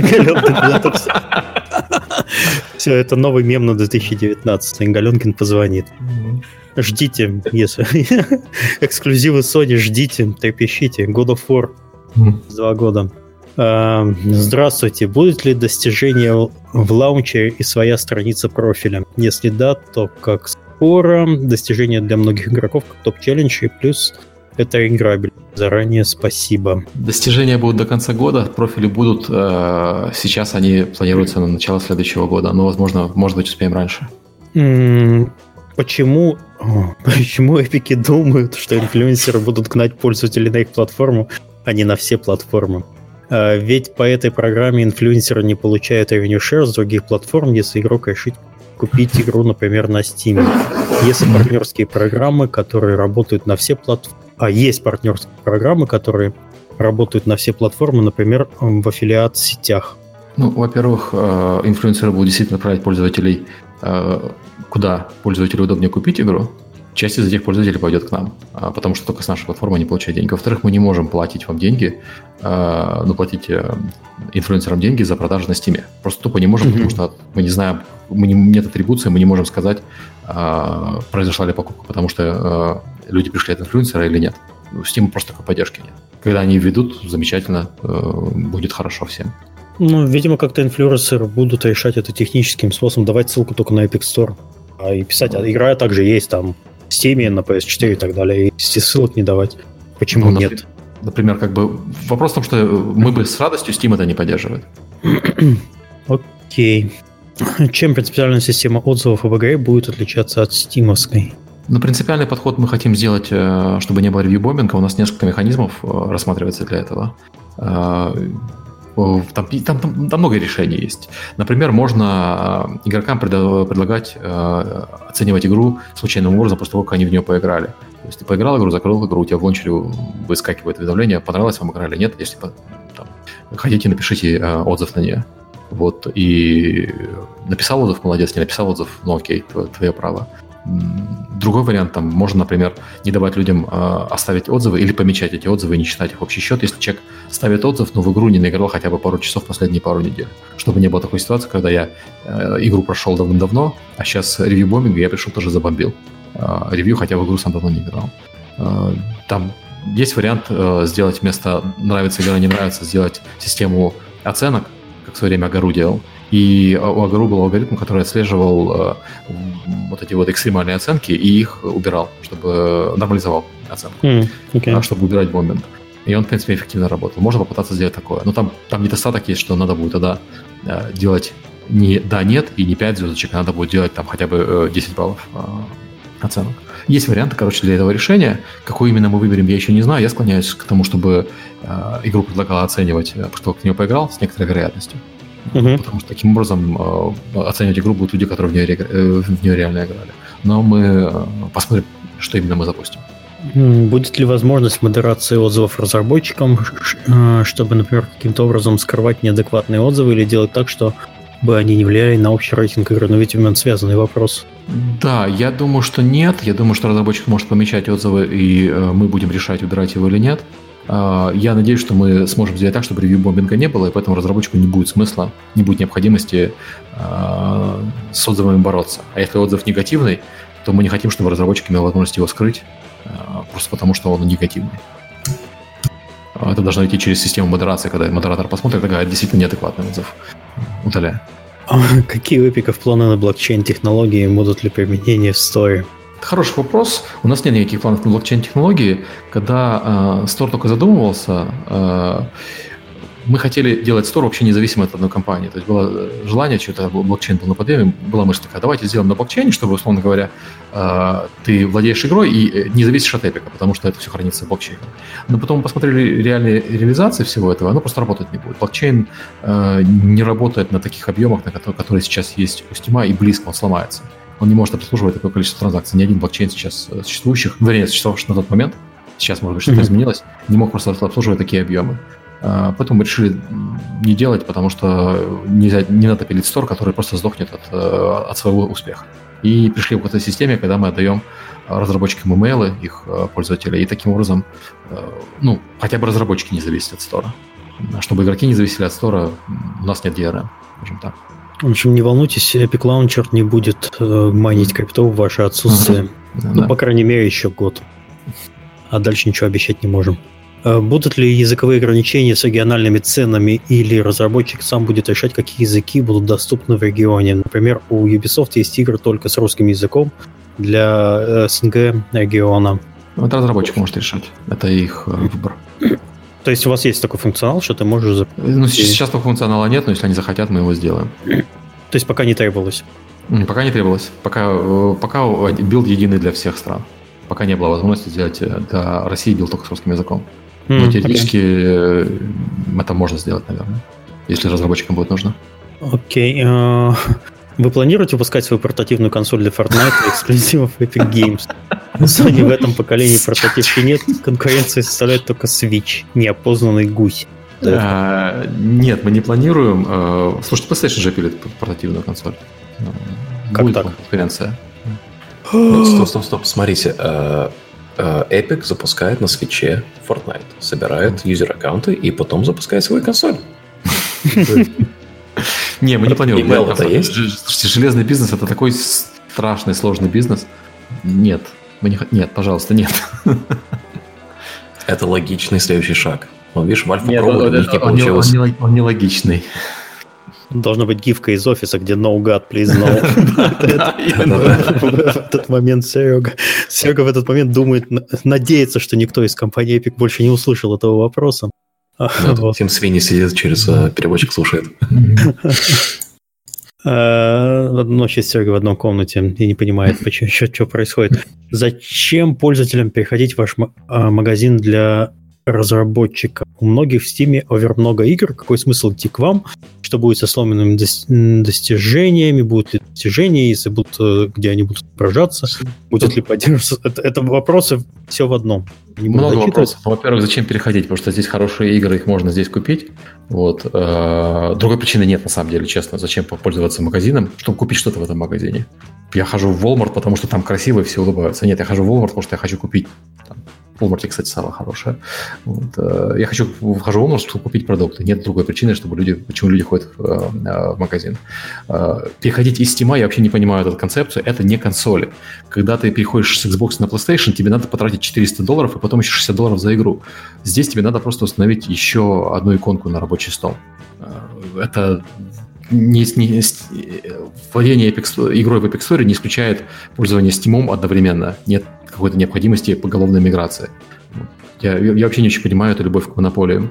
Все, это новый мем на две тысячи девятнадцатый. Галенкин позвонит. Ждите, если эксклюзивы Sony, ждите, трепещите. God of War два года. Здравствуйте. Будет ли достижение в лаунчере и своя страница профиля? Если да, то как скоро. Достижение для многих игроков, как топ-челлендж, и плюс это играбельно. Заранее спасибо. Достижения будут до конца года, профили будут. Сейчас они планируются на начало следующего года, но, возможно, может быть, успеем раньше. Почему, почему эпики думают, что инфлюенсеры будут гнать пользователей на их платформу, а не на все платформы? Ведь по этой программе инфлюенсеры не получают revenue share с других платформ, если игрок решит купить игру, например, на Steam. Если партнерские программы, которые работают на все платформы, а есть партнерские программы, которые работают на все платформы, например, в аффилиат-сетях. Ну, во-первых, инфлюенсеры будут действительно отправлять пользователей, куда пользователю удобнее купить игру. Часть из этих пользователей пойдет к нам, потому что только с нашей платформы они получают деньги. Во-вторых, мы не можем платить вам деньги, ну, платить инфлюенсерам деньги за продажи на Steam. Просто тупо не можем, mm-hmm. потому что мы не знаем, мы не, нет атрибуции, мы не можем сказать, произошла ли покупка, потому что люди пришли от инфлюенсера или нет. У Steam просто такой поддержки нет. Когда они введут, замечательно, будет хорошо всем. Ну, видимо, как-то инфлюенсеры будут решать это техническим способом, давать ссылку только на Epic Store. А и писать, а игра также есть там в Steam, на пи эс четыре и так далее, и ссылок не давать. Почему ну, нет? Например, как бы вопрос в том, что мы бы с радостью Steam это не поддерживает. Окей. Чем принципиальная система отзывов об игре будет отличаться от стимовской? Ну, принципиальный подход мы хотим сделать, чтобы не было ревью-бомбинга. У нас несколько механизмов рассматривается для этого. Там, там, там, там много решений есть. Например, можно игрокам предо- предлагать э, оценивать игру случайным образом после того, как они в нее поиграли. То есть ты поиграл игру, закрыл игру, у тебя в лончере выскакивает уведомление, понравилась вам игра или нет. Если там, хотите, напишите э, отзыв на нее. Вот, и написал отзыв, молодец, не написал отзыв, ну окей, твое, твое право. Другой вариант, там, можно, например, не давать людям э, оставить отзывы или помечать эти отзывы и не читать их общий счет, если человек ставит отзыв, но в игру не наиграл хотя бы пару часов последние пару недель. Чтобы не было такой ситуации, когда я э, игру прошел давным-давно, а сейчас ревью-бомбинг, я пришел тоже забомбил. Э, ревью, хотя в игру сам давно не играл. Э, там есть вариант э, сделать вместо «нравится игра, не нравится», сделать систему оценок, как в свое время Агару делал. И у Агару был алгоритм, который отслеживал э, вот эти вот экстремальные оценки и их убирал, чтобы нормализовал оценку, mm, okay. чтобы убирать бомбинг. И он, в принципе, эффективно работал. Можно попытаться сделать такое. Но там, там недостаток есть, что надо будет тогда э, делать не да-нет и не пять звездочек, а надо будет делать там хотя бы э, десять баллов э, оценок. Есть варианты, короче, для этого решения. Какой именно мы выберем, я еще не знаю. Я склоняюсь к тому, чтобы э, игру предлагала оценивать, что к нее поиграл, с некоторой вероятностью. Uh-huh. Потому что таким образом э, оценивать игру будут люди, которые в нее, э, в нее реально играли. Но мы э, посмотрим, что именно мы запустим. Будет ли возможность модерации отзывов разработчикам, чтобы, например, каким-то образом скрывать неадекватные отзывы или делать так, чтобы они не влияли на общий рейтинг игры? Но ведь именно связанный вопрос. Да, я думаю, что нет. Я думаю, что разработчик может помечать отзывы, и э, мы будем решать, убирать его или нет. Я надеюсь, что мы сможем сделать так, чтобы ревью-бомбинга не было, и поэтому разработчику не будет смысла, не будет необходимости э, с отзывами бороться. А если отзыв негативный, то мы не хотим, чтобы разработчик имел возможность его скрыть, э, просто потому что он негативный. Это должно идти через систему модерации, когда модератор посмотрит, такая действительно неадекватный отзыв. Удаляю. А какие у эпиков планы на блокчейн-технологии, будут ли применения в сторе? Хороший вопрос. У нас нет никаких планов на блокчейн-технологии. Когда э, Store только задумывался, э, мы хотели делать Store вообще независимо от одной компании. То есть было желание, что-то блокчейн был на подъеме, была мысль такая, давайте сделаем на блокчейне, чтобы, условно говоря, э, ты владеешь игрой и не зависишь от эпика, потому что это все хранится в блокчейне. Но потом мы посмотрели реальные реализации всего этого, оно просто работать не будет. Блокчейн э, не работает на таких объемах, на которые, которые сейчас есть у Steam, и близко он сломается. Он не может обслуживать такое количество транзакций. Ни один блокчейн сейчас существующих, вернее, существовавших на тот момент, сейчас, может быть, что-то mm-hmm. изменилось, не мог просто обслуживать такие объемы. Поэтому мы решили не делать, потому что нельзя, не надо пилить стор, который просто сдохнет от, от своего успеха. И пришли к этой системе, когда мы отдаем разработчикам имейлы, их пользователей, и таким образом, ну, хотя бы разработчики не зависят от стора. Чтобы игроки не зависели от стора, у нас нет ди ар эм, скажем так. В общем, не волнуйтесь, Epic Launcher не будет э, майнить крипту в ваше отсутствие. Uh-huh. Ну, да. По крайней мере, еще год. А дальше ничего обещать не можем. Э, будут ли языковые ограничения с региональными ценами, или разработчик сам будет решать, какие языки будут доступны в регионе? Например, у Ubisoft есть игры только с русским языком, для СНГ региона? Это разработчик может решать. Это их выбор. То есть у вас есть такой функционал, что ты можешь запустить? Ну, сейчас такого функционала нет, но если они захотят, мы его сделаем. То есть пока не требовалось? Пока не требовалось. Пока, пока билд единый для всех стран. Пока не было возможности сделать для России билд только с русским языком. Mm, Но теоретически okay. это можно сделать, наверное, если разработчикам будет нужно. Окей. Okay. Uh, вы планируете выпускать свою портативную консоль для Fortnite эксклюзивов Epic Games? У Sony в этом поколении портативки нет. Конкуренция составляет только Switch, неопознанный гусь. Uh, нет, мы не планируем. Uh, слушайте, PlayStation же пилит портативную консоль. Как будет так? Конференция. Стоп, стоп, стоп, смотрите. Epic запускает на свитче Fortnite, собирает юзер-аккаунты и потом запускает свою консоль. Не, мы не планируем. Email-то есть? Слушайте, железный бизнес — это такой страшный, сложный бизнес. Нет. Мы не... Нет, пожалуйста, нет. Это логичный следующий шаг. Ну, видишь, в альфа Нет, пробу он, у них не он, получилось. Он, он, он нелогичный. Должна быть гифка из офиса, где no God, please no. В этот момент Серега Серега в этот момент думает, надеется, что никто из компании Epic больше не услышал этого вопроса. Тим Свини сидит через переводчик, слушает. Ночью Серега в одной комнате и не понимает, что происходит. Зачем пользователям переходить в ваш магазин для разработчика? У многих в Steam овер много игр. Какой смысл идти к вам? Что будет со сломанными достижениями? Будут ли достижения? Если будут, где они будут отображаться? Будет ли поддерживаться? Это, это вопросы все в одном. Не много вопросов. Во-первых, зачем переходить? Потому что здесь хорошие игры, их можно здесь купить. Вот. Другой причины нет, на самом деле, честно. Зачем пользоваться магазином? Чтобы купить что-то в этом магазине. Я хожу в Walmart, потому что там красиво и все улыбаются. Нет, я хожу в Walmart, потому что я хочу купить. В Walmart, кстати, сало хорошее. Вот. Я хочу вхожу в Walmart, чтобы купить продукты. Нет другой причины, чтобы люди, почему люди ходят в, в магазин. Переходить из Steam, я вообще не понимаю эту концепцию. Это не консоли. Когда ты переходишь с Xbox на PlayStation, тебе надо потратить четыреста долларов и потом еще шестьдесят долларов за игру. Здесь тебе надо просто установить еще одну иконку на рабочий стол. Это не, не, владение Epic, игрой в Epic Store не исключает пользование Steam одновременно. Нет какой-то необходимости поголовной миграции. Я, я вообще не очень понимаю эту любовь к монополиям.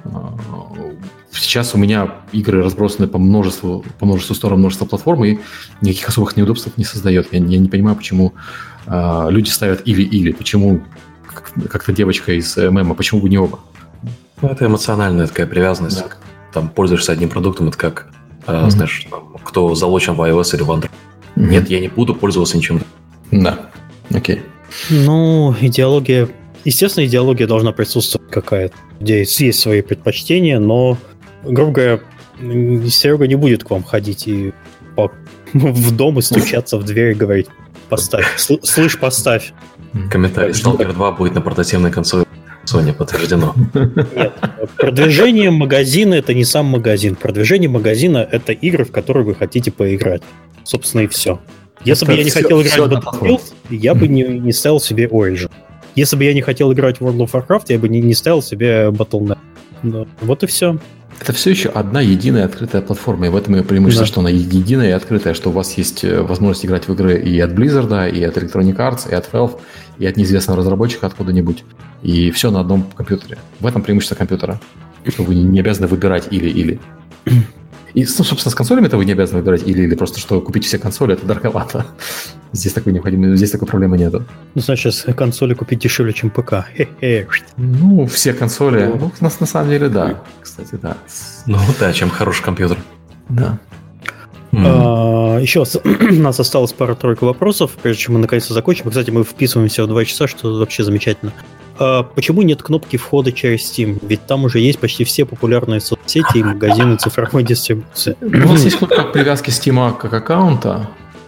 Сейчас у меня игры разбросаны по множеству, по множеству сторон, множество платформ, и никаких особых неудобств не создает. Я, я не понимаю, почему э, люди ставят или-или. Почему как, как-то девочка из мема, почему бы не оба? Ну, это эмоциональная такая привязанность. Да. Там пользуешься одним продуктом, это как, э, mm-hmm. знаешь, там, кто залочен в iOS или в Android. Mm-hmm. Нет, я не буду пользоваться ничем. Да, окей. Okay. Ну, идеология... Естественно, идеология должна присутствовать какая-то. Здесь есть свои предпочтения, но, грубо говоря, Серега не будет к вам ходить и по... в дом и стучаться в дверь и говорить: поставь, слышь, поставь. Комментарий: Stalker два будет на портативной консоли Sony, подтверждено. Нет, продвижение магазина — это не сам магазин. Продвижение магазина — это игры, в которые вы хотите поиграть. Собственно, и все. Если это бы я не все, хотел играть в Battlefield, я бы не, не ставил себе Origin. Если бы я не хотел играть в World of Warcraft, я бы не, не ставил себе Battle точка нет. Да. Вот и все. Это все еще одна единая открытая платформа, и в этом ее преимущество, да. Что она единая и открытая, что у вас есть возможность играть в игры и от Blizzard, и от Electronic Arts, и от Valve, и от неизвестного разработчика откуда-нибудь. И все на одном компьютере. В этом преимущество компьютера. Что вы не обязаны выбирать или-или. И, собственно, с консолями-то вы не обязаны выбирать или-или, просто что купить все консоли — это дороговато. Здесь такой необходимой, здесь такой проблемы нету. Ну, значит, консоли купить дешевле, чем ПК. Хе-хе. Ну, все консоли, ну, на, на самом деле, да. Кстати, да. Ну, да, чем хороший компьютер. Да. Mm. А, еще у нас осталось пара-тройка вопросов, прежде чем мы наконец-то закончим. Кстати, мы вписываемся в два часа, что вообще замечательно. А почему нет кнопки входа через Steam? Ведь там уже есть почти все популярные соцсети и магазины цифровой дистрибуции. У нас есть кнопка привязки Steam как аккаунта.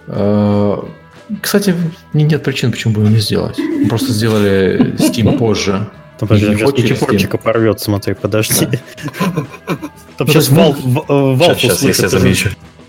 Кстати, нет причин, почему бы его не сделать. Мы просто сделали Steam позже. Там, подожди, сейчас ничего порвет, смотри, подожди. Там сейчас Valve Сейчас я замечу.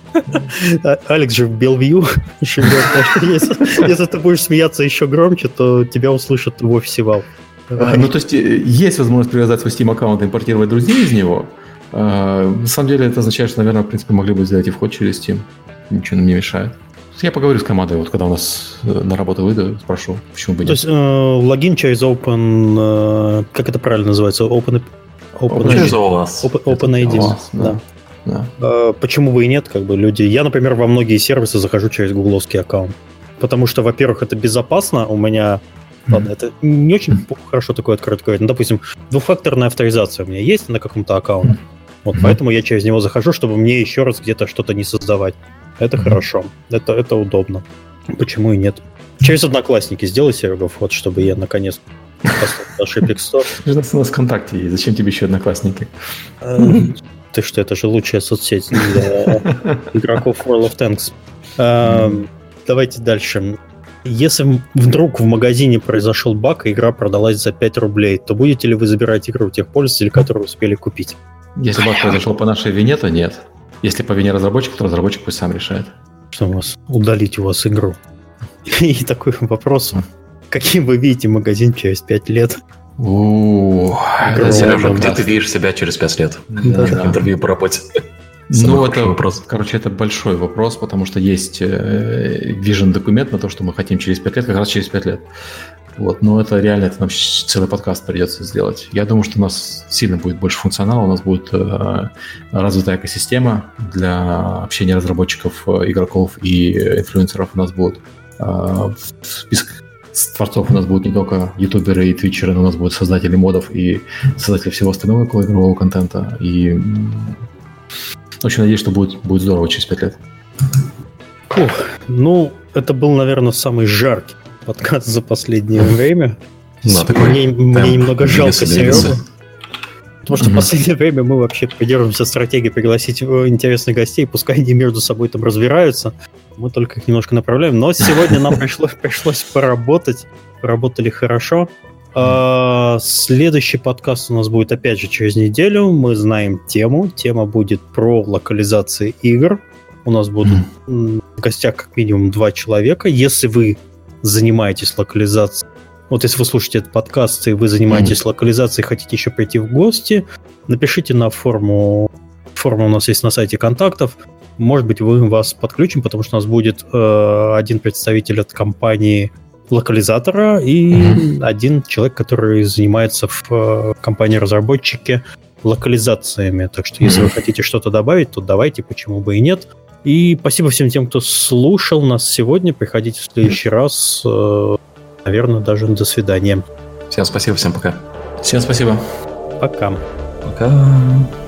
Алекс же в Белвью живет. Если ты будешь смеяться еще громче, то тебя услышат в офисе Valve. Ну, то есть, есть возможность привязать свой Steam аккаунт и импортировать друзей из него. На самом деле, это означает, что, наверное, в принципе, могли бы сделать и вход через Steam. Ничего нам не мешает. я поговорю с командой, вот когда у нас на работу выйду, спрошу, почему бы нет. То есть э, логин через Open, э, как это правильно называется? Open, Open, через о эс. Open, OpenID. Да. Да. Да. Э, почему бы и нет, как бы люди. Я, например, во многие сервисы захожу через гугловский аккаунт. Потому что, во-первых, это безопасно. У меня, mm-hmm. ладно, это не очень хорошо такое открыто говорить. Ну, допустим, двухфакторная авторизация у меня есть на каком-то аккаунте. Вот mm-hmm. поэтому я через него захожу, чтобы мне еще раз где-то что-то не создавать. Это mm-hmm. хорошо. Это, это удобно. Почему и нет? Через Одноклассники сделай, Серега, вход, чтобы я наконец поставил наш Epic Store. У нас ВКонтакте есть. Зачем тебе еще Одноклассники? Ты что, это же лучшая соцсеть для игроков World of Tanks. Давайте дальше. Если вдруг в магазине произошел баг, и игра продалась за пять рублей, то будете ли вы забирать игру у тех пользователей, которые успели купить? Если баг произошел по нашей вине, то нет. Если по вине разработчика, то разработчик пусть сам решает. Что у вас? Удалить у вас игру. И такой вопрос. Каким вы видите магазин через пять лет? Сережа, где ты видишь себя через пять лет? Интервью по работе. Ну, это вопрос. Короче, это большой вопрос, потому что есть vision документ на то, что мы хотим через пять лет, как раз через пять лет. Вот, но это реально, это нам целый подкаст придется сделать. Я думаю, что у нас сильно будет больше функционала, у нас будет э, развитая экосистема для общения разработчиков, игроков и инфлюенсеров. У нас будут э, в списках творцов, у нас будут не только ютуберы и твитчеры, но у нас будут создатели модов и создатели всего остального около игрового контента. И очень надеюсь, что будет, будет здорово через пять лет. Ух, ну, это был, наверное, самый жаркий подкаст за последнее время. Да, мне мне немного жалко Серегу. Потому что в последнее время мы вообще придерживаемся стратегии пригласить интересных гостей, пускай они между собой там разбираются. Мы только их немножко направляем. Но сегодня нам пришлось, пришлось поработать. Поработали хорошо. А, следующий подкаст у нас будет опять же через неделю. Мы знаем тему. Тема будет про локализации игр. У нас будут mm. в гостях как минимум два человека. Если вы занимаетесь локализацией, вот если вы слушаете этот подкаст и вы занимаетесь mm. локализацией, хотите еще прийти в гости, напишите на форму. Форма у нас есть на сайте контактов. Может быть, мы вас подключим, потому что у нас будет э, один представитель от компании локализатора и mm-hmm. один человек, который занимается в э, компании-разработчике локализациями. Так что, если mm-hmm. вы хотите что-то добавить, то давайте, почему бы и нет. И спасибо всем тем, кто слушал нас сегодня. Приходите в следующий раз. Э, наверное, даже до свидания. Всем спасибо, всем пока. Всем спасибо. Пока. Пока.